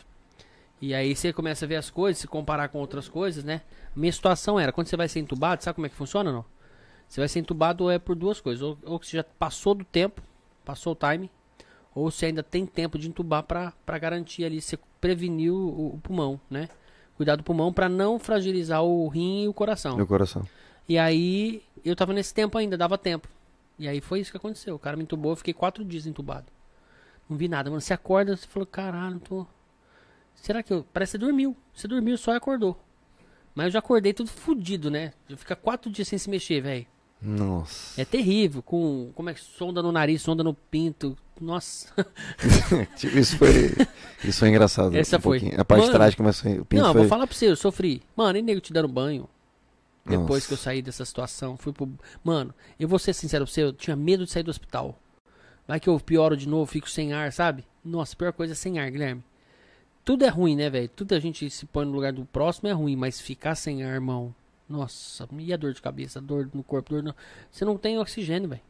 E aí você começa a ver as coisas, se comparar com outras coisas, né? A minha situação era, quando você vai ser entubado, sabe como é que funciona, não? Você vai ser entubado por duas coisas. Ou você já passou do tempo, passou o time, ou você ainda tem tempo de entubar pra garantir ali, você prevenir o pulmão, né? Cuidar do pulmão pra não fragilizar o rim e o coração. Meu coração. E aí, eu tava nesse tempo ainda, dava tempo. E aí foi isso que aconteceu. O cara me entubou, eu fiquei 4 dias entubado. Não vi nada, mano. Você acorda, você falou, caralho, não tô... Será que eu... Parece que você dormiu. Você dormiu só e acordou. Mas eu já acordei tudo fudido, né? Eu ficar 4 dias sem se mexer, velho. Nossa. É terrível. Com, como é que... Sonda no nariz, sonda no pinto. Nossa. Tipo, isso foi engraçado. Essa foi. Pouquinho. A parte Mano, trágica, mas o pinto Não, foi... vou falar pra você, eu sofri. Mano, e nego te dando banho. Depois Nossa. que eu saí dessa situação, fui pro... Mano, eu vou ser sincero pra você, eu tinha medo de sair do hospital. Vai que eu pioro de novo, fico sem ar, sabe? Nossa, a pior coisa é sem ar, Guilherme. Tudo é ruim, né, velho? Tudo a gente se põe no lugar do próximo é ruim, mas ficar sem ar, irmão... Nossa, e a dor de cabeça, dor no corpo, dor no... Você não tem oxigênio, velho.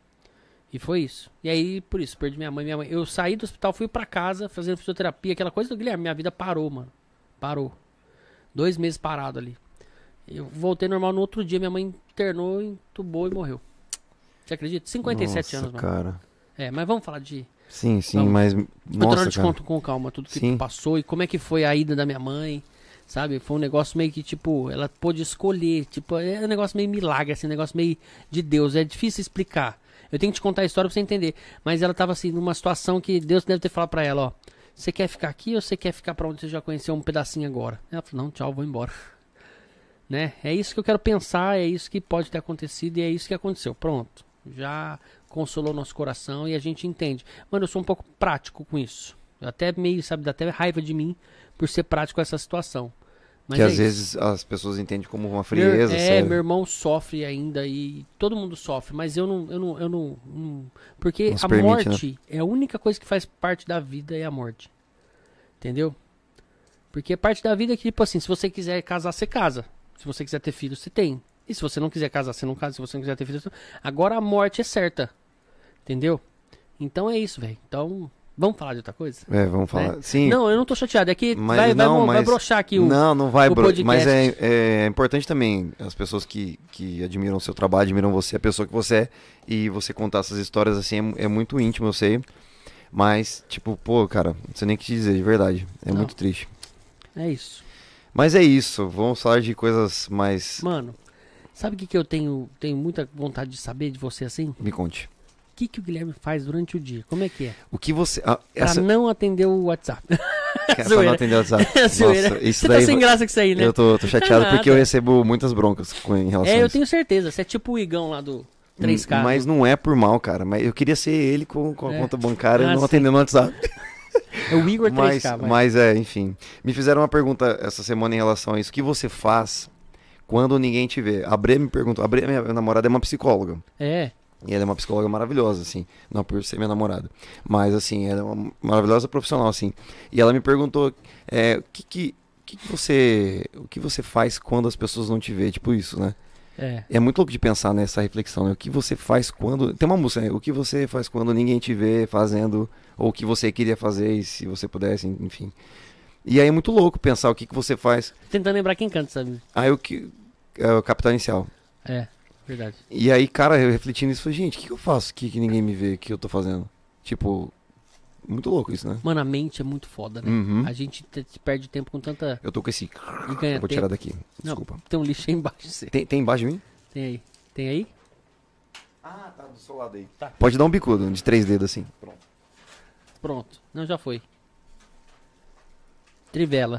E foi isso. E aí, por isso, perdi minha mãe. Eu saí do hospital, fui pra casa, fazendo fisioterapia, aquela coisa do Guilherme. Minha vida parou, mano. Parou. 2 meses parado ali. Eu voltei normal no outro dia, minha mãe internou, entubou e morreu. Você acredita? 57 Nossa, anos, mano. cara. Mas vamos falar de... Sim, Vamos. mas... Outra hora eu te cara. conto com calma tudo que Sim. passou e como é que foi a ida da minha mãe, sabe? Foi um negócio meio que, tipo, ela pôde escolher, tipo, é um negócio meio milagre, assim, um negócio meio de Deus, é difícil explicar. Eu tenho que te contar a história pra você entender, mas ela tava, assim, numa situação que Deus deve ter falado pra ela, ó, você quer ficar aqui ou você quer ficar pra onde você já conheceu um pedacinho agora? Ela falou, não, tchau, vou embora. Né? É isso que eu quero pensar, é isso que pode ter acontecido e é isso que aconteceu, pronto. Já consolou nosso coração e a gente entende. Mano, eu sou um pouco prático com isso. Eu até meio, sabe, dá até raiva de mim por ser prático com essa situação. Mas Que é às isso. vezes as pessoas entendem como uma frieza, Meu sério. irmão sofre ainda e todo mundo sofre, mas eu não porque Não se a permite, morte é a única coisa que faz parte da vida, é a morte. Entendeu? Porque parte da vida é que, tipo assim, se você quiser casar, você casa. Se você quiser ter filho, você tem. E se você não quiser casar, você não casa. Se você não quiser ter filho, você não... Agora a morte é certa. Entendeu? Então é isso, velho. Então, Vamos falar de outra coisa? Vamos falar. Sim. Não, eu não tô chateado. É que mas, vai broxar aqui o Não vai podcast. Mas é importante também as pessoas que admiram o seu trabalho, admiram você, a pessoa que você é, e você contar essas histórias assim é muito íntimo, eu sei. Mas, tipo, pô, cara, não sei nem o que te dizer, de verdade. É muito triste. É isso. Mas é isso. Vamos falar de coisas mais... Mano, sabe o que eu tenho muita vontade de saber de você assim? Me conte. O que o Guilherme faz durante o dia? Como é que é? O que você... Pra não atender o WhatsApp. Pra não atender o WhatsApp. Nossa, isso você daí... tá sem graça com isso aí, né? Eu tô chateado porque eu recebo muitas broncas em relação a isso. Eu tenho certeza. Você é tipo o Igão lá do 3K. Mas não é por mal, cara. Mas eu queria ser ele com a conta bancária e não atendendo o WhatsApp. É o Igor 3K. Mas enfim. Me fizeram uma pergunta essa semana em relação a isso. O que você faz quando ninguém te vê? A Bre me perguntou. A Bre, minha namorada, é uma psicóloga. E ela é uma psicóloga maravilhosa, assim. Não por ser minha namorada. Mas, assim, ela é uma maravilhosa profissional, assim. E ela me perguntou, o que você faz quando as pessoas não te vê? Tipo isso, né? É muito louco de pensar nessa reflexão, né? O que você faz quando... Tem uma música, né? O que você faz quando ninguém te vê fazendo, ou o que você queria fazer, e se você pudesse, enfim. E aí é muito louco pensar o que você faz. Tentando lembrar quem canta, sabe? É o Capital Inicial. Verdade. E aí, cara, eu refletindo isso, falei, gente, o que eu faço aqui que ninguém me vê, que eu tô fazendo? Tipo, muito louco isso, né? Mano, a mente é muito foda, né? A gente perde tempo com tanta... Eu tô com esse... E ganha vou tirar daqui, desculpa. Não, tem um lixo aí embaixo de você. Tem embaixo de mim? Tem aí. Tem aí? Ah, tá do seu lado aí. Tá. Pode dar um bicudo, de 3 dedos assim. Pronto. Não, já foi. Trivela.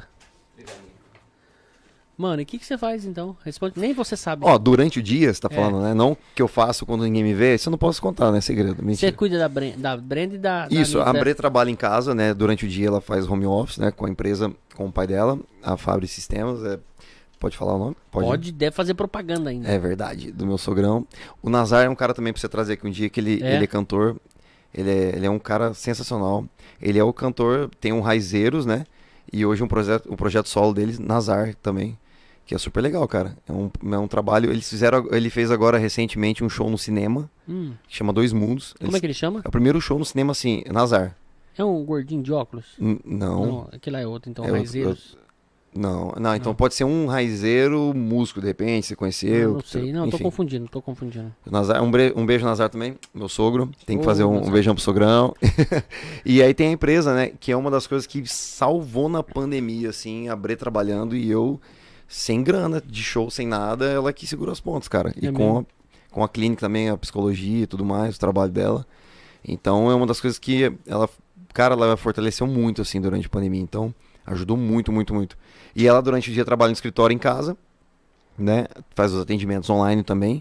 Mano, e o que você faz então? Responde. Nem você sabe. Durante o dia, você tá falando, né? Não que eu faço quando ninguém me vê, isso eu não posso contar, né? Segredo. Mentira. Você cuida da Brenda e da... Isso, a Bre trabalha em casa, né? Durante o dia ela faz home office, né? Com a empresa, com o pai dela, a Fabri Sistemas. Pode falar o nome? Pode, deve fazer propaganda ainda. É verdade, do meu sogrão. O Nazar é um cara também pra você trazer aqui um dia, que ele é cantor. Ele é um cara sensacional. Ele é o cantor, tem um Raizeiros, né? E hoje o projeto solo dele, Nazar também. Que é super legal, cara. É um trabalho. Ele fez agora recentemente um show no cinema. Que chama Dois Mundos. Como é que ele chama? É o primeiro show no cinema, assim, Nazar. É um gordinho de óculos? Não. Aquele é outro, então, Raizeiros. Não, então pode ser um raizeiro músico, de repente, você conheceu. Não sei, não, tô confundindo. Nazar, um beijo, Nazar, também, meu sogro. Tem que fazer um beijão pro sogrão. E aí tem a empresa, né, que é uma das coisas que salvou na pandemia, assim, a Bre trabalhando e eu... Sem grana, de show, sem nada, ela que segura as pontas, cara. E com a clínica também, a psicologia e tudo mais, o trabalho dela. Então é uma das coisas que ela fortaleceu muito, assim, durante a pandemia. Então, ajudou muito, muito, muito. E ela, durante o dia, trabalha no escritório em casa, né? Faz os atendimentos online também.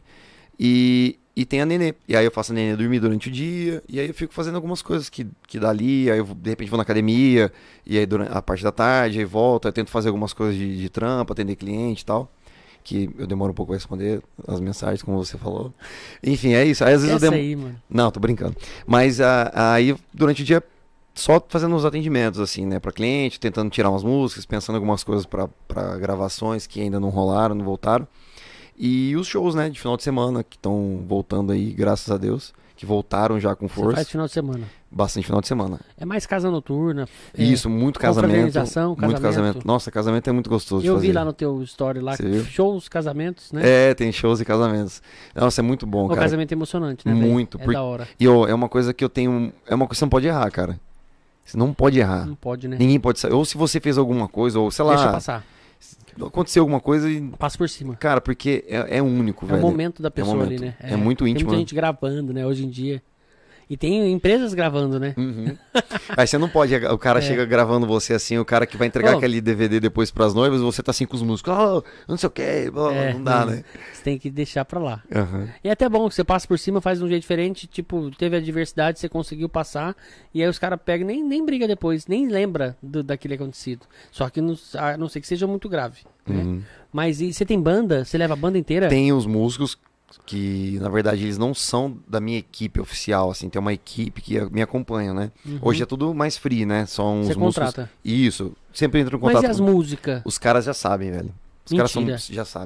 E tem a Nenê. E aí eu faço a Nenê dormir durante o dia. E aí eu fico fazendo algumas coisas que dá ali. Aí eu, de repente, vou na academia. E aí, durante a parte da tarde, aí volto. Aí eu tento fazer algumas coisas de trampo, atender cliente e tal. Que eu demoro um pouco a responder as mensagens, como você falou. Enfim, é isso. Aí às vezes aí, mano. Não, tô brincando. Mas aí, durante o dia, só fazendo uns atendimentos, assim, né? Pra cliente, tentando tirar umas músicas, pensando em algumas coisas pra gravações que ainda não rolaram, não voltaram. E os shows, né, de final de semana, que estão voltando aí, graças a Deus, que voltaram já com força. Você faz final de semana? Bastante final de semana. É mais casa noturna? Isso, muito casamento. Muito casamento. Nossa, casamento é muito gostoso de fazer. Eu vi lá no teu story lá, shows, casamentos, né? Tem shows e casamentos. Nossa, é muito bom, cara. O casamento é emocionante, né? Muito. É da hora. E é uma coisa que eu tenho, é uma coisa que você não pode errar, cara. Você não pode errar. Não pode, né? Ninguém pode saber. Ou se você fez alguma coisa, ou sei lá... Deixa passar. Aconteceu alguma coisa e... Passa por cima. Cara, porque é único, velho. É o momento da pessoa ali, né? É muito íntimo. Tem muita gente gravando, né, hoje em dia. E tem empresas gravando, né? Aí você não pode... O cara chega gravando você assim, o cara que vai entregar aquele DVD depois pras noivas, você tá assim com os músicos. Não sei o que, não dá, né? Você tem que deixar pra lá. E é até bom que você passa por cima, faz de um jeito diferente. Tipo, teve a diversidade, você conseguiu passar. E aí os caras pegam e nem briga depois, nem lembra daquele acontecido. Só que a não ser que seja muito grave, né? Mas e você tem banda? Você leva a banda inteira? Tem os músicos que, na verdade, eles não são da minha equipe oficial, assim, tem uma equipe que me acompanha, né? Hoje é tudo mais free, né? São os músicos... Isso, sempre entro em contato. Mas e as músicas? Os caras já sabem, velho. Os caras já sabem.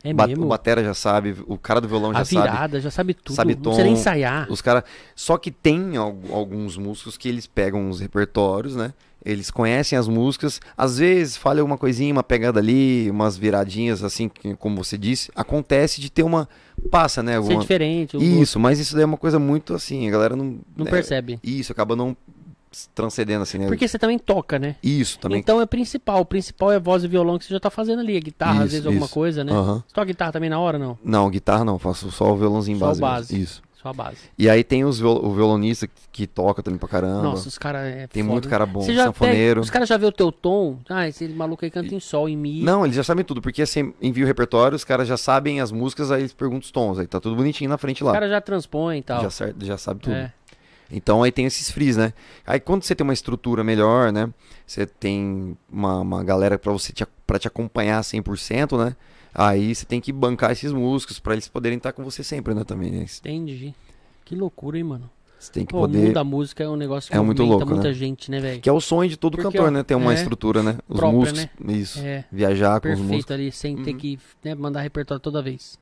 É mesmo? O batera já sabe, o cara do violão já sabe. A virada, já sabe tudo. Sabe não tom. precisa nem ensaiar. Os cara... Só que tem alguns músicos que eles pegam os repertórios, né? Eles conhecem as músicas, às vezes falha alguma coisinha, uma pegada ali, umas viradinhas, assim, como você disse. Acontece de ter uma... Passa, né? Ser diferente. Isso, mas isso daí é uma coisa muito assim, a galera não... Não percebe. Isso, acaba não transcendendo assim, né? Porque você também toca, né? Isso, também. Então é principal. O principal é voz e violão que você já tá fazendo ali. A guitarra, às vezes alguma coisa, né? Uhum. Você toca guitarra também na hora, não? Não, guitarra não, faço só o violãozinho Só base. o base. Isso. Só a base. E aí tem o violonista que toca também pra caramba. Nossa, os caras tem foda, muito cara bom, você já sanfoneiro. os caras já vê o teu tom? Ah, esse maluco aí canta em sol, em mi. Não, eles já sabem tudo, porque assim, envia o repertório, os caras já sabem as músicas, aí eles perguntam os tons, aí tá tudo bonitinho na frente lá. Os caras já transpõem e tal. Já sabe tudo. É. Então aí tem esses frees, né? Aí quando você tem uma estrutura melhor, né? Você tem uma galera pra te acompanhar 100%, né? Aí você tem que bancar esses músicos pra eles poderem estar com você sempre, né? Também. Né? Entendi. Que loucura, hein, mano? Você tem que Pô, poder... o mundo da música é um negócio que muito louco, muita né? gente, né, velho? Que é o sonho de todo Porque, cantor, ó, né? Ter uma estrutura, né? Os própria, músicos, né? isso. É. Viajar com os músicos. Perfeito ali, sem ter que mandar repertório toda vez.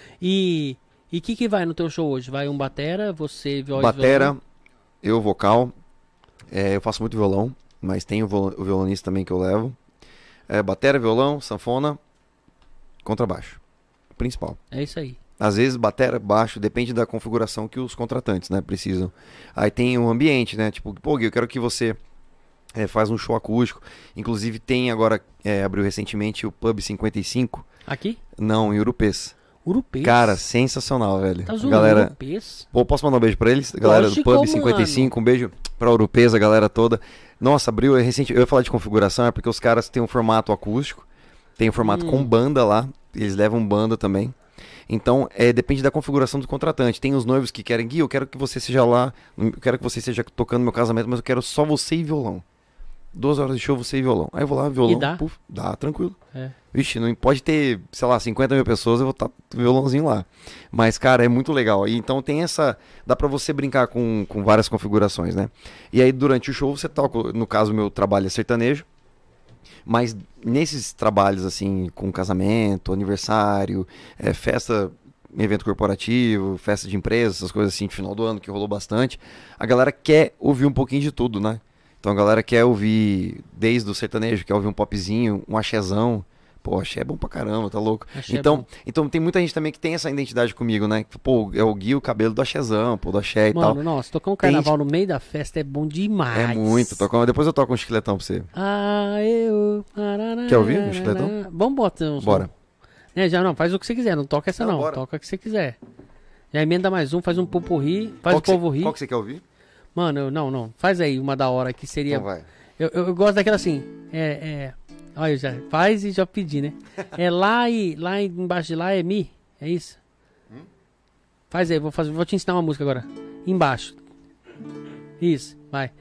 E o que vai no teu show hoje? Vai um batera, você voz Batera, violão? eu vocal. Eu faço muito violão, mas tem o violonista também que eu levo. Batera, violão, sanfona, contrabaixo. Principal. É isso aí. Às vezes batera, baixo, depende da configuração que os contratantes, né, precisam. Aí tem o ambiente, né, tipo, pô, Gui, eu quero que você faz um show acústico. Inclusive tem agora, abriu recentemente o Pub 55. Aqui? Não, em Urupês. Urupês? Cara, sensacional, velho. Tá zoando, galera... Urupês? Pô, posso mandar um beijo pra eles? Galera Lógico, do Pub 55, um beijo pra Urupês, a galera toda. Nossa, abriu recente. Eu ia falar de configuração, é porque os caras têm um formato acústico, tem um formato com banda lá, eles levam banda também. Então, depende da configuração do contratante. Tem os noivos que querem, Gui, eu quero que você seja lá, eu quero que você esteja tocando no meu casamento, mas eu quero só você e violão. 2 horas de show, você e violão. Aí eu vou lá, violão, E dá? Puf, dá, tranquilo. É. Vixe, não pode ter, sei lá, 50 mil pessoas, eu vou estar violãozinho lá. Mas, cara, é muito legal. E então tem essa... Dá pra você brincar com várias configurações, né? E aí, durante o show, você toca... No caso, o meu trabalho é sertanejo. Mas nesses trabalhos, assim, com casamento, aniversário, festa, evento corporativo, festa de empresa, essas coisas assim, de final do ano, que rolou bastante, a galera quer ouvir um pouquinho de tudo, né? Então a galera quer ouvir, desde o sertanejo, quer ouvir um popzinho, um axézão. Pô, axé é bom pra caramba, tá louco? Então tem muita gente também que tem essa identidade comigo, né? Pô, é o Gui, o cabelo do axézão, pô, do axé e tal. Mano, nossa, tocar um carnaval no meio da festa é bom demais. É muito. Depois eu toco um chicletão pra você. Quer ouvir um chicletão? Vamos botar um som. Bora. Já não, faz o que você quiser, não toca essa não. Bora. Toca o que você quiser. Já emenda mais um, faz um pupurri, faz o povo rir. Qual que você quer ouvir? Mano, não. Faz aí uma da hora que seria... Então vai. Eu gosto daquela assim, olha, já faz e já pedi, né? Lá embaixo de lá é Mi, é isso? Faz aí, vou te ensinar uma música agora. Embaixo. Isso, vai.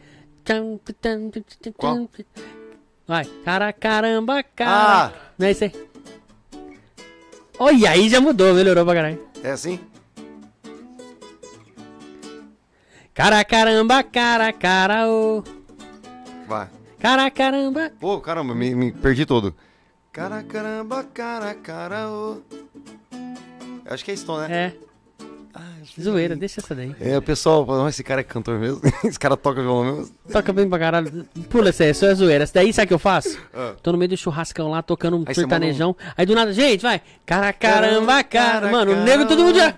Qual? Vai. Caramba, cara. Não é isso aí? Olha, aí já mudou, melhorou pra caralho. É assim? Caramba, ô. Vai. Caramba. Pô, caramba, me perdi todo. Caramba, ô. Acho que é esse tom, né? Zoeira, deixa essa daí. O pessoal fala, esse cara é cantor mesmo? Esse cara toca violão mesmo? Toca bem pra caralho. Pula essa aí, isso é zoeira. Essa daí, sabe o que eu faço? Tô no meio do churrascão lá, tocando um sertanejão. Aí do nada, gente, vai. Caramba, cara. Mano, o nego todo mundo já...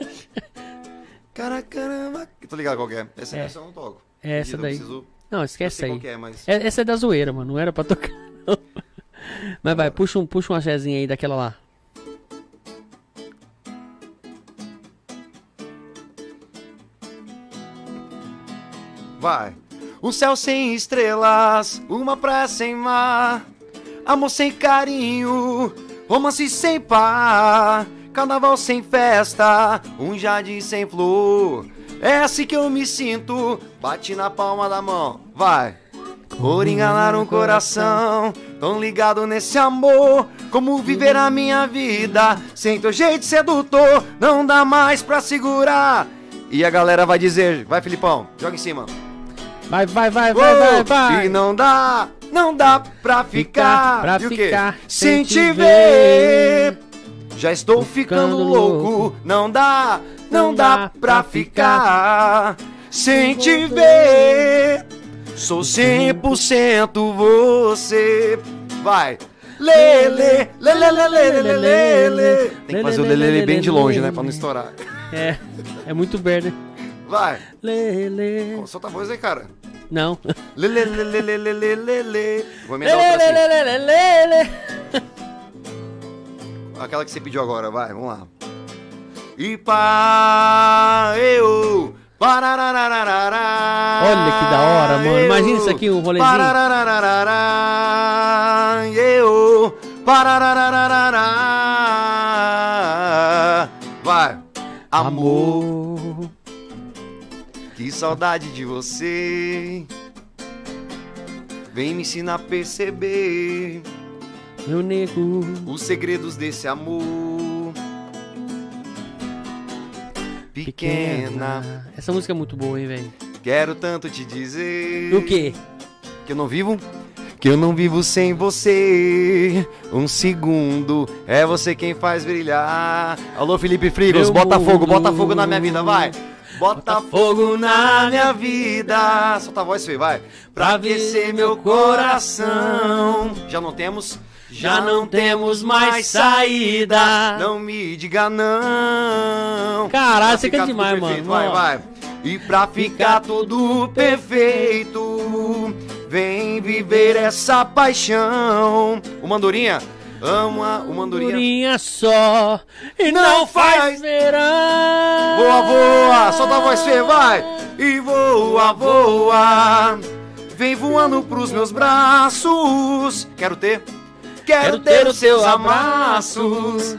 Caramba. Tô ligado qual que é. Essa eu não toco. Essa daí. Não, esquece aí. Mas... Essa é da zoeira, mano. Não era pra tocar, não. Mas vai, puxa uma chezinha aí daquela lá. Vai. Um céu sem estrelas, uma praia sem mar, amor sem carinho, romance sem par, carnaval sem festa, um jardim sem flor. É assim que eu me sinto, bate na palma da mão, vai. Por enganar um coração, tão ligado nesse amor. Como viver a minha vida, sem teu jeito sedutor, não dá mais pra segurar. E a galera vai dizer, vai Filipão, joga em cima. Vai. E não dá pra ficar, Pra e o ficar quê? Sem te ver. Já estou ficando louco, não dá pra ficar sem te ver. Sou 100% você. Vai. Lele, lele, lele, lele, lele. Tem que fazer o lele bem de longe, né, pra não estourar. É muito verde. Vai. Lele. Solta a voz aí, cara. Não. Lele, lele, lele, lele, lele. Vou emendar outra assim. Lele. Aquela que você pediu agora, vai, vamos lá. E pá, eu. Olha que da hora, mano. Imagina isso aqui, o rolezinho. Vai. Amor. Que saudade de você. Vem me ensinar a perceber, meu nego, os segredos desse amor. Pequena. Essa música é muito boa, hein, velho? Quero tanto te dizer. O quê? Que eu não vivo? Que eu não vivo sem você. Um segundo. É você quem faz brilhar. Alô, Felipe Frigos, bota fogo na minha vida, vai. Bota fogo na minha vida. Solta a voz, Fê, vai. Pra aquecer meu coração. Já não temos? Já não temos mais saída. Não me diga não. Caralho, você quer demais, mano. Vai. E pra ficar tudo perfeito, vem viver essa paixão. O Mandorinha ama o Mandorinha só e não faz verão. Voa, solta a voz, Fê, vai. E voa, vem voando pros meus braços. Quero ter os seus amassos.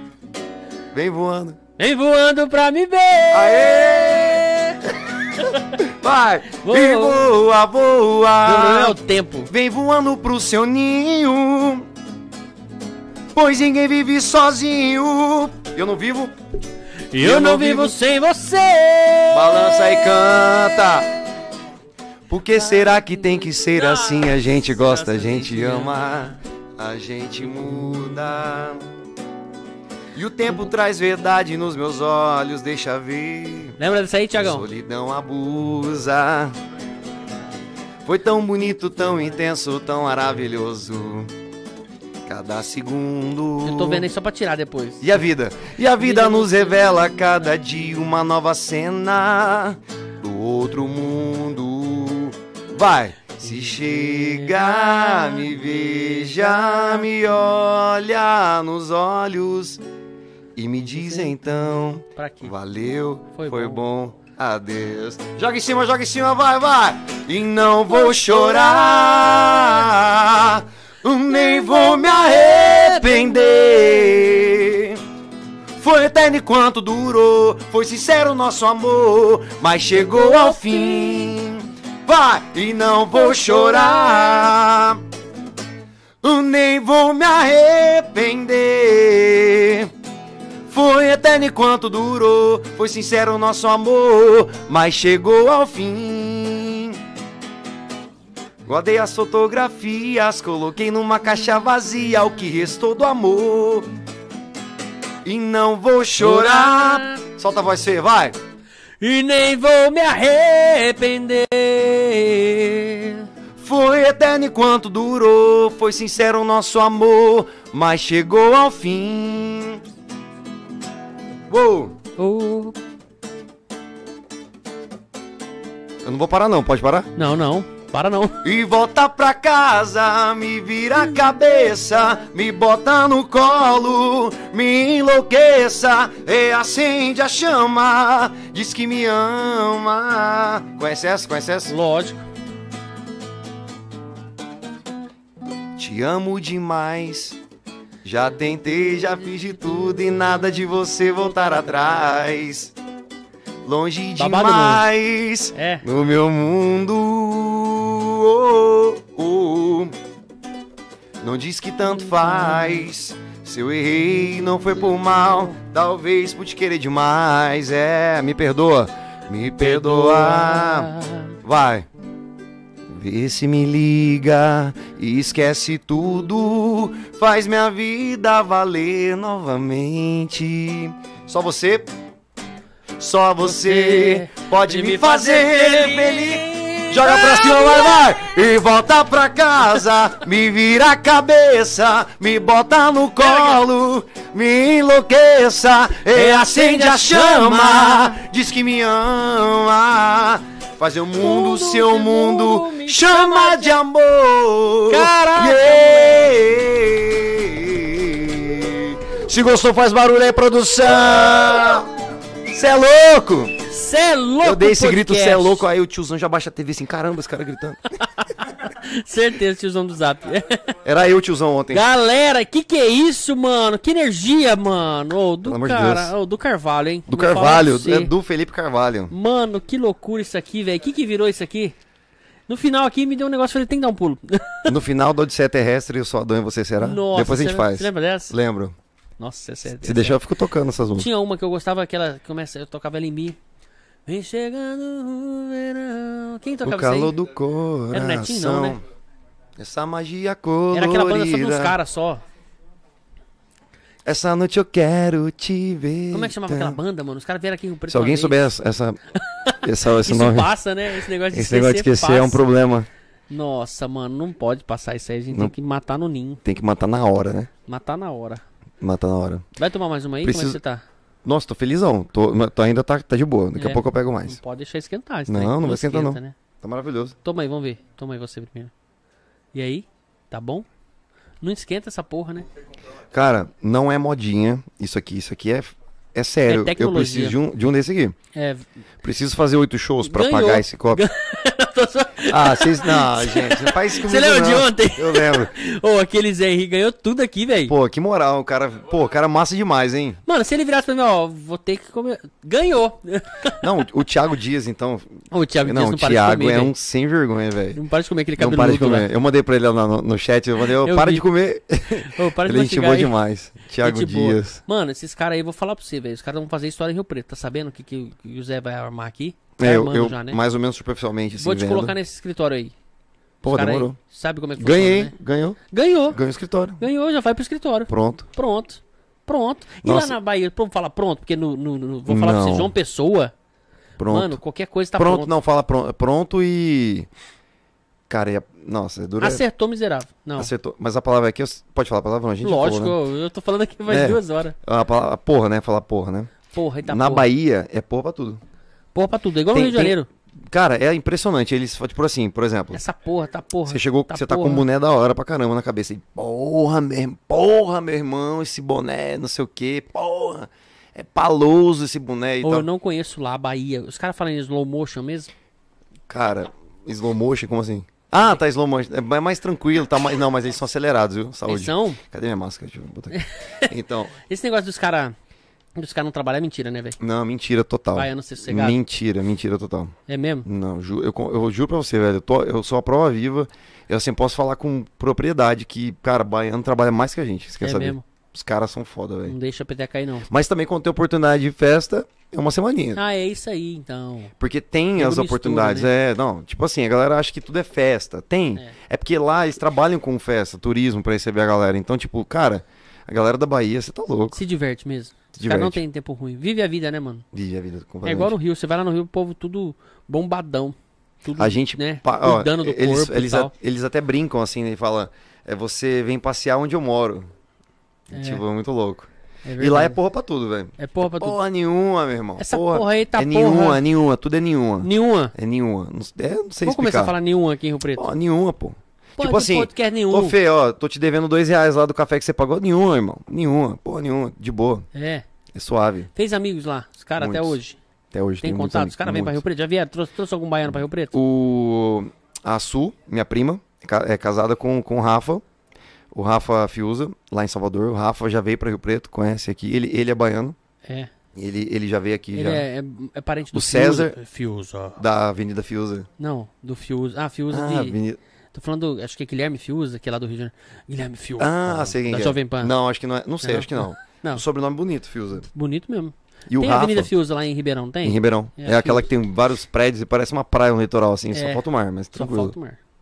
Vem voando pra me ver. Aê! Vai! E voa. É o tempo. Vem voando pro seu ninho, pois ninguém vive sozinho. Eu não vivo. Eu não vivo sem você. Balança e canta. Por que será que tem que ser assim? A gente gosta, a gente ama, a gente muda. E o tempo traz verdade nos meus olhos, deixa ver. Lembra disso aí, Thiagão? Solidão abusa. Foi tão bonito, tão intenso, tão maravilhoso. Cada segundo. Eu tô vendo aí só pra tirar depois. E a vida? E a vida nos revela cada dia uma nova cena do outro mundo. Vai! Se chega, me veja, me olha nos olhos e me diz então, pra quê? Valeu, foi bom, adeus. Joga em cima, vai! E não vou chorar, nem vou me arrepender. Foi eterno enquanto durou, foi sincero o nosso amor, mas chegou ao fim. Vai! E não vou chorar, nem vou me arrepender. Foi eterno enquanto durou, foi sincero o nosso amor, mas chegou ao fim. Guardei as fotografias, coloquei numa caixa vazia o que restou do amor. E não vou chorar. Solta a voz, Fê, vai! E nem vou me arrepender. Foi eterno enquanto durou, foi sincero o nosso amor, mas chegou ao fim. Uou! Eu não vou parar não, pode parar? Não, para não. E volta pra casa, me vira a cabeça, me bota no colo, me enlouqueça, reacende a chama, diz que me ama. Conhece essa? Lógico. Te amo demais, já tentei, já fiz de tudo e nada de você voltar atrás. Longe demais, no meu mundo, não diz que tanto faz. Se eu errei, não foi por mal, talvez por te querer demais. Me perdoa, me perdoa. Vai. Vê se me liga e esquece tudo, faz minha vida valer novamente. Só você pode me fazer feliz. Joga pra cima, vai! E volta pra casa, me vira a cabeça, me bota no colo, me enlouqueça, e acende a chama, diz que me ama. Fazer o mundo, seu mundo, chama de amor. Caraca! Yeah. Se gostou, faz barulho aí, produção. Cê é louco! Cê é louco! Eu dei esse grito, podcast. cê é louco, aí o tiozão já baixa a TV assim, caramba, esse cara gritando. Certeza, tiozão do Zap. Era eu, tiozão, ontem. Galera, que é isso, mano? Que energia, mano. Ô, do Pelo amor de cara, Deus. ô, do Carvalho, hein? Do Vou falar Carvalho, pra você. é do Felipe Carvalho. Mano, que loucura isso aqui, velho. Que virou isso aqui? No final aqui me deu um negócio, falei, tem que dar um pulo. No final da Odisseia Terrestre, eu sou Adão e você será? Nossa, Depois a gente faz. Você lembra dessa? Lembro. Nossa, essa é Se deixar, eu fico tocando essas músicas. Tinha uma que eu gostava, eu tocava ela em Mi. Vem chegando o verão. Quem O tocava calor isso aí? do coração. Era o Netinho, não, né? Essa magia colorida. Era aquela banda só dos caras só. Essa noite eu quero te ver. Como é que chamava aquela banda, mano? Os caras vieram aqui em Preto. Se alguém souber esse Isso nome, passa, né? Esse negócio de esse negócio de esquecer passa. é um problema. Nossa, mano, não pode passar isso aí. A gente Não. tem que matar no ninho. Tem que matar na hora, né? Matar na hora. Matar na hora. Vai tomar mais uma aí? Preciso- Como é que você tá? Nossa, tô felizão. Tô ainda tá de boa. Daqui a É. pouco eu pego Não mais. pode deixar esquentar. esse Não, trem. não vai esquentar, não. Né? Tá maravilhoso. Toma aí, vamos ver. Toma aí você primeiro. E aí? Tá bom? Não esquenta essa porra, né? Cara, não é modinha isso aqui. Isso aqui é sério. É Eu tecnologia. preciso de um desse aqui. É. Preciso fazer 8 shows pra Ganhou. pagar esse copo. Ah, vocês... Não, gente, não faz isso comigo, Você lembra de não. ontem? Eu lembro. Ô, aquele Zé Henrique ganhou tudo aqui, velho. Pô, que moral, o cara... Pô, o cara massa demais, hein? Mano, se ele virasse pra mim, ó, vou ter que comer. Ganhou! Não, o Thiago Dias, então... Ô, o Thiago Não, Dias o não para de Thiago comer, é velho. um sem vergonha, velho. Não para de comer aquele Não cabelo para de lá. comer. Eu mandei pra ele lá no chat, eu mandei, Eu para vi. de comer. Ô, para de Ele é gente mastigar boa aí. demais. Thiago Gente boa. Dias. Mano, esses caras aí, eu vou falar pra você, velho. Os caras vão fazer história em Rio Preto. Tá sabendo o que o Zé vai armar aqui? Tá É, armando eu já, né? mais ou menos superficialmente, assim, Vou te vendo. colocar nesse escritório aí. Pô, Os cara demorou. aí, sabe como é que Ganhei, funciona, né? ganhou. Ganhou. Ganhou o escritório. Ganhou, já vai pro escritório. Pronto. Pronto. E Nossa. lá na Bahia, vamos falar pronto, porque vou falar pra você, Não. João Pessoa, Pronto. mano, qualquer coisa tá pronto, pronto. não, fala pronto e... Cara, nossa, é dura... Acertou, miserável. Não, Acertou. Mas a palavra aqui, pode falar a palavra? Não, a gente já lógico, falou, né? eu tô falando aqui mais É. 2 horas. A palavra, porra, né? Falar porra, né? Porra, eita Na porra. Bahia, é porra pra tudo. Porra pra tudo, é igual no Rio de Janeiro. Cara, é impressionante. Eles, tipo assim, por exemplo... Essa porra, tá porra. Você chegou, tá você tá porra. com um boné da hora pra caramba na cabeça. E, porra, meu irmão, esse boné, não sei o que, porra. É paloso esse boné e Ou tal. eu não conheço lá a Bahia. Os caras falam em slow motion mesmo? Cara, slow motion, como assim? Ah, tá slow motion. É mais tranquilo, tá mais... Não, mas eles são acelerados, viu? Saúde. Eles são? Cadê minha máscara? Deixa eu botar aqui. Então, Esse negócio dos caras não trabalhar é mentira, né, velho? não, mentira total. Baiano ser sossegado. Mentira total. É mesmo? Não, eu juro pra você, velho. Eu sou a prova viva. Eu assim posso falar com propriedade que, cara, baiano trabalha mais que a gente. Você quer É saber? mesmo. Os caras são foda, velho. Não deixa a peteca cair, não. Mas também quando tem oportunidade de festa, é uma semaninha. Ah, é isso aí, então. Porque tem Tudo as mistura, oportunidades. né? É, não, tipo assim, a galera acha que tudo é festa. Tem. É porque lá eles trabalham com festa, turismo pra receber a galera. Então, tipo, cara, a galera da Bahia, você tá louco. Se diverte mesmo. Os diverte. caras não tem tempo ruim. Vive a vida, né, mano? Vive a vida É completamente. igual no Rio. Você vai lá no Rio, o povo tudo bombadão. Tudo, A gente, né, ó, cuidando do corpo e tal. eles até brincam assim, né, e falam, você vem passear onde eu moro. É. Tipo, é muito louco. É E lá é verdade. porra pra tudo, velho. É porra pra tudo. Porra nenhuma, meu irmão. Essa porra aí tá é porra. nenhuma, tudo é nenhuma. Nenhuma. É nenhuma. Não sei Vamos explicar. começar a falar nenhuma aqui em Rio Preto. Ó, nenhuma, pô. Pô, tipo que assim, podcast nenhum. ô Fê, ó, tô te devendo R$2 lá do café que você pagou. Nenhuma, irmão. Nenhuma. Porra nenhuma. De boa. É. É suave. Fez amigos lá, os caras até Muitos. hoje. Até hoje Tem muitos contato? amigos, Os caras vêm pra Rio muitos. Preto? Já vieram? Trouxe algum baiano pra Rio Preto? A Su, minha prima, é casada com o Rafa. O Rafa Fiuza, lá em Salvador. O Rafa já veio pra Rio Preto, conhece aqui. Ele é baiano. É. Ele já veio aqui Ele já. é parente do O César- Fiuza. Da Avenida Fiuza. Não, do Fiuza. Ah, Fiuza Ah, de... Avenida... Tô falando, acho que é Guilherme Fiuza, que é lá do Rio de Janeiro. Guilherme Fiuza. Ah, sei quem Da é. Jovem Pan. Não, acho que não é. Não sei, Não. acho que não. Não. Um sobrenome bonito, Fiuza. Bonito mesmo. E o Tem a Rafa, Avenida Fiuza lá em Ribeirão, tem? em Ribeirão. É, É aquela Fiuza. que tem vários prédios e parece uma praia, um litoral, assim. É. Só falta o mar, mas Só tranquilo. falta o mar.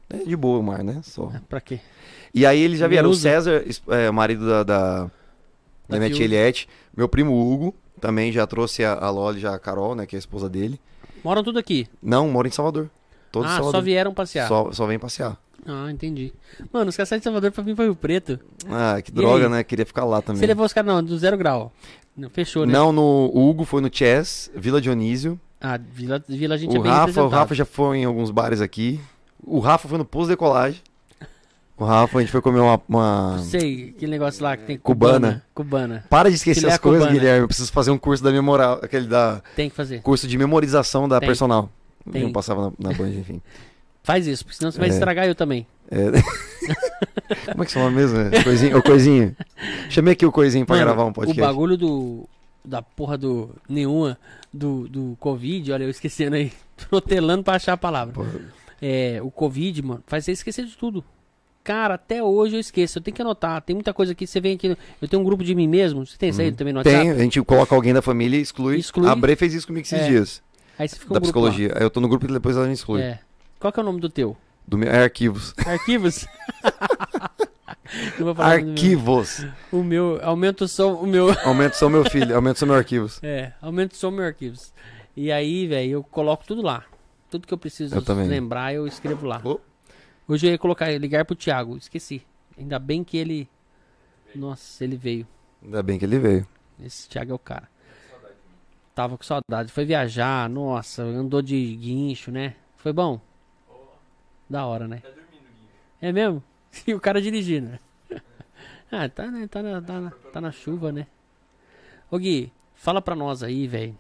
É de boa o mar, né? Só. Pra quê? E aí eles já vieram. O Usa. César, marido da minha tia Eliette. Meu primo Hugo também já trouxe a Loli, já a Carol, né? Que é a esposa dele. Moram tudo aqui? Não, mora em Salvador. Todos em Salvador. Só vieram passear. Só vem passear. Ah, entendi. Mano, os caras saem de Salvador pra vir pra Rio Preto. Ah, que E droga, aí? né? Queria ficar lá também. Você levou os caras, não, do 0 grau. Não, fechou, né? Não, o Hugo foi no Chess, Vila Dionísio. Ah, Vila a gente O é bem Rafa representado. já foi em alguns bares aqui. O Rafa foi no Pouso de Colagem. O Rafa, a gente foi comer uma... Sei, aquele negócio lá que tem Cubana. Cubana. Para de esquecer Filé as coisas, cubana. Guilherme. Eu preciso fazer um curso da memoral, aquele da Tem que fazer. curso de memorização da Tem. personal. Tem. Eu passava na Band, enfim. Faz isso, porque senão você vai estragar eu também. Como é que chama mesmo? O Coisinho. Chamei aqui o Coisinho pra Mano, gravar um podcast. O bagulho da porra do nenhuma do Covid, olha, eu esquecendo aí. Protelando pra achar a palavra. Porra. O Covid, mano, faz você esquecer de tudo. Cara, até hoje eu esqueço. Eu tenho que anotar. Tem muita coisa aqui. Você vem aqui. Eu tenho um grupo de mim mesmo. Você tem isso aí também no WhatsApp? Tem, a gente coloca alguém da família e exclui. A Bre fez isso comigo esses dias. Aí você fica Da um grupo lá. psicologia. Aí eu tô no grupo e depois ela me exclui. Qual que é o nome do teu? Do meu, arquivos. Arquivos? Não vou falar Arquivos. o meu. Aumenta o som. O meu. Aumenta só meu filho. Aumenta só meu arquivos. Aumenta o som meu arquivos. E aí, velho, eu coloco tudo lá. Tudo que eu preciso lembrar, eu escrevo lá. Oh. Hoje eu ia ligar pro Thiago. Esqueci. Ainda bem que ele... Nossa, ele veio. Ainda bem que ele veio. Esse Thiago é o cara. Tava com saudade. Foi viajar, nossa, andou de guincho, né? Foi bom? Da hora, né? Tá dormindo, Guinho. É mesmo? E o cara dirigindo, né? Ah, tá, né? Tá na chuva, né? Ô Gui, fala pra nós aí, velho.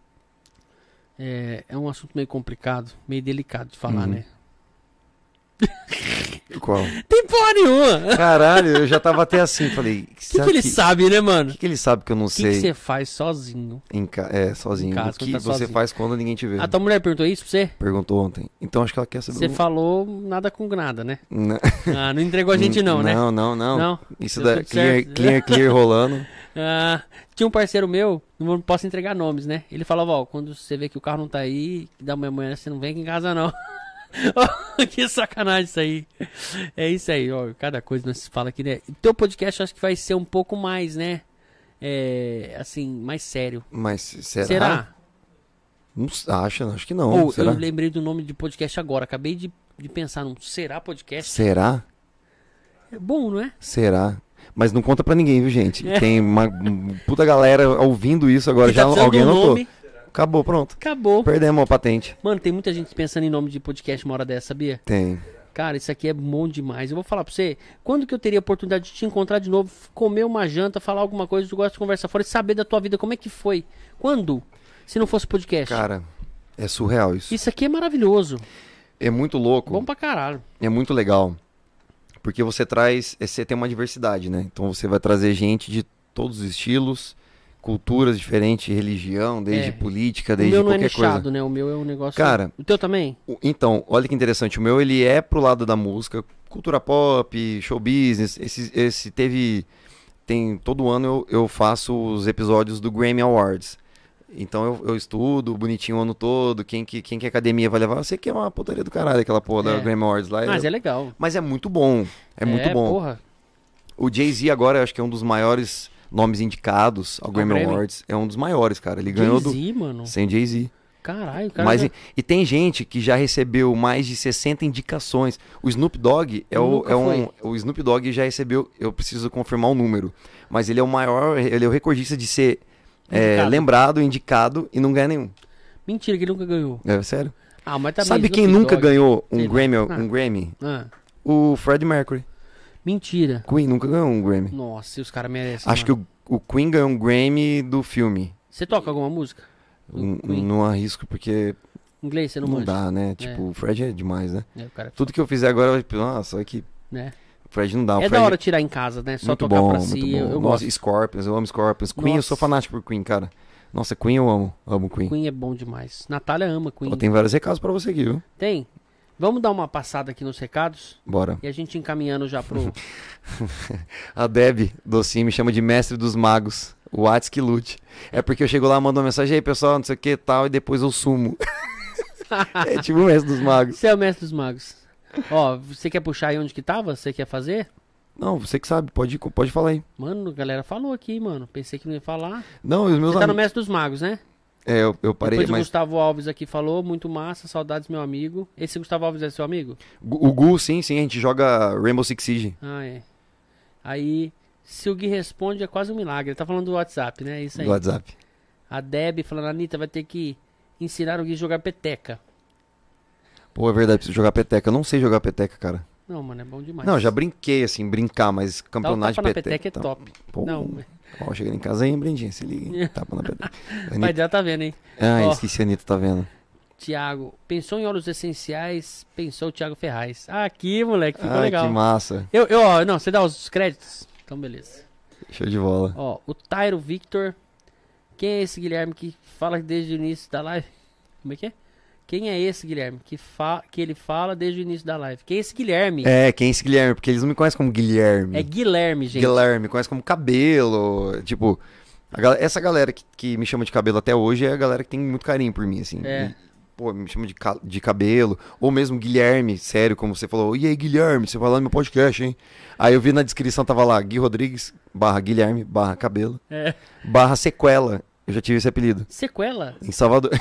É um assunto meio complicado, meio delicado de falar, né? Qual? Tem porra nenhuma! Caralho, eu já tava até assim, falei... O que ele sabe, né, mano? O que ele sabe que eu não O que sei? você faz sozinho? Sozinho. Em casa, O que quando tá você sozinho. faz quando ninguém te vê? A tua mulher perguntou isso pra você? Perguntou ontem. Então acho que ela quer saber. Você falou nada com nada, né? Não. Ah, não entregou a gente não, né? Não. Não? Isso Deu da tudo certo. clear rolando. Ah, tinha um parceiro meu, não posso entregar nomes, né? Ele falava, ó, quando você vê que o carro não tá aí, que dá uma manhã, você não vem aqui em casa não. Que sacanagem isso aí. É isso aí, ó, cada coisa nós fala aqui, né? O teu podcast eu acho que vai ser um pouco mais, né? Assim, mais sério. Mas será? Será? Não, acho que não. Ou Será? eu lembrei do nome de podcast agora, acabei de pensar num será podcast? Será? É bom, não é? Será? Mas não conta pra ninguém, viu, gente? Tem uma puta galera ouvindo isso agora. Que tá Já precisando alguém de um notou. nome. Acabou, pronto. Acabou. Perdemos a patente. Mano, tem muita gente pensando em nome de podcast uma hora dessa, sabia? Tem. Cara, isso aqui é bom demais. Eu vou falar pra você, quando que eu teria a oportunidade de te encontrar de novo, comer uma janta, falar alguma coisa, tu gosta de conversar fora e saber da tua vida, como é que foi? Quando? Se não fosse podcast. Cara, é surreal isso. Isso aqui é maravilhoso. É muito louco. Bom pra caralho. É muito legal. Porque você tem uma diversidade, né? Então você vai trazer gente de todos os estilos, culturas diferentes, religião, desde política, desde o meu não é qualquer nichado, coisa. né? O meu é um negócio... Cara... O teu também? Então, olha que interessante. O meu, ele é pro lado da música, cultura pop, show business. Todo ano eu faço os episódios do Grammy Awards. Então eu estudo bonitinho o ano todo, quem que a academia vai levar. Eu sei que é uma putaria do caralho, aquela porra da Grammy Awards lá. Mas é legal. Mas é muito bom, muito bom. Porra. O Jay-Z agora, eu acho que é um dos maiores nomes indicados ao Grammy Awards. É um dos maiores, cara. Ele ganhou do... Jay-Z, mano. Sem Jay-Z. Caralho, cara. Mas, e tem gente que já recebeu mais de 60 indicações. O Snoop Dogg o Snoop Dogg já recebeu, eu preciso confirmar o número, mas ele é o maior, ele é o recordista de ser lembrado, indicado e não ganha nenhum. Mentira, que ele nunca ganhou. É sério? Ah, mas também Sabe quem Snoop nunca Dogg, ganhou sei lá. um Grammy? Ah, O Freddie Mercury. mentira. Queen nunca ganhou um Grammy. Nossa, e os caras merecem. Acho que o Queen ganhou um Grammy do filme. Você toca alguma música? Do Queen? Não arrisco porque Inglês, você não não manja? dá, né? Tipo, o Fred é demais, né? O cara, Tudo que eu fizer agora, eu, nossa, olha que né? o Fred não dá. O É Fred da hora tirar em casa, né? Só muito tocar bom, pra muito si. bom. Eu Nossa, gosto. Scorpions, eu amo Scorpions. Queen, eu sou Nossa. fanático por Queen, cara. Nossa, Queen eu amo Queen. Queen é bom demais. Natália ama Queen. Ó, tem vários recados pra você aqui, viu? Tem? Vamos dar uma passada aqui nos recados? Bora. E a gente encaminhando já pro... A Deb Docinho me chama de mestre dos magos. O Whats que lute. É porque eu chego lá, mando uma mensagem, aí pessoal, não sei o que tal, e depois eu sumo. É tipo o mestre dos magos. Você é o mestre dos magos. Ó, você quer puxar aí onde que tava? Você quer fazer? Não, você que sabe, pode falar aí. Mano, a galera falou aqui, mano. Pensei que não ia falar. Não, e os meus Você tá no amigos... Mestre dos Magos, né? É, eu parei, Depois o mas... Gustavo Alves aqui falou, muito massa, saudades, meu amigo. Esse Gustavo Alves é seu amigo? O Gu, sim, a gente joga Rainbow Six Siege. Ah, é. Aí, se o Gui responde, é quase um milagre. Ele tá falando do WhatsApp, né? Isso aí. Do WhatsApp. A Deb falando, Anitta, vai ter que ensinar o Gui a jogar peteca. Pô, é verdade, preciso jogar peteca. Eu não sei jogar peteca, cara. Não, mano, é bom demais. Não, já brinquei, assim, brincar, mas Dá um campeonato tapa de na peteca... peteca é top. Pô, Não, ó, chegando em casa aí, Brendinha, se liga, hein? Tapa na peteca. o pai dela tá vendo, hein? Ah, Ó. esqueci, a Anitta tá vendo. Tiago, pensou em óleos essenciais, pensou o Thiago Ferraz. Ah, aqui, moleque, ficou Ah, legal. que massa. Ó, não, você dá os créditos? Então, beleza. Show de bola. Ó, o Tairo Victor. Quem é esse Guilherme que fala desde o início da live? Como é que é? Quem é esse Guilherme que ele fala desde o início da live? Quem é esse Guilherme? É, quem é esse Guilherme? Porque eles não me conhecem como Guilherme. É Guilherme, gente. Guilherme, me conhece como Cabelo. Tipo, essa galera que me chama de Cabelo até hoje é a galera que tem muito carinho por mim, assim. É. Pô, me chama de Cabelo. Ou mesmo Guilherme, sério, como você falou. E aí, Guilherme, você vai lá no meu podcast, hein? Aí eu vi na descrição, tava lá, Gui Rodrigues, /Guilherme, /Cabelo, É. /Sequela. Eu já tive esse apelido. Sequela? Em Salvador.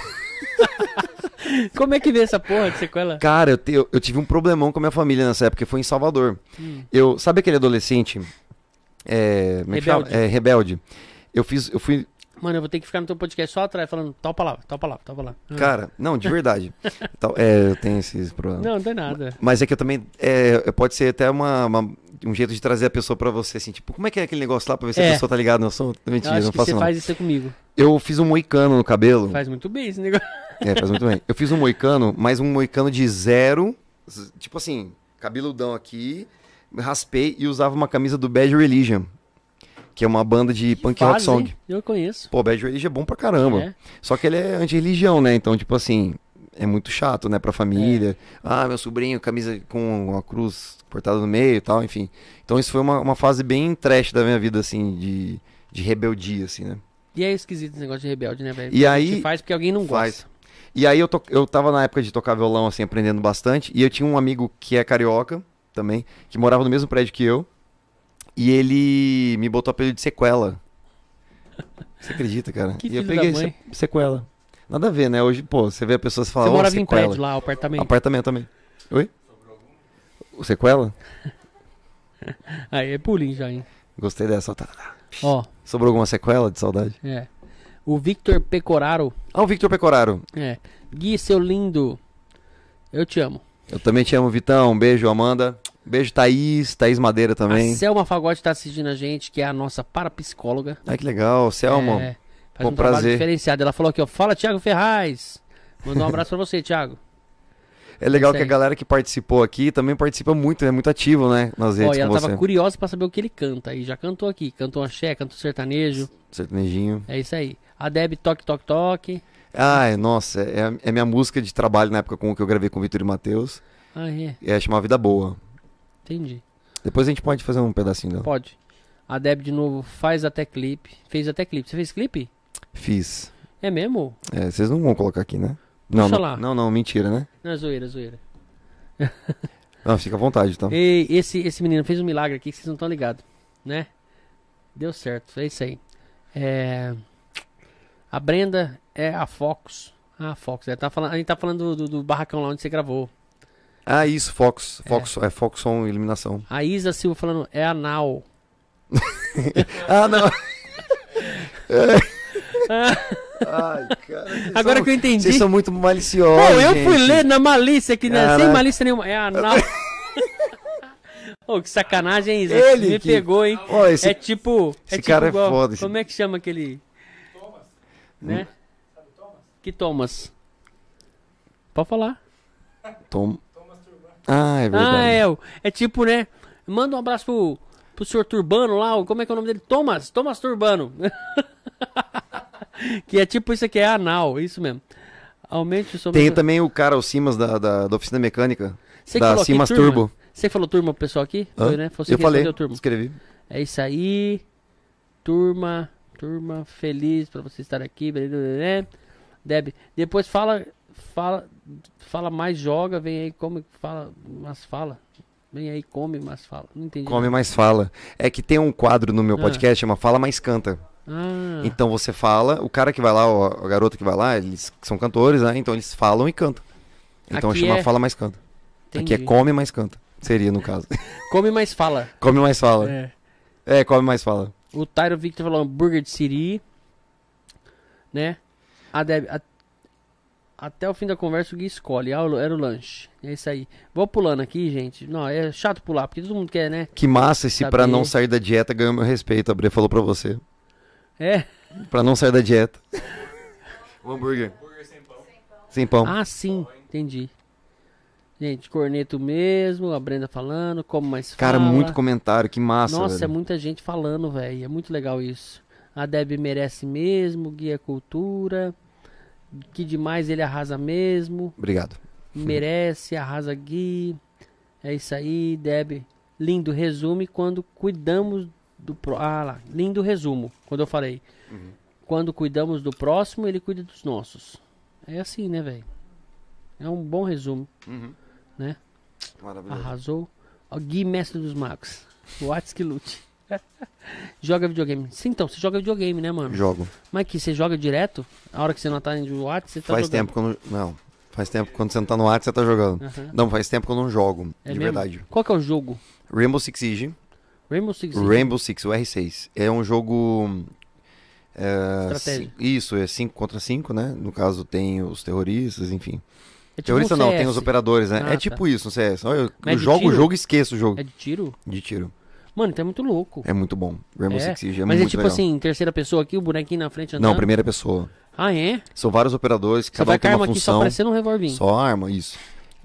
Como é que vê essa porra de sequela? Cara, eu tive um problemão com a minha família nessa época, foi em Salvador. Sabe aquele adolescente? Como é que chama? Rebelde. Rebelde. Eu fui. Mano, eu vou ter que ficar no teu podcast só atrás falando tal palavra, tal palavra, tal palavra. Cara, não, de verdade. Eu tenho esses problemas. Não tem nada. Mas é que eu também. Pode ser até um jeito de trazer a pessoa pra você, assim, tipo, como é que é aquele negócio lá pra ver se a pessoa tá ligada no assunto? Mentira, Eu acho não que faço você não. faz isso comigo. Eu fiz um moicano no cabelo. Faz muito bem esse negócio. Faz muito bem. Eu fiz um moicano, mas um moicano de zero. Tipo assim, cabeludão aqui, raspei e usava uma camisa do Bad Religion, que é uma banda de punk rock song. Eu conheço. Pô, Bad Religion é bom pra caramba. É. Só que ele é anti-religião, né? Então, tipo assim, é muito chato, né, pra família. Ah, meu sobrinho, camisa com uma cruz cortada no meio e tal, enfim. Então isso foi uma fase bem trash da minha vida, assim, de rebeldia, assim, né? E é esquisito esse negócio de rebelde, né, velho? E A aí- gente faz porque alguém não Faz. gosta. E aí eu tava na época de tocar violão, assim, aprendendo bastante. E eu tinha um amigo que é carioca também, que morava no mesmo prédio que eu. E ele me botou o apelido de Sequela. Você acredita, cara? Que e eu filho da peguei mãe. Sequela. Nada a ver, né? Hoje, pô, você vê a pessoa falar, Você "Ô, morava em Sequela." prédio lá, apartamento. Apartamento também. Oi? O Sequela? Aí é bullying já, hein? Gostei dessa. Ó, Sobrou alguma sequela de saudade? é. O Victor Pecoraro. Ah, o Victor Pecoraro. É. Gui, seu lindo. Eu te amo. Eu também te amo, Vitão. Um beijo, Amanda. Beijo, Thaís Madeira também. A Selma Fagote tá assistindo a gente, que é a nossa parapsicóloga. Ai, que legal. Selma. É, faz Pô, um trabalho prazer. diferenciado. Ela falou aqui, ó. Fala, Thiago Ferraz. Mandou um abraço pra você, Thiago. É legal Isso que a aí. galera que participou aqui também participa muito, é muito ativo, né? Nas Ó, redes e ela com tava você. curiosa pra saber o que ele canta. E já cantou aqui. Cantou axé, cantou sertanejo. Sertanejinho. É isso aí. A Deb, toque, toque, toque. Ai, nossa, é minha música de trabalho na época que eu gravei com o Vitor e Matheus. Ah, é. É chamar Vida Boa. Entendi. Depois a gente pode fazer um pedacinho dela. Pode. A Deb, de novo, faz até clipe. Fez até clipe. Você fez clipe? Fiz. É mesmo? Vocês não vão colocar aqui, né? Puxa Não, lá. não, mentira, né? Não, é zoeira, zoeira. Não, fica à vontade, então. Ei, esse menino fez um milagre aqui que vocês não estão ligados, né? Deu certo, é isso aí. A Brenda é a Fox. Ah, a Fox. A gente tá falando do barracão lá onde você gravou. Ah, isso, Fox. Foxon Iluminação. A Isa Silva falando, é a Nau. Ah, não. Ai, cara. Agora que eu entendi. Vocês são muito maliciosos. Pô, eu fui gente. ler na malícia aqui, né? Sem Caraca. malícia nenhuma. É a Nau. Ô, que sacanagem, hein, Isa? Ele Me que- pegou, hein? Ó, esse É tipo. esse cara é igual- foda, esse- Como é que chama aquele. Thomas. Né? Sabe o Thomas? Que Thomas? Pode falar. Tom... Thomas Turban. Ah, é verdade. Ah, é tipo, né? Manda um abraço pro senhor Turbano lá, como é que é o nome dele? Thomas Turbano. Que é tipo isso aqui, é anal, isso mesmo. Aumente o Tem também o cara, o Simas da oficina mecânica. Você da falou aqui, Simas turma? Turbo. Você falou turma pro pessoal aqui? Hã? Foi, né? Foi você Eu que falei, respondeu, turma. escrevi. É isso aí. Turma, feliz pra você estar aqui. Deb, depois fala fala mais joga, vem aí, come, fala, mas fala. Vem aí, come, mas fala. Não entendi. Come, mas fala. É que tem um quadro no meu podcast, chama Fala, mas canta. Então você fala, o cara que vai lá, a garota que vai lá, eles são cantores, né? Então eles falam e cantam. Então Aqui chama Fala, mais canta. Entendi. Aqui é come, mais canta. Seria, no caso. Come, mas fala. Come, mais fala. Come, mais fala. O Tyro Victor falou hambúrguer de siri, né? Até o fim da conversa o Gui escolhe. Era o lanche. É isso aí. Vou pulando aqui, gente. Não, é chato pular, porque todo mundo quer, né? Que massa esse Saber. pra não sair da dieta ganhou meu respeito. A Bre falou pra você. É. Pra não sair da dieta. O hambúrguer. Sem pão. Ah, sim. Entendi. Gente, corneto mesmo. A Brenda falando. Como mais fala. Cara, muito comentário. Que massa, Nossa, velho. é muita gente falando, velho. É muito legal isso. A Deb merece mesmo. Gui é cultura. Que demais, ele arrasa mesmo. Obrigado. Merece, arrasa Gui. É isso aí, Deb. Lindo resume quando cuidamos do lá, lindo resumo, quando eu falei. Quando cuidamos do próximo, ele cuida dos nossos. É assim, né, velho? É um bom resumo, né? Maravilhoso. Arrasou. Ó, Gui, mestre dos magos. Whats que lute. Joga videogame. Sim, então, você joga videogame, né, mano? Jogo. Mas que você joga direto? A hora que você não tá indo no Whats, você tá Faz jogando. tempo que eu não... Não. Faz tempo que quando você não tá no WhatsApp, você tá jogando. Não, faz tempo que eu não jogo. É de mesmo? verdade. Qual que é o jogo? Rainbow Six Siege. Rainbow Six Siege. Rainbow Six, o R6. É um jogo... Estratégia. Isso, é 5 contra 5, né? No caso tem os terroristas, enfim. É tipo Terrorista um não, CS. tem os operadores, né? Ah, é tipo tá. isso, no CS. Eu Mas é de jogo o tiro? jogo e esqueço o jogo. É de tiro? De tiro. Mano, então é muito louco. É muito bom. Rainbow Six Siege é Mas muito é tipo legal. assim, em terceira pessoa aqui, o bonequinho na frente andando? Não, primeira pessoa. Ah, é? São vários operadores, Você cada vai um com tem a uma arma aqui só função. parecendo um revolvinho. Só arma, isso.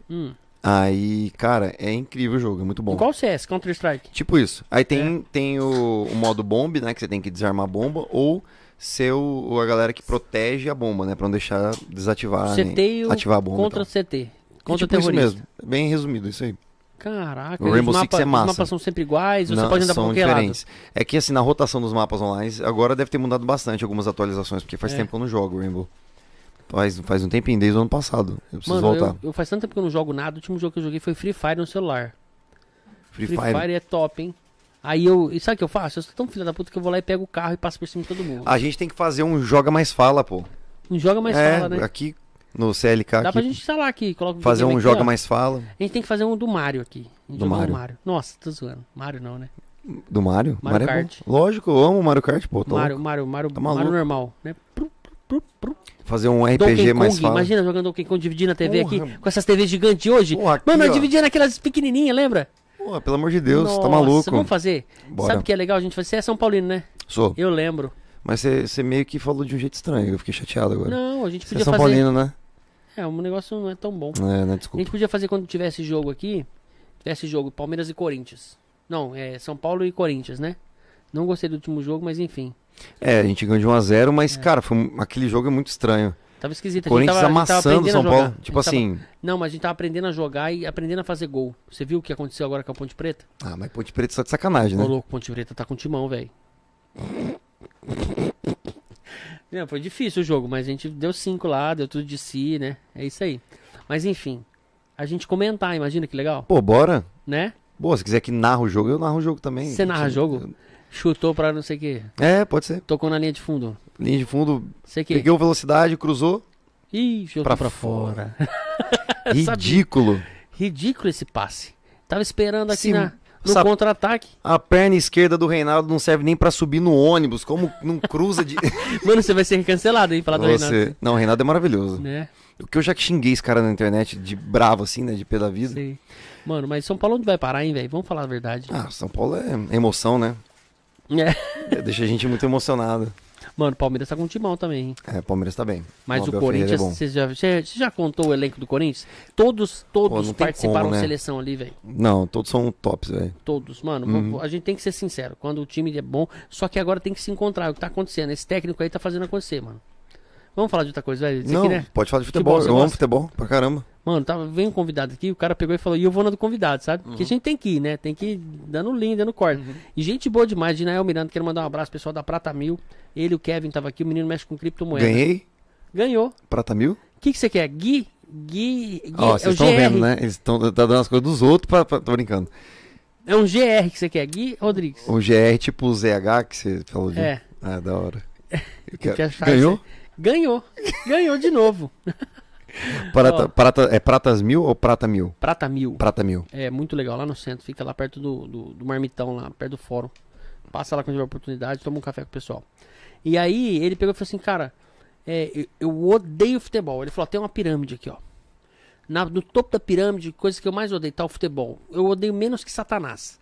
Aí, cara, é incrível o jogo, é muito bom. Igual o CS, Counter-Strike. Tipo isso. Aí tem o modo bomb, né? Que você tem que desarmar a bomba. Ou ser a galera que protege a bomba, né? Pra não deixar desativar, nem CT ativar a bomba. contra e tal. CT. E Contra tipo isso terrorista. mesmo. Bem resumido, isso aí. Caraca, O Rainbow os Six é massa. Os mapas são sempre iguais, ou Não, você pode andar pra são qualquer diferentes. É que assim, na rotação dos mapas online, agora deve ter mudado bastante algumas atualizações, porque faz tempo que eu não jogo Rainbow. Faz um tempinho, desde o ano passado. Eu preciso Mano, voltar. eu faz tanto tempo que eu não jogo nada, o último jogo que eu joguei foi Free Fire no celular. Free Free Fire. Fire é top, hein? Aí e sabe o que eu faço? Eu sou tão filho da puta que eu vou lá e pego o carro e passo por cima de todo mundo. A gente tem que fazer um Joga Mais Fala, pô. Não joga mais fala, né? Aqui no CLK, Dá pra aqui, gente instalar aqui, coloca o fazer videogame um aqui, Joga ó. Mais Fala. A gente tem que fazer um do Mario aqui. A gente Do jogou Mario? o Mario. Nossa, tô zoando. Mario não, né? Do Mario? Mario é Kart. bom. Lógico, eu amo Mario Kart, pô. Tô Mario, louco. Mario, Mario, Tá Mario maluco. normal, né? Fazer um Donkey RPG mais Kong, fala. imagina jogando Donkey Kong dividindo a TV Porra. aqui, com essas TVs gigantes hoje. Porra, aqui, Mano, ó. eu dividia naquelas pequenininhas, lembra? Pô, pelo amor de Deus, Nossa, tá maluco. vamos fazer? Bora. Sabe o que é legal a gente fazer? Você é São Paulino, né? Sou. Eu lembro. Mas você meio que falou de um jeito estranho, eu fiquei chateado agora. Não, a gente Você é podia São fazer. Paulino, né? É, o negócio não é tão bom. É, né? A Desculpa. gente podia fazer quando tivesse jogo aqui. Tivesse jogo Palmeiras e Corinthians. Não, é São Paulo e Corinthians, né? Não gostei do último jogo, mas enfim. É, a gente ganhou de 1-0, mas, cara, aquele jogo é muito estranho. Tava esquisito. Corinthians amassando aprendendo São a jogar. Paulo. Tipo A gente assim. Não, mas a gente tava aprendendo a jogar e aprendendo a fazer gol. Você viu o que aconteceu agora com a Ponte Preta? Ah, mas Ponte Preta tá de sacanagem, né? Ô louco, Ponte Preta tá com timão, velho. Não, foi difícil o jogo, mas a gente deu 5 lá, deu tudo de si, né? É isso aí. Mas enfim, a gente comentar, imagina que legal, Pô, bora. né? Boa, se quiser que narra o jogo, eu narro o jogo também. Você narra jogo? Chutou pra não sei o que, É, pode ser. tocou na linha de fundo, Linha de fundo, sei que. peguei o velocidade, cruzou. Ih, jogou pra pra fora. fora. Ridículo. Ridículo esse passe. Tava esperando aqui Sim, no sabe- contra-ataque. A perna esquerda do Reinaldo não serve nem pra subir no ônibus. Como não cruza de. Mano, você vai ser cancelado aí, falar do Renato. Não, o Reinaldo é maravilhoso. Né? O que eu já xinguei esse cara na internet de bravo, assim, né? De pé da vida. Sei. Mano, mas São Paulo onde vai parar, hein, velho? Vamos falar a verdade. Ah, São Paulo é emoção, né? É. Deixa a gente muito emocionado. Mano, o Palmeiras tá com um timão também, hein? É, Palmeiras tá bem. Mas o Abel Corinthians, Ferreira é bom. você já contou o elenco do Corinthians? Todos Pô, não tem participaram como, da né? seleção ali, velho. Não, todos são tops, velho. Todos, mano. Uhum. A gente tem que ser sincero. Quando o time é bom, só que agora tem que se encontrar. O que tá acontecendo? Esse técnico aí tá fazendo acontecer, mano. Vamos falar de outra coisa, velho? Isso Não, aqui, né? pode falar de futebol. você Eu amo gosta? futebol pra caramba. Mano, veio um convidado aqui, o cara pegou e falou, e eu vou na do convidado, sabe? Uhum. Porque a gente tem que ir, né? Tem que ir dando linha, dando corte. E gente boa demais, Dinael Miranda, quero mandar um abraço pro pessoal da Prata Mil. Ele, o Kevin, tava aqui, o menino mexe com criptomoeda. Ganhei. Ganhou. Prata Mil? O que você quer? Gui Ó, vocês estão vendo, né? Eles estão dando as coisas dos outros tô brincando. É um GR que você quer, Gui Rodrigues. O GR tipo o ZH que você falou de... É. Ah, da hora. Ganhou? Ganhou de novo. É Pratas 1000 ou Prata 1000? Prata 1000. Prata 1000. É muito legal, lá no centro. Fica lá perto do Marmitão, lá perto do fórum. Passa lá quando tiver oportunidade, toma um café com o pessoal. E aí ele pegou e falou assim, cara, eu odeio futebol. Ele falou, tem uma pirâmide aqui, ó. No topo da pirâmide, coisa que eu mais odeio, tá o futebol. Eu odeio menos que Satanás.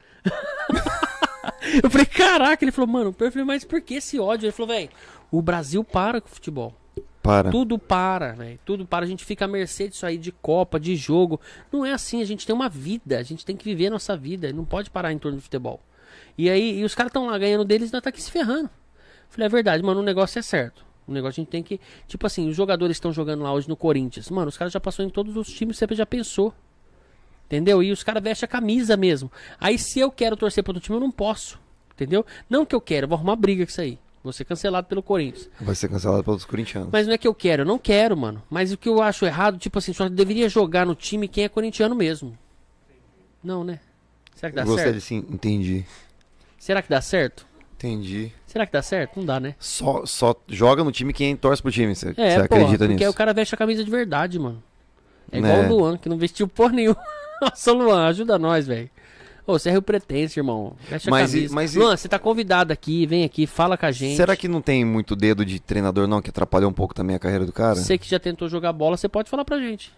Eu falei, caraca. Ele falou, mano, eu falei, mas por que esse ódio? Ele falou, velho, o Brasil para com o futebol. Tudo para, velho. Tudo para. A gente fica à mercê disso aí, de Copa, de jogo. Não é assim, a gente tem uma vida. A gente tem que viver a nossa vida. Não pode parar em torno do futebol. E os caras estão lá ganhando deles e nós tá aqui se ferrando. Eu falei, é verdade, mano, o negócio é certo. O negócio a gente tem que... Tipo assim, os jogadores estão jogando lá hoje no Corinthians. Mano, os caras já passaram em todos os times, você já pensou. Entendeu? E os caras vestem a camisa mesmo. Aí se eu quero torcer para outro time, eu não posso. Entendeu? Não que eu quero, eu vou arrumar briga com isso aí. Vou ser cancelado pelo Corinthians. Vai ser cancelado pelos corintianos. Mas não é que eu quero, eu não quero, mano. Mas o que eu acho errado, tipo assim, só deveria jogar no time quem é corintiano mesmo. Não, né? Será que dá Gostei certo? de sim, entendi. Será que dá certo? Entendi. Será que dá certo? Não dá, né? Só joga no time quem torce pro time, você Porra, acredita nisso? porque aí o cara veste a camisa de verdade, mano. É igual o Luan, que não vestiu porra nenhuma. Nossa, Luan, ajuda nós, velho. Ô, você é Rio Pretense, irmão. Veste a camisa. Luan, você tá convidado aqui, vem aqui, fala com a gente. Será que não tem muito dedo de treinador não, que atrapalhou um pouco também a carreira do cara? Você que já tentou jogar bola, você pode falar pra gente.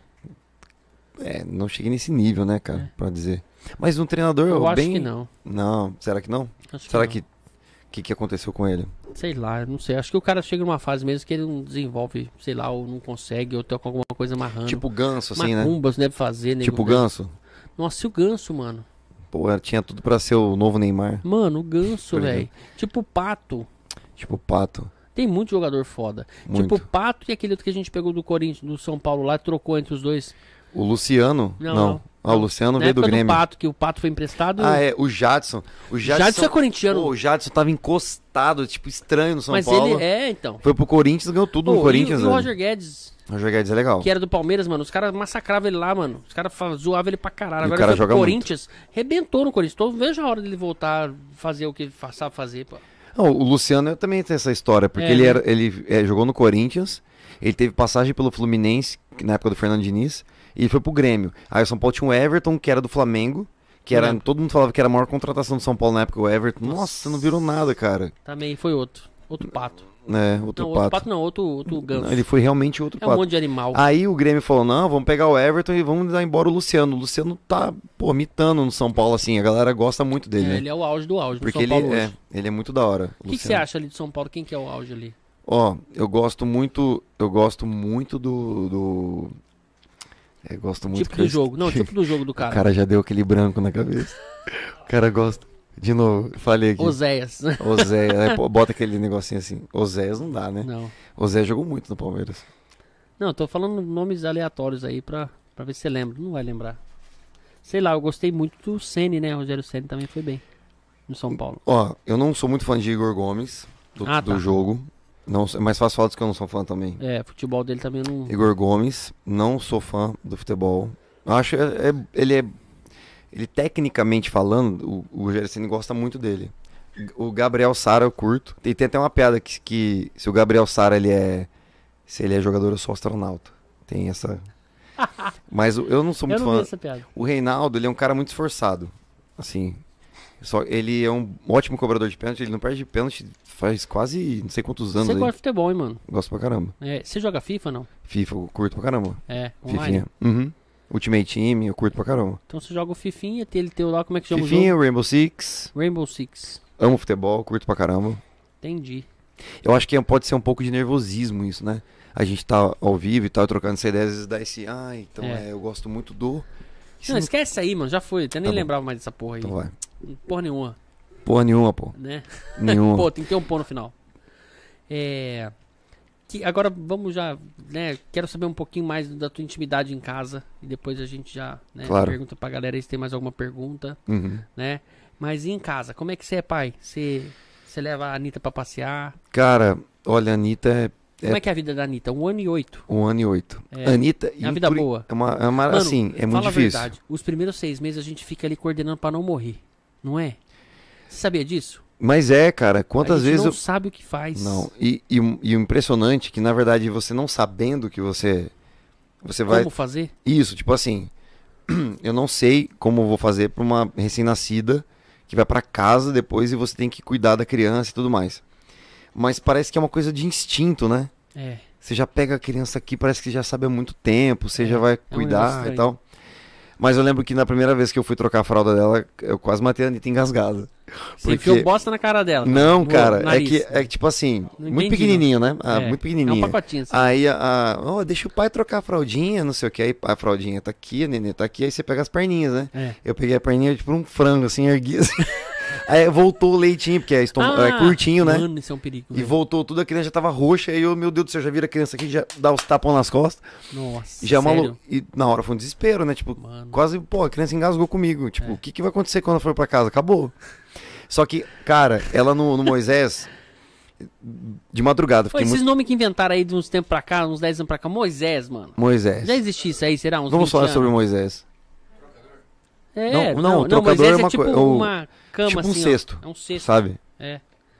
Não cheguei nesse nível, né, cara, pra dizer. Mas um treinador Eu acho bem... que não. Não, será que não? Acho será que não. que aconteceu com ele? Sei lá, não sei. Acho que o cara chega numa fase mesmo que ele não desenvolve, sei lá, ou não consegue, ou tá com alguma coisa amarrando. Tipo Ganso, assim, né? Macumbas deve fazer, nego. Tipo Ganso? Nossa, e o Ganso, mano? Pô, tinha tudo pra ser o novo Neymar. Mano, o Ganso, velho. Tipo o Pato. Tipo o Pato. Tem muito jogador foda. Muito. Tipo o Pato e aquele outro que a gente pegou do Corinthians, do São Paulo lá, trocou entre os dois. O Luciano? Não. Ah, o Luciano veio do Grêmio. Pato, que o Pato foi emprestado. Ah, o Jadson. O Jadson é corintiano. Pô, o Jadson tava encostado, tipo, estranho no São Paulo. Mas ele então. Foi pro Corinthians, ganhou tudo no Corinthians. E o Roger Guedes. Roger Guedes é legal. Que era do Palmeiras, mano. Os caras massacravam ele lá, mano. Os caras zoavam ele pra caralho. E agora o cara ele foi pro joga Corinthians. Rebentou no Corinthians. Então veja a hora dele voltar a fazer o que ele sabe fazer, pô. Não, o Luciano também tem essa história, porque ele jogou no Corinthians, ele teve passagem pelo Fluminense, na época do Fernando Diniz, e ele foi pro Grêmio. Aí o São Paulo tinha o Everton, que era do Flamengo, que era, todo mundo falava que era a maior contratação do São Paulo na época, o Everton. Nossa, não virou nada, cara. Também foi outro Pato. Outro não, Pato. Outro Pato não, outro Ganso. Não, ele foi realmente outro Pato. É um monte de animal. Aí o Grêmio falou, não, vamos pegar o Everton e vamos dar embora o Luciano. O Luciano tá, mitando no São Paulo, assim, a galera gosta muito dele, né? Ele é o auge do auge porque no São Paulo hoje. Ele é muito da hora. O que você acha ali de São Paulo? Quem que é o auge ali? Ó, eu gosto muito do... gosto muito tipo do jogo. Não, tipo do jogo do cara. O cara já deu aquele branco na cabeça. O cara gosta. De novo, falei aqui. Oséias. Bota aquele negocinho assim. Oséias não dá, né? Não. Oséias jogou muito no Palmeiras. Não, tô falando nomes aleatórios aí pra ver se você lembra. Não vai lembrar. Sei lá, eu gostei muito do Ceni, né? Rogério Ceni também foi bem no São Paulo. Ó, eu não sou muito fã de Igor Gomes, do jogo. Não, é mais fácil falar dos que eu não sou fã também. Futebol dele também não... Igor Gomes, não sou fã do futebol. Acho ele tecnicamente falando, o Rogério Ceni gosta muito dele. O Gabriel Sara eu curto. Tem até uma piada que se o Gabriel Sara se ele é jogador, eu sou astronauta. Tem essa... Mas eu não sou muito fã. Essa piada. O Reinaldo, ele é um cara muito esforçado. Assim, ele é um ótimo cobrador de pênalti, ele não perde pênalti faz quase não sei quantos anos. Você gosta de futebol, hein, mano? Gosto pra caramba. Você joga FIFA, não? FIFA, eu curto pra caramba. Online? Fifinha. Ultimate Team, eu curto pra caramba. Então você joga o Fifinha, tem ele teu lá, como é que chama Fifinha, o jogo? Rainbow Six. Amo futebol, curto pra caramba. Entendi. Eu acho que pode ser um pouco de nervosismo isso, né? A gente tá ao vivo e tal, trocando essa ideia, às vezes dá esse... eu gosto muito do... Não, esquece aí, mano, já foi. Até nem lembrava mais dessa porra aí. Então vai. Porra nenhuma. Porra nenhuma, pô. Né? Nenhuma. Pô, tem que ter um pô no final. Agora vamos já, né? Quero saber um pouquinho mais da tua intimidade em casa. E depois a gente já, né, claro, pergunta pra galera aí se tem mais alguma pergunta. Uhum. Né? Mas e em casa, como é que você é pai? Você leva a Anitta pra passear? Cara, olha, a Anitta Como é que é a vida da Anitta? 1 ano e 8. 1 ano e 8. É. Anitta... É uma vida boa. Mano, assim, é muito fala difícil. A verdade. Os primeiros 6 meses a gente fica ali coordenando pra não morrer. Não é? Você sabia disso? Mas cara, quantas a gente vezes... não sabe o que faz. Não, e o impressionante é que, na verdade, você não sabendo que você vai... Como fazer? Isso, tipo assim, eu não sei como eu vou fazer pra uma recém-nascida que vai pra casa depois e você tem que cuidar da criança e tudo mais. Mas parece que é uma coisa de instinto, né? É. Você já pega a criança aqui, parece que já sabe há muito tempo, você já vai um cuidar negócio e tal. Mas eu lembro que na primeira vez que eu fui trocar a fralda dela, eu quase matei a Anitta engasgada. Você enfiou bosta na cara dela. Não, cara, nariz. é que tipo assim, Não muito entendi, pequenininho, né? É. Muito pequenininho. É um pacotinho assim. Aí, deixa o pai trocar a fraldinha, não sei o que. Aí a fraldinha tá aqui, a nenê tá aqui, aí você pega as perninhas, né? É. Eu peguei a perninha tipo um frango, assim, ergui assim. Aí voltou o leitinho, porque é curtinho, né? Mano, isso é um perigo. E velho. voltou tudo, a criança já tava roxa, aí eu, meu Deus do céu, já vira a criança aqui, já dá os tapão nas costas. Nossa, Já sério? maluco. E na hora foi um desespero, né? Tipo, Mano. quase, pô, a criança engasgou comigo. Tipo, o que vai acontecer quando ela for pra casa? Acabou. Só que, cara, ela no Moisés, de madrugada, Pô, fiquei esses muito... nomes que inventaram aí de uns tempos pra cá, uns 10 anos pra cá, Moisés, mano. Moisés. Já existia isso aí, será? Uns Vamos 20 falar anos? sobre Moisés. É, Não, o trocador Moisés é uma tipo coisa- uma cama tipo um assim, ó. cesto, É um cesto. Sabe? É.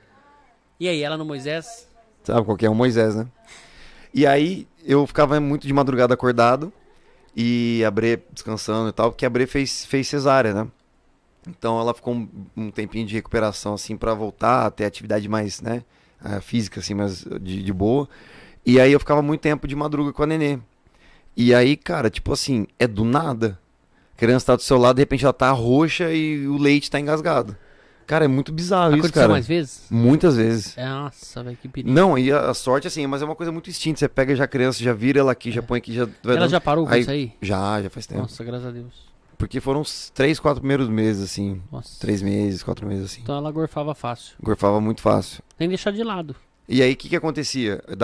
E aí, ela no Moisés? Sabe qual que é o Moisés, né? E aí, eu ficava muito de madrugada acordado e a Bre descansando e tal, porque a Bre fez cesárea, né? Então ela ficou um tempinho de recuperação, assim, pra voltar a ter atividade mais, né, física, assim, mais de boa. E aí eu ficava muito tempo de madruga com a nenê. E aí, cara, tipo assim, é do nada. A criança tá do seu lado, de repente ela tá roxa e o leite tá engasgado. Cara, é muito bizarro isso, Aconteceu cara. mais vezes? Muitas vezes. Nossa, velho, que perigo. Não, e a sorte, assim, mas é uma coisa muito instinta. Você pega já a criança, já vira ela aqui, já põe aqui, já vai Ela dando. já parou com Aí- isso aí? Já faz tempo. Nossa, graças a Deus. Porque foram os 3, 4 primeiros meses, assim. Nossa. 3 meses, 4 meses, assim. Então ela gorfava fácil. Gorfava muito fácil. Tem que deixar de lado. E aí, o que acontecia? Eu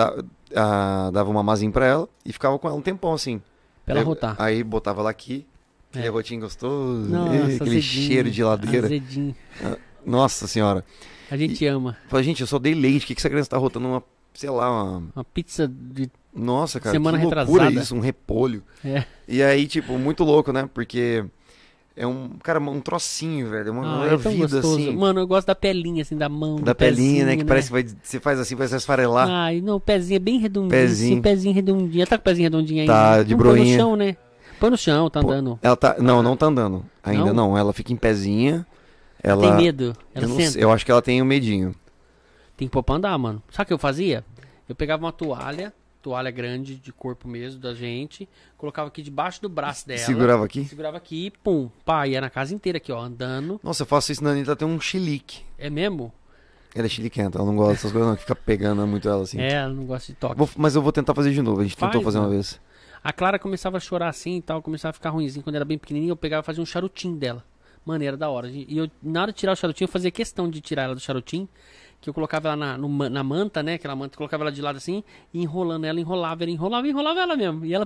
dava uma mazinha pra ela e ficava com ela um tempão, assim. Pra ela Aí- rotar. Aí botava ela aqui, aquele É. rotinho gostoso, Nossa, aquele azedinho, cheiro de ladeira. Azedinho. Nossa senhora. A gente ama. Falei, gente, eu só dei leite, o que essa criança tá rotando uma, sei lá, uma... Uma pizza de... Nossa, cara, Semana que loucura retrasada. isso, um repolho. É. E aí, tipo, muito louco, né? Porque é um trocinho, velho. É uma é tão vida, gostoso. assim. Mano, eu gosto da pelinha, assim, da mão. Da do pelinha, né? pezinho, Que parece que você faz assim, vai se esfarelar. Ai, não, o pezinho é bem redondinho. Pezinho. Sim, pezinho redondinho. Tá com o pezinho redondinho ainda? Tá, né? de Não põe broinha. no chão, né? Põe no chão, tá Pô, andando. Ela tá. Não tá andando. Ainda Não? não. Ela fica em pezinha. Ela. Tem medo? Ela Eu, não senta? sei, eu acho que ela tem um medinho. Tem que pôr pra andar, mano. Sabe o que eu fazia? Eu pegava uma toalha grande de corpo mesmo da gente, colocava aqui debaixo do braço dela. Segurava aqui? Segurava aqui e pum. Pá, ia na casa inteira aqui, ó, andando. Nossa, eu faço isso na Anitta, tem um chilique. É mesmo? Ela é chiliquenta, ela não gosta dessas coisas, não. Que fica pegando muito ela assim. É, ela não gosta de toque. Mas eu vou tentar fazer de novo. A gente Faz, tentou fazer uma mano. vez. A Clara começava a chorar assim e tal, começava a ficar ruimzinho. Quando era bem pequenininha, eu pegava e fazia um charutinho dela. Mano, era da hora. E eu, na hora de tirar o charutinho, eu fazia questão de tirar ela do charutinho. Que eu colocava ela na manta, né? Aquela manta, colocava ela de lado assim, e enrolando ela, enrolava ela mesmo. E ela...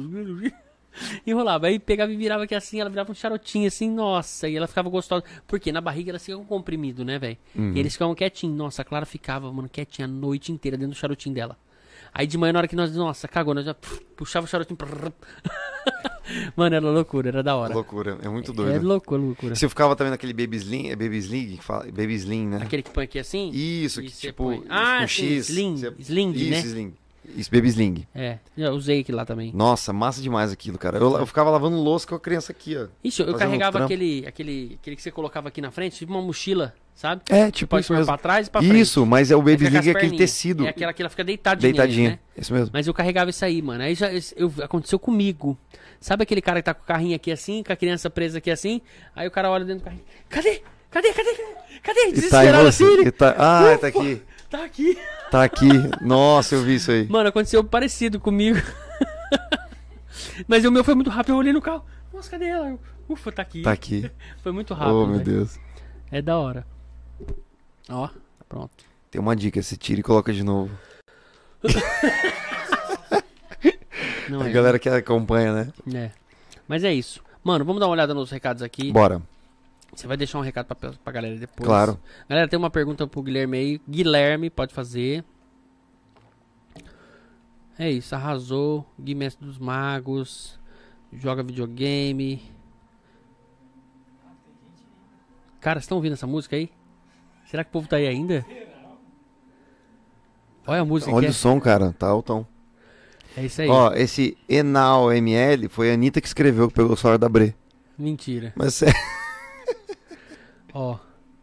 enrolava. Aí pegava e virava aqui assim, ela virava um charutinho assim, nossa. E ela ficava gostosa. Porque na barriga ela fica com comprimido, né, velho? E eles ficavam quietinhos. Nossa, a Clara ficava, mano, quietinha a noite inteira dentro do charutinho dela. Aí de manhã, na hora que nós... Nossa, cagou, nós já puxava o charutinho. Mano, era loucura, era da hora. Loucura, é muito É doido. loucura. Você ficava também naquele Baby Sling, que fala, Baby Sling, né? Aquele que põe aqui assim? Isso, que você tipo, põe. Ah, com sim, X. sling, você- sling, Isso, né? Sling. Isso, Baby Sling. É, já usei aqui lá também. Nossa, massa demais aquilo, cara. Eu ficava lavando louça com a criança aqui, ó. Ixi, eu fazendo carregava trampo. aquele que você colocava aqui na frente, tipo uma mochila, sabe? É, Você tipo pode isso pôr mesmo. pra trás e pra frente. Isso, mas é o Aí Baby fica com as Sling, é aquele perninhas. tecido. É aquela que ela fica deitadinha, Deitadinha. né? Isso mesmo. Mas eu carregava isso aí, mano. Aí já aconteceu comigo. Sabe aquele cara que tá com o carrinho aqui assim, com a criança presa aqui assim? Aí o cara olha dentro do carrinho. Cadê? Desesperado assim. ele, Ah, tá aqui. Tá aqui. Tá aqui. Nossa, eu vi isso aí. Mano, aconteceu parecido comigo. Mas o meu foi muito rápido. Eu olhei no carro. Nossa, cadê ela? Eu, ufa, tá aqui. Tá aqui. Foi muito rápido. Oh, meu velho. Deus. É da hora. Ó, pronto. Tem uma dica, você tira e coloca de novo. Não A é. galera que acompanha, né? É. Mas é isso. Mano, vamos dar uma olhada nos recados aqui. Bora. Você vai deixar um recado pra galera depois. Claro. Galera, tem uma pergunta pro Guilherme aí. Guilherme, pode fazer. É isso, arrasou. Gui Mestre dos Magos. Joga videogame. Cara, vocês estão ouvindo essa música aí? Será que o povo tá aí ainda? Olha a música Olha que o som, cara. Tá altão. é isso aí. Ó, esse Enal ML foi a Anitta que escreveu, que pegou o celular da Bre. Mentira. Mas é... Ó.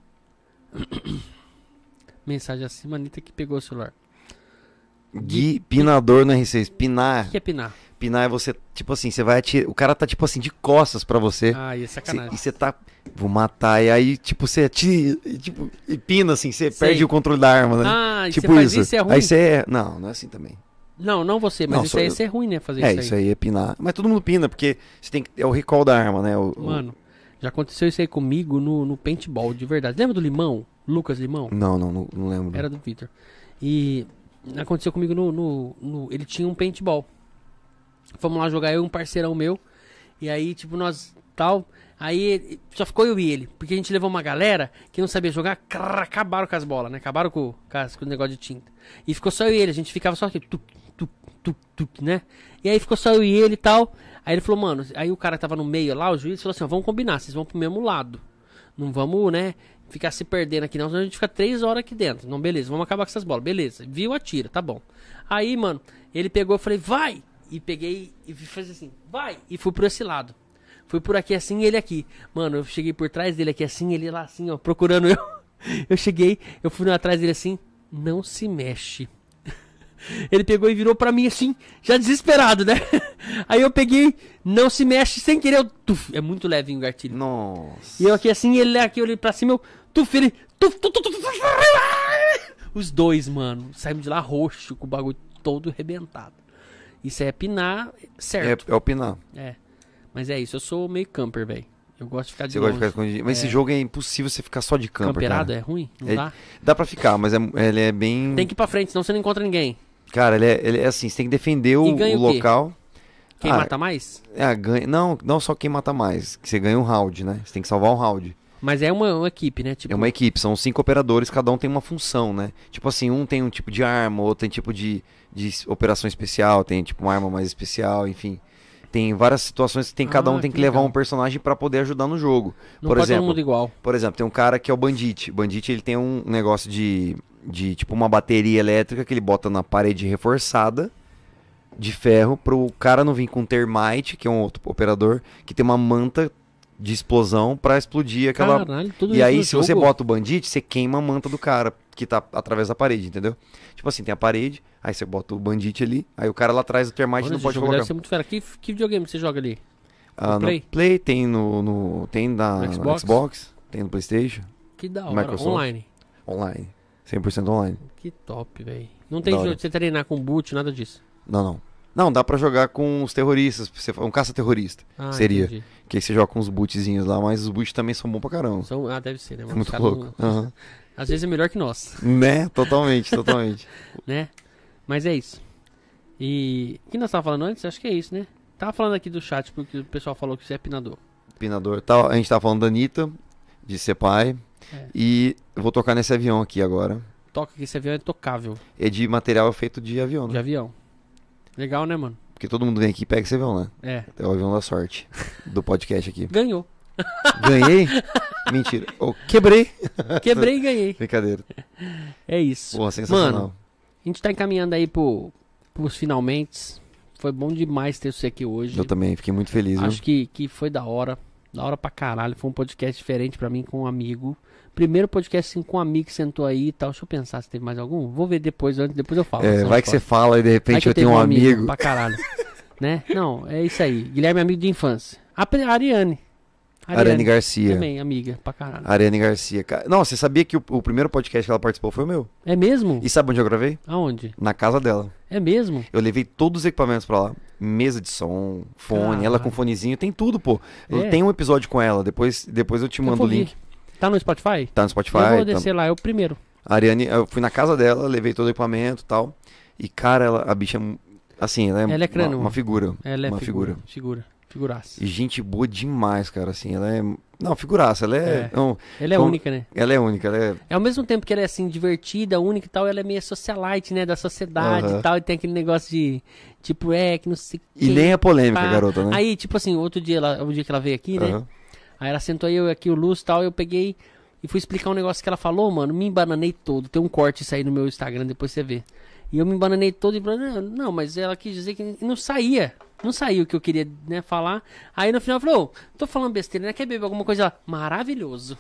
Mensagem acima, Anitta que pegou o celular. Gui Pinador no R6. Pinar. O que é pinar? Pinar é você, tipo assim, você vai atirar. O cara tá, tipo assim, de costas pra você. Ah, e é sacanagem. E você tá. Vou matar. E aí, tipo, você atira. E, tipo, e pina assim, você Sei. perde o controle da arma, né? Ah, e tipo você faz isso e é ruim? Aí você é. Não, não é assim também. Não você, mas Não, isso sou aí eu. é ser ruim, né? Fazer É, isso aí. isso aí é pinar. Mas todo mundo pina, porque você tem que. É o recall da arma, né? Mano, já aconteceu isso aí comigo no paintball, de verdade. Lembra do Limão? Lucas Limão? Não lembro. Era do Victor. E aconteceu comigo ele tinha um paintball. Fomos lá jogar, eu e um parceirão meu. E aí, tipo, nós tal. Aí só ficou eu e ele. Porque a gente levou uma galera que não sabia jogar. Acabaram com as bolas, né? Acabaram com o negócio de tinta. E ficou só eu e ele. A gente ficava só aqui, né? E aí ficou só eu e ele e tal. Aí ele falou, mano. Aí o cara que tava no meio lá, o juiz, falou assim: ó, vamos combinar, vocês vão pro mesmo lado. Não vamos, né? Ficar se perdendo aqui não, senão a gente fica 3 horas aqui dentro. Não, beleza, vamos acabar com essas bolas. Beleza, viu, atira, tá bom. Aí, mano, ele pegou, eu falei, vai! E peguei e fiz assim, vai! E fui por esse lado. Fui por aqui assim e ele aqui. Mano, eu cheguei por trás dele aqui assim, ele lá assim, ó, procurando eu. Eu cheguei, eu fui atrás dele assim, não se mexe. Ele pegou e virou pra mim assim, já desesperado, né? Aí eu peguei, não se mexe, sem querer, é muito leve o gatilho. Nossa. E eu aqui assim, ele aqui, eu olhei pra cima, eu, ele, os dois, mano, saímos de lá roxo, com o bagulho todo arrebentado. Isso é pinar certo. É o pinar. É. Mas é isso, eu sou meio camper, velho. Eu gosto de ficar de Você longe. gosta de ficar escondido. Mas esse jogo é impossível você ficar só de camper, Camperado cara. é ruim? Não É- dá? Dá pra ficar, mas ele é bem... Tem que ir pra frente, senão você não encontra ninguém. Cara, ele é assim, você tem que defender o ganha o quê? local. Quem mata mais? Ganha... Não só quem mata mais, que você ganha um round, né? Você tem que salvar um round. Mas é uma equipe, né? Tipo, É uma equipe, são 5 operadores, cada um tem uma função, né? Tipo assim, um tem um tipo de arma, outro tem tipo de operação especial, tem tipo uma arma mais especial, enfim. Tem várias situações que cada um tem que que levar legal. um personagem pra poder ajudar no jogo. não Por pode exemplo, todo mundo igual. Por exemplo, tem um cara que é o Bandit. O Bandit, ele tem um negócio de tipo uma bateria elétrica que ele bota na parede reforçada de ferro pro cara não vir com termite, que é um outro operador, que tem uma manta de explosão pra explodir aquela... Caralho, tudo E isso aí, no se você jogo? bota o Bandit, você queima a manta do cara que tá através da parede, entendeu? Tipo assim, tem a parede, aí você bota o Bandit ali, aí o cara lá atrás do termite Olha, não esse pode jogo colocar. deve ser muito fera. Que videogame você joga ali? Ah, no Play? no Play tem tem No no Xbox? Xbox, tem no PlayStation, Que da hora. Microsoft. Online. online, 100% online. Que top, velho. Não tem Da hora. jogo de você treinar com boot, nada disso. Não, dá pra jogar com os terroristas, um caça-terrorista, Ah, seria. entendi. Que aí você joga com os bootzinhos lá, mas os boots também são bons pra caramba. Deve ser, né? É mano? muito Os caras louco. não- Aham. Às vezes é melhor que nós, Né? Totalmente. né? Mas é isso. E o que nós tava falando antes? Acho que é isso, né? Tava falando aqui do chat, porque o pessoal falou que você é pinador. Pinador. Tal. A gente tava falando da Anitta, de ser pai. É. E eu vou tocar nesse avião aqui agora. Toca que esse avião é tocável, É de material feito de avião, de né? avião. Legal, né, mano? Porque todo mundo vem aqui e pega esse avião, né? É. É o avião da sorte do podcast aqui. Ganhou. Ganhei? Mentira. Oh, quebrei. Quebrei e ganhei. Brincadeira. É isso. Porra, sensacional. Mano, a gente tá encaminhando aí pros finalmente. Foi bom demais ter você aqui hoje. Eu também fiquei muito feliz, viu? Acho que foi da hora. Da hora pra caralho. Foi um podcast diferente pra mim com um amigo. Primeiro podcast assim, com um amigo que sentou aí e tal. Deixa eu pensar se teve mais algum. Vou ver depois eu falo. É, Senão vai que fala. você fala e de Vai repente que eu tenho teve um amigo. pra caralho. Né? Não, é isso aí. Guilherme é amigo de infância. A Ariane. Ariane Garcia. Também, amiga, pra caralho. Ariane Garcia. Não, você sabia que o primeiro podcast que ela participou foi o meu? É mesmo? E sabe onde eu gravei? Aonde? Na casa dela. É mesmo? Eu levei todos os equipamentos pra lá. Mesa de som, fone, Caralho. ela com fonezinho, tem tudo, pô. Eu É. tenho um episódio com ela, depois eu te mando o vou ver. link. Tá no Spotify? Tá no Spotify. Eu vou tá- descer lá, é o primeiro. A Ariane, eu fui na casa dela, levei todo o equipamento e tal. E, cara, a bicha, assim, ela Ela é é crânio. uma figura. Ela é uma figura. Figuraça. E gente boa demais, cara, assim, ela é Não, figuraça, ela Ela é única, né? Ela é única, ao mesmo tempo que ela é assim, divertida, única e tal, ela é meio socialite, né? Da sociedade e tal, e tem aquele negócio de, tipo, que não sei E nem é polêmica, garota, né? Aí, tipo assim, outro dia, o dia que ela veio aqui, né? Aí ela sentou eu aqui, o Lúcio e tal, eu peguei e fui explicar um negócio que ela falou, mano, me embananei todo. Tem um corte isso aí no meu Instagram, depois você vê. E eu me embananei todo e falei, não, mas ela quis dizer que não saía. Não saiu o que eu queria, né, falar. Aí no final ela falou, tô falando besteira, né? Quer beber alguma coisa? Ela, maravilhoso.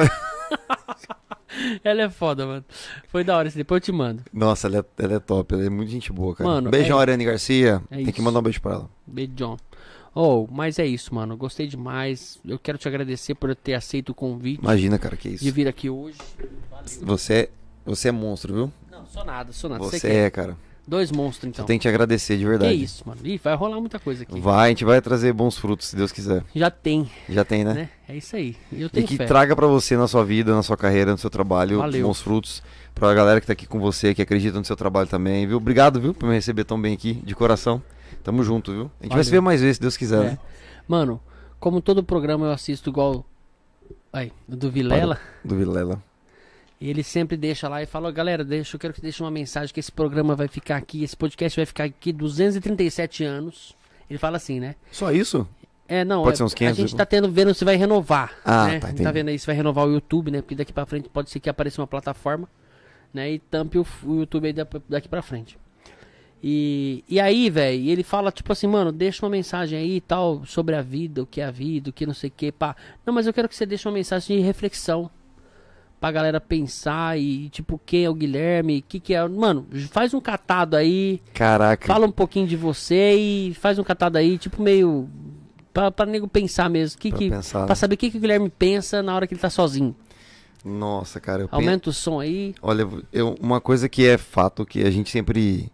Ela é foda, mano. Foi da hora, depois eu te mando. Nossa, ela é top, ela é muito gente boa, cara. Mano, beijão, Ariane Garcia. Tem que mandar um beijo pra ela. Beijão. Mas é isso, mano. Gostei demais. Eu quero te agradecer por ter aceito o convite. Imagina, cara, que isso. De vir aqui hoje. Valeu. Você é monstro, viu? Não, sou nada. Você é, cara. 2 monstros, então. Eu tenho que te agradecer, de verdade. Que isso, mano. Ih, vai rolar muita coisa aqui. A gente vai trazer bons frutos, se Deus quiser. Já tem. Já tem, né? É isso aí. Eu tenho e que fé. traga pra você na sua vida, na sua carreira, no seu trabalho, Valeu. bons frutos. Pra galera que tá aqui com você, que acredita no seu trabalho também, viu? Obrigado, viu, por me receber tão bem aqui, de coração. Tamo junto, viu? A gente vai se ver mais vezes, se Deus quiser, né? Mano, como todo programa eu assisto igual do Vilela. Do Vilela. E ele sempre deixa lá e fala, galera, eu quero que você deixe uma mensagem que esse programa vai ficar aqui, esse podcast vai ficar aqui 237 anos. Ele fala assim, né? Só isso? Não, pode ser uns 500, a gente tá vendo se vai renovar, né? Tá, tá vendo aí se vai renovar o YouTube, né? Porque daqui pra frente pode ser que apareça uma plataforma, né? E tampe o YouTube aí daqui pra frente. E aí, velho, ele fala tipo assim, mano, deixa uma mensagem aí e tal, sobre a vida, o que é a vida, o que não sei o que, pá. Não, mas eu quero que você deixe uma mensagem de reflexão. Pra galera pensar e, tipo, quem é o Guilherme, o que é... Mano, faz um catado aí. Caraca. Fala um pouquinho de você e faz um catado aí, tipo, meio... Pra nego pensar mesmo. Pensar, pra saber o que o Guilherme pensa na hora que ele tá sozinho. Nossa, cara. Aumenta o som aí. Olha, uma coisa que é fato, que a gente sempre...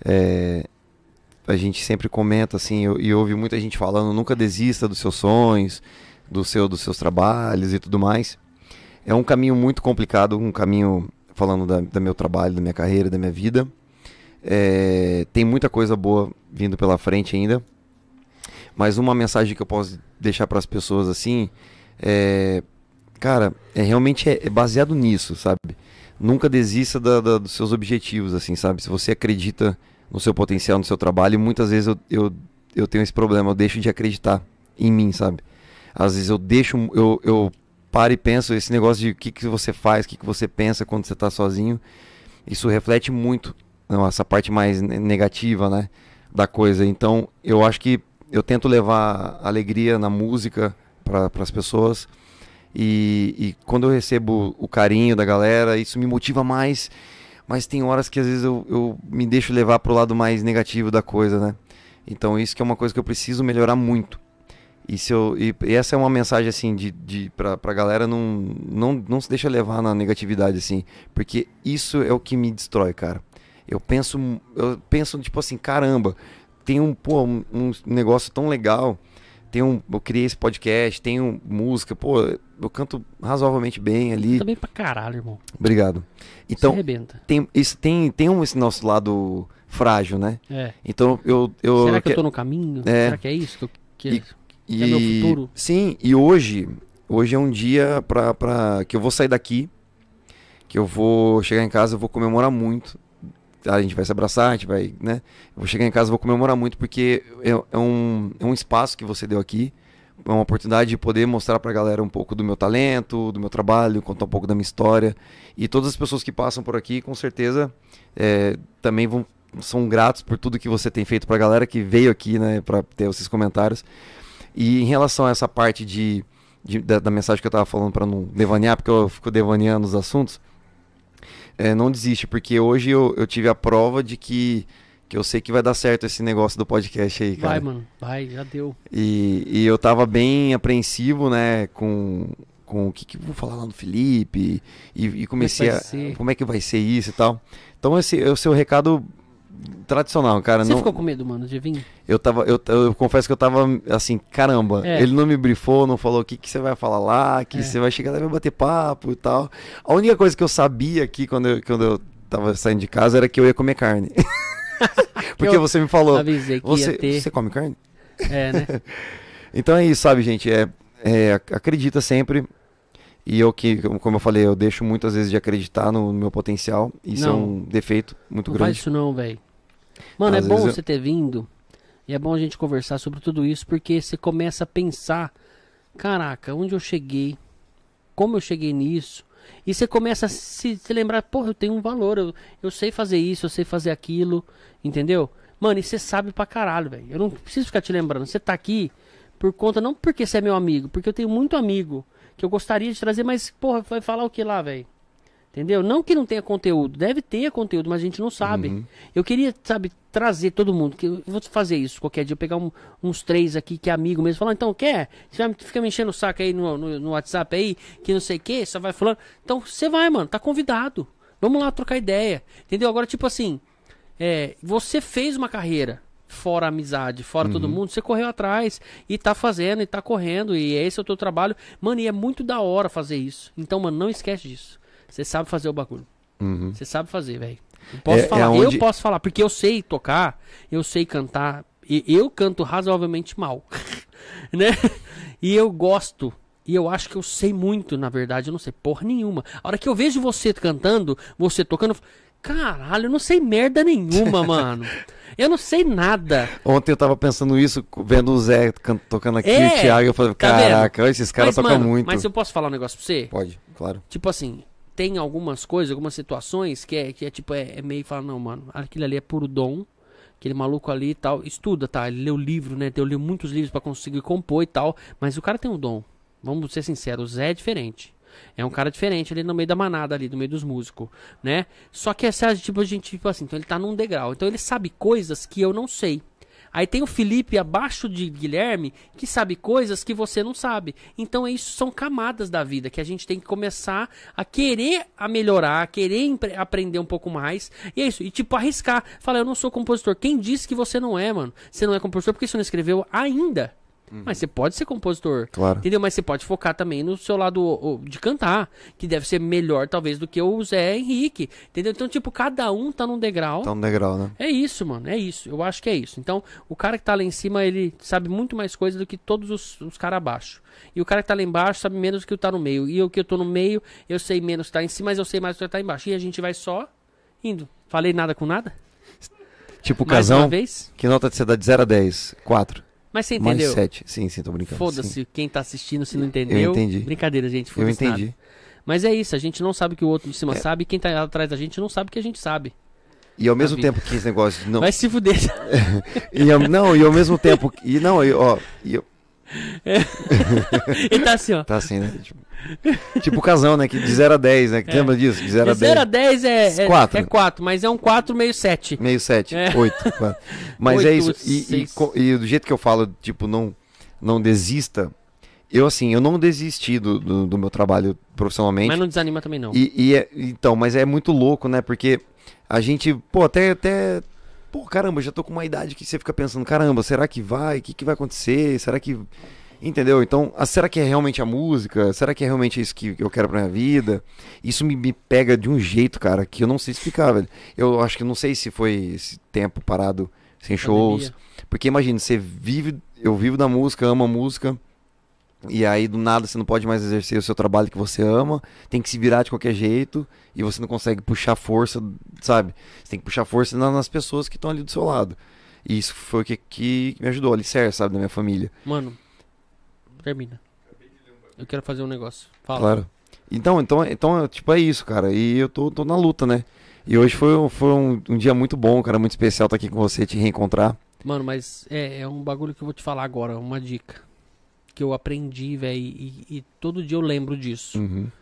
a gente sempre comenta, assim, e ouve muita gente falando, nunca desista dos seus sonhos, dos seus trabalhos e tudo mais. É um caminho muito complicado, um caminho, falando do meu trabalho, da minha carreira, da minha vida. Tem muita coisa boa vindo pela frente ainda. Mas uma mensagem que eu posso deixar para as pessoas assim, cara, realmente é baseado nisso, sabe? Nunca desista dos seus objetivos, assim, sabe? Se você acredita no seu potencial, no seu trabalho, muitas vezes eu tenho esse problema, eu deixo de acreditar em mim, sabe? Às vezes eu paro e penso, esse negócio de o que você faz, o que você pensa quando você está sozinho, isso reflete muito, não, essa parte mais negativa, né, da coisa. Então, eu acho que eu tento levar alegria na música para as pessoas, e quando eu recebo o carinho da galera, isso me motiva mais, mas tem horas que às vezes eu me deixo levar pro lado mais negativo da coisa, né? Então isso que é uma coisa que eu preciso melhorar muito. E essa é uma mensagem assim pra galera não se deixa levar na negatividade, assim, porque isso é o que me destrói, cara. Eu penso tipo assim, caramba, tem um negócio tão legal, eu criei esse podcast, tenho música, eu canto razoavelmente bem ali. Também pra caralho, irmão. Obrigado. Então, tem esse nosso lado frágil, né? Então, será que eu tô no caminho? Será que é isso que é meu futuro? Sim, e hoje é um dia que eu vou sair daqui, que eu vou chegar em casa, eu vou comemorar muito. A gente vai se abraçar, a gente vai, né? Eu vou chegar em casa, vou comemorar muito, porque é um espaço que você deu aqui, é uma oportunidade de poder mostrar pra galera um pouco do meu talento, do meu trabalho, contar um pouco da minha história. E todas as pessoas que passam por aqui, com certeza, também são gratos por tudo que você tem feito pra galera que veio aqui, né, pra ter esses comentários. E em relação a essa parte da mensagem que eu tava falando, pra não devanear, porque eu fico devaneando os assuntos, não desiste, porque hoje eu tive a prova de que eu sei que vai dar certo esse negócio do podcast aí, cara. Vai, mano, já deu. E eu tava bem apreensivo, né, com o que eu vou falar lá no Felipe, e comecei como é que vai ser isso e tal. Então esse é o seu recado tradicional, cara. Você ficou com medo, mano, de vir? Eu confesso que eu tava assim, caramba, ele não me brifou, não falou o que você vai falar lá, que você vai chegar lá e vai bater papo e tal. A única coisa que eu sabia aqui quando eu tava saindo de casa era que eu ia comer carne. Porque você me falou, avisei que ia ter. Você come carne? Né? Então é isso, sabe, gente, acredita sempre. E eu como eu falei, eu deixo muitas vezes de acreditar no meu potencial. Isso é um defeito muito grande. Não faz isso não, velho. Mano, é bom você ter vindo. E é bom a gente conversar sobre tudo isso, porque você começa a pensar, caraca, onde eu cheguei? Como eu cheguei nisso? E você começa a se lembrar, porra, eu tenho um valor, eu sei fazer isso, eu sei fazer aquilo, entendeu? Mano, e você sabe pra caralho, velho. Eu não preciso ficar te lembrando. Você tá aqui por conta, não porque você é meu amigo, porque eu tenho muito amigo que eu gostaria de trazer, mas, porra, vai falar o que lá, velho? Entendeu? Não que não tenha conteúdo, deve ter conteúdo, mas a gente não sabe. Uhum. Eu queria, sabe, trazer todo mundo, que eu vou fazer isso qualquer dia, eu pegar uns 3 aqui que é amigo mesmo, falar, então, quer? Você vai ficar me enchendo o saco aí no WhatsApp aí, que não sei o que, só vai falando. Então, você vai, mano, tá convidado. Vamos lá trocar ideia, entendeu? Agora, tipo assim, você fez uma carreira, fora a amizade, fora todo mundo, você correu atrás e tá fazendo, e tá correndo, e esse é o teu trabalho. Mano, e é muito da hora fazer isso. Então, mano, não esquece disso. Você sabe fazer o bagulho. Você sabe fazer, velho. Eu posso falar, porque eu sei tocar, eu sei cantar, e eu canto razoavelmente mal, né? E eu gosto, e eu acho que eu sei muito, na verdade, eu não sei porra nenhuma. A hora que eu vejo você cantando, você tocando, caralho, eu não sei merda nenhuma, mano. Eu não sei nada. Ontem eu tava pensando isso, vendo o Zé tocando aqui, o Thiago, eu falei, caraca, esses caras tocam muito. Mas eu posso falar um negócio pra você? Pode, claro. Tipo assim, tem algumas coisas, algumas situações que é meio falar, não, mano, aquilo ali é puro dom, aquele maluco ali e tal, estuda, tá, ele leu livro, né, eu li muitos livros pra conseguir compor e tal, mas o cara tem um dom, vamos ser sinceros, o Zé é diferente, é um cara diferente ali no meio da manada ali, no meio dos músicos, né, só que essa, tipo, a gente, tipo assim, então ele tá num degrau, então ele sabe coisas que eu não sei. Aí tem o Felipe abaixo de Guilherme que sabe coisas que você não sabe. Então isso são camadas da vida que a gente tem que começar a querer a melhorar, a querer aprender um pouco mais. E é isso. E tipo, arriscar. Falar, eu não sou compositor. Quem disse que você não é, mano? Você não é compositor porque você não escreveu ainda. Mas você pode ser compositor, claro. Entendeu? Mas você pode focar também no seu lado de cantar, que deve ser melhor talvez do que o Zé Henrique, entendeu? Então, tipo, cada um tá num degrau. Tá num degrau, né? É isso, mano, é isso. Eu acho que é isso. Então, o cara que tá lá em cima, ele sabe muito mais coisa do que todos os caras abaixo. E o cara que tá lá embaixo sabe menos do que o tá no meio. E eu que eu tô no meio, eu sei menos que tá em cima, mas eu sei mais do que tá embaixo. E a gente vai só indo. Falei nada com nada? Tipo, mais Casão, uma vez? que nota você dá de 0 a 10? 4. Mas você entendeu? Mais 7. Sim, tô brincando. Foda-se quem tá assistindo se não entendeu. Eu entendi. Brincadeira, gente. Eu entendi. Nada. Mas é isso, a gente não sabe o que o outro de cima sabe, e quem tá atrás da gente não sabe o que a gente sabe. E ao mesmo tempo que esse negócio... Não... Vai se fuder. e ao mesmo tempo... Ele tá assim, ó. Tá assim, né? Tipo o Casão, né? Que de 0 a 10, né? Que lembra disso? De 0 a 10. 0 a 10 é 4. É 4, mas é um 4 meio 7. Meio 7. 8. 4. Mas 8, é isso. 6. E do jeito que eu falo, tipo, não desista. Eu, assim, eu não desisti do meu trabalho profissionalmente. Mas não desanima também, não. Então, mas é muito louco, né? Porque a gente, pô, até... Pô, caramba, já tô com uma idade que você fica pensando, caramba, será que vai? O que vai acontecer? Será que... Entendeu? Então, será que é realmente a música? Será que é realmente isso que eu quero pra minha vida? Isso me pega de um jeito, cara, que eu não sei explicar, velho. Eu acho que não sei se foi esse tempo parado sem shows. Porque imagina, eu vivo da música, amo a música, e aí do nada você não pode mais exercer o seu trabalho que você ama, tem que se virar de qualquer jeito, e você não consegue puxar força, sabe? Você tem que puxar força nas pessoas que estão ali do seu lado. E isso foi o que me ajudou, alicerce, sabe, da minha família. Mano, termina. Eu quero fazer um negócio. Fala. Claro. Então, tipo, é isso, cara. E eu tô na luta, né? E hoje foi um dia muito bom, cara, muito especial estar aqui com você, te reencontrar. Mano, mas é um bagulho que eu vou te falar agora, uma dica. Que eu aprendi, velho, e todo dia eu lembro disso.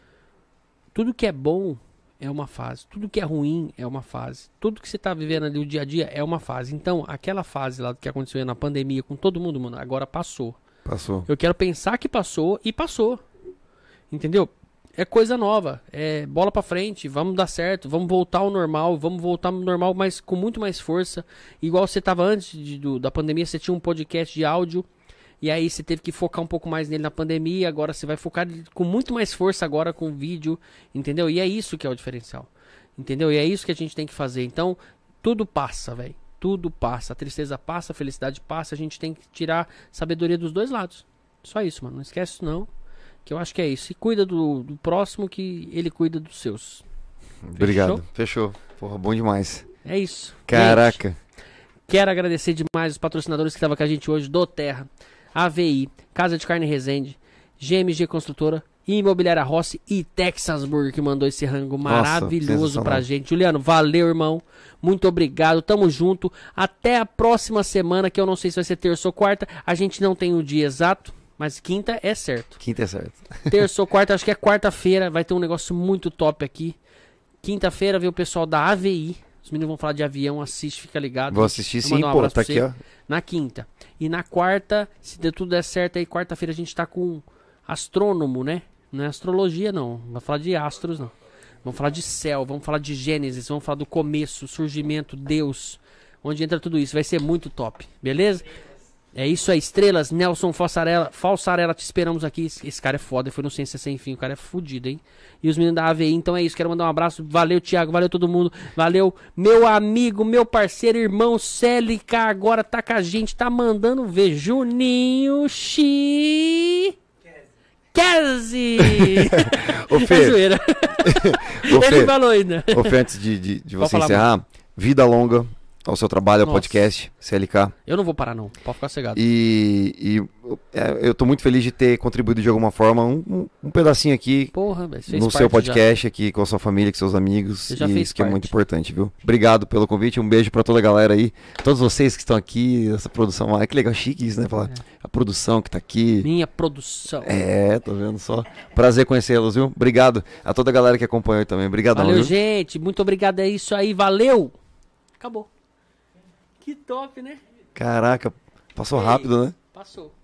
Tudo que é bom é uma fase. Tudo que é ruim é uma fase. Tudo que você tá vivendo ali o dia a dia é uma fase. Então, aquela fase lá que aconteceu na pandemia com todo mundo, mano, agora passou. Passou. Eu quero pensar que passou e passou. Entendeu? É coisa nova. É bola pra frente. Vamos dar certo. Vamos voltar ao normal. Vamos voltar ao normal, mas com muito mais força. Igual você tava antes da pandemia, você tinha um podcast de áudio. E aí você teve que focar um pouco mais nele na pandemia. Agora você vai focar com muito mais força agora com vídeo. Entendeu? E é isso que é o diferencial. Entendeu? E é isso que a gente tem que fazer. Então, tudo passa, velho. Tudo passa. A tristeza passa, a felicidade passa. A gente tem que tirar sabedoria dos dois lados. Só isso, mano. Não esquece isso, não. Que eu acho que é isso. E cuida do próximo que ele cuida dos seus. Obrigado. Fechou. Porra, bom demais. É isso. Caraca. Gente, quero agradecer demais os patrocinadores que estavam com a gente hoje do Terra, AVI, Casa de Carne Resende, GMG Construtora, Imobiliária Rossi e Texas Burger, que mandou esse rango maravilhoso pra gente. Juliano, valeu, irmão. Muito obrigado. Tamo junto. Até a próxima semana, que eu não sei se vai ser terça ou quarta. A gente não tem o dia exato, mas quinta é certo. Quinta é certo. Terça ou quarta, acho que é quarta-feira. Vai ter um negócio muito top aqui. Quinta-feira vem o pessoal da AVI. Os meninos vão falar de avião, assiste, fica ligado. Vou assistir sim, pô, tá aqui, ó. Na quinta. E na quarta, se tudo der certo, aí quarta-feira a gente tá com astrônomo, né? Não é astrologia, não. Não vai falar de astros, não. Vamos falar de céu, vamos falar de Gênesis, vamos falar do começo, surgimento, Deus. Onde entra tudo isso. Vai ser muito top, beleza? É isso aí, estrelas, Nelson Falsarella, te esperamos aqui. Esse cara é foda, foi no Ciência Sem Fim, o cara é fudido, hein? E os meninos da AVI, então é isso, quero mandar um abraço. Valeu, Thiago, valeu todo mundo. Valeu, meu amigo, meu parceiro, irmão Célica, agora tá com a gente, tá mandando ver. Juninho Kese. Ô, Fê. É zoeira. Ô, Fê. Ele falou ainda. Ô, Fê, antes de você falar, encerrar, vida longa ao seu trabalho, ao Nossa. podcast, CLK. Eu não vou parar, não. Pode ficar cegado. E eu tô muito feliz de ter contribuído de alguma forma um pedacinho aqui Porra, velho. Fez no parte seu podcast, aqui com a sua família, com seus amigos. Você já e fez isso que é parte. muito importante, viu? Obrigado pelo convite, um beijo pra toda a galera aí. Todos vocês que estão aqui, essa produção. Ah, que legal, chique isso, né? Falar a produção que tá aqui. Minha produção. Tô vendo só. Prazer conhecê-los, viu? Obrigado a toda a galera que acompanhou também. Obrigadão, Valeu, viu? gente. Muito obrigado. É isso aí. Valeu. Acabou. Que top, né? Caraca, passou rápido, né? Passou.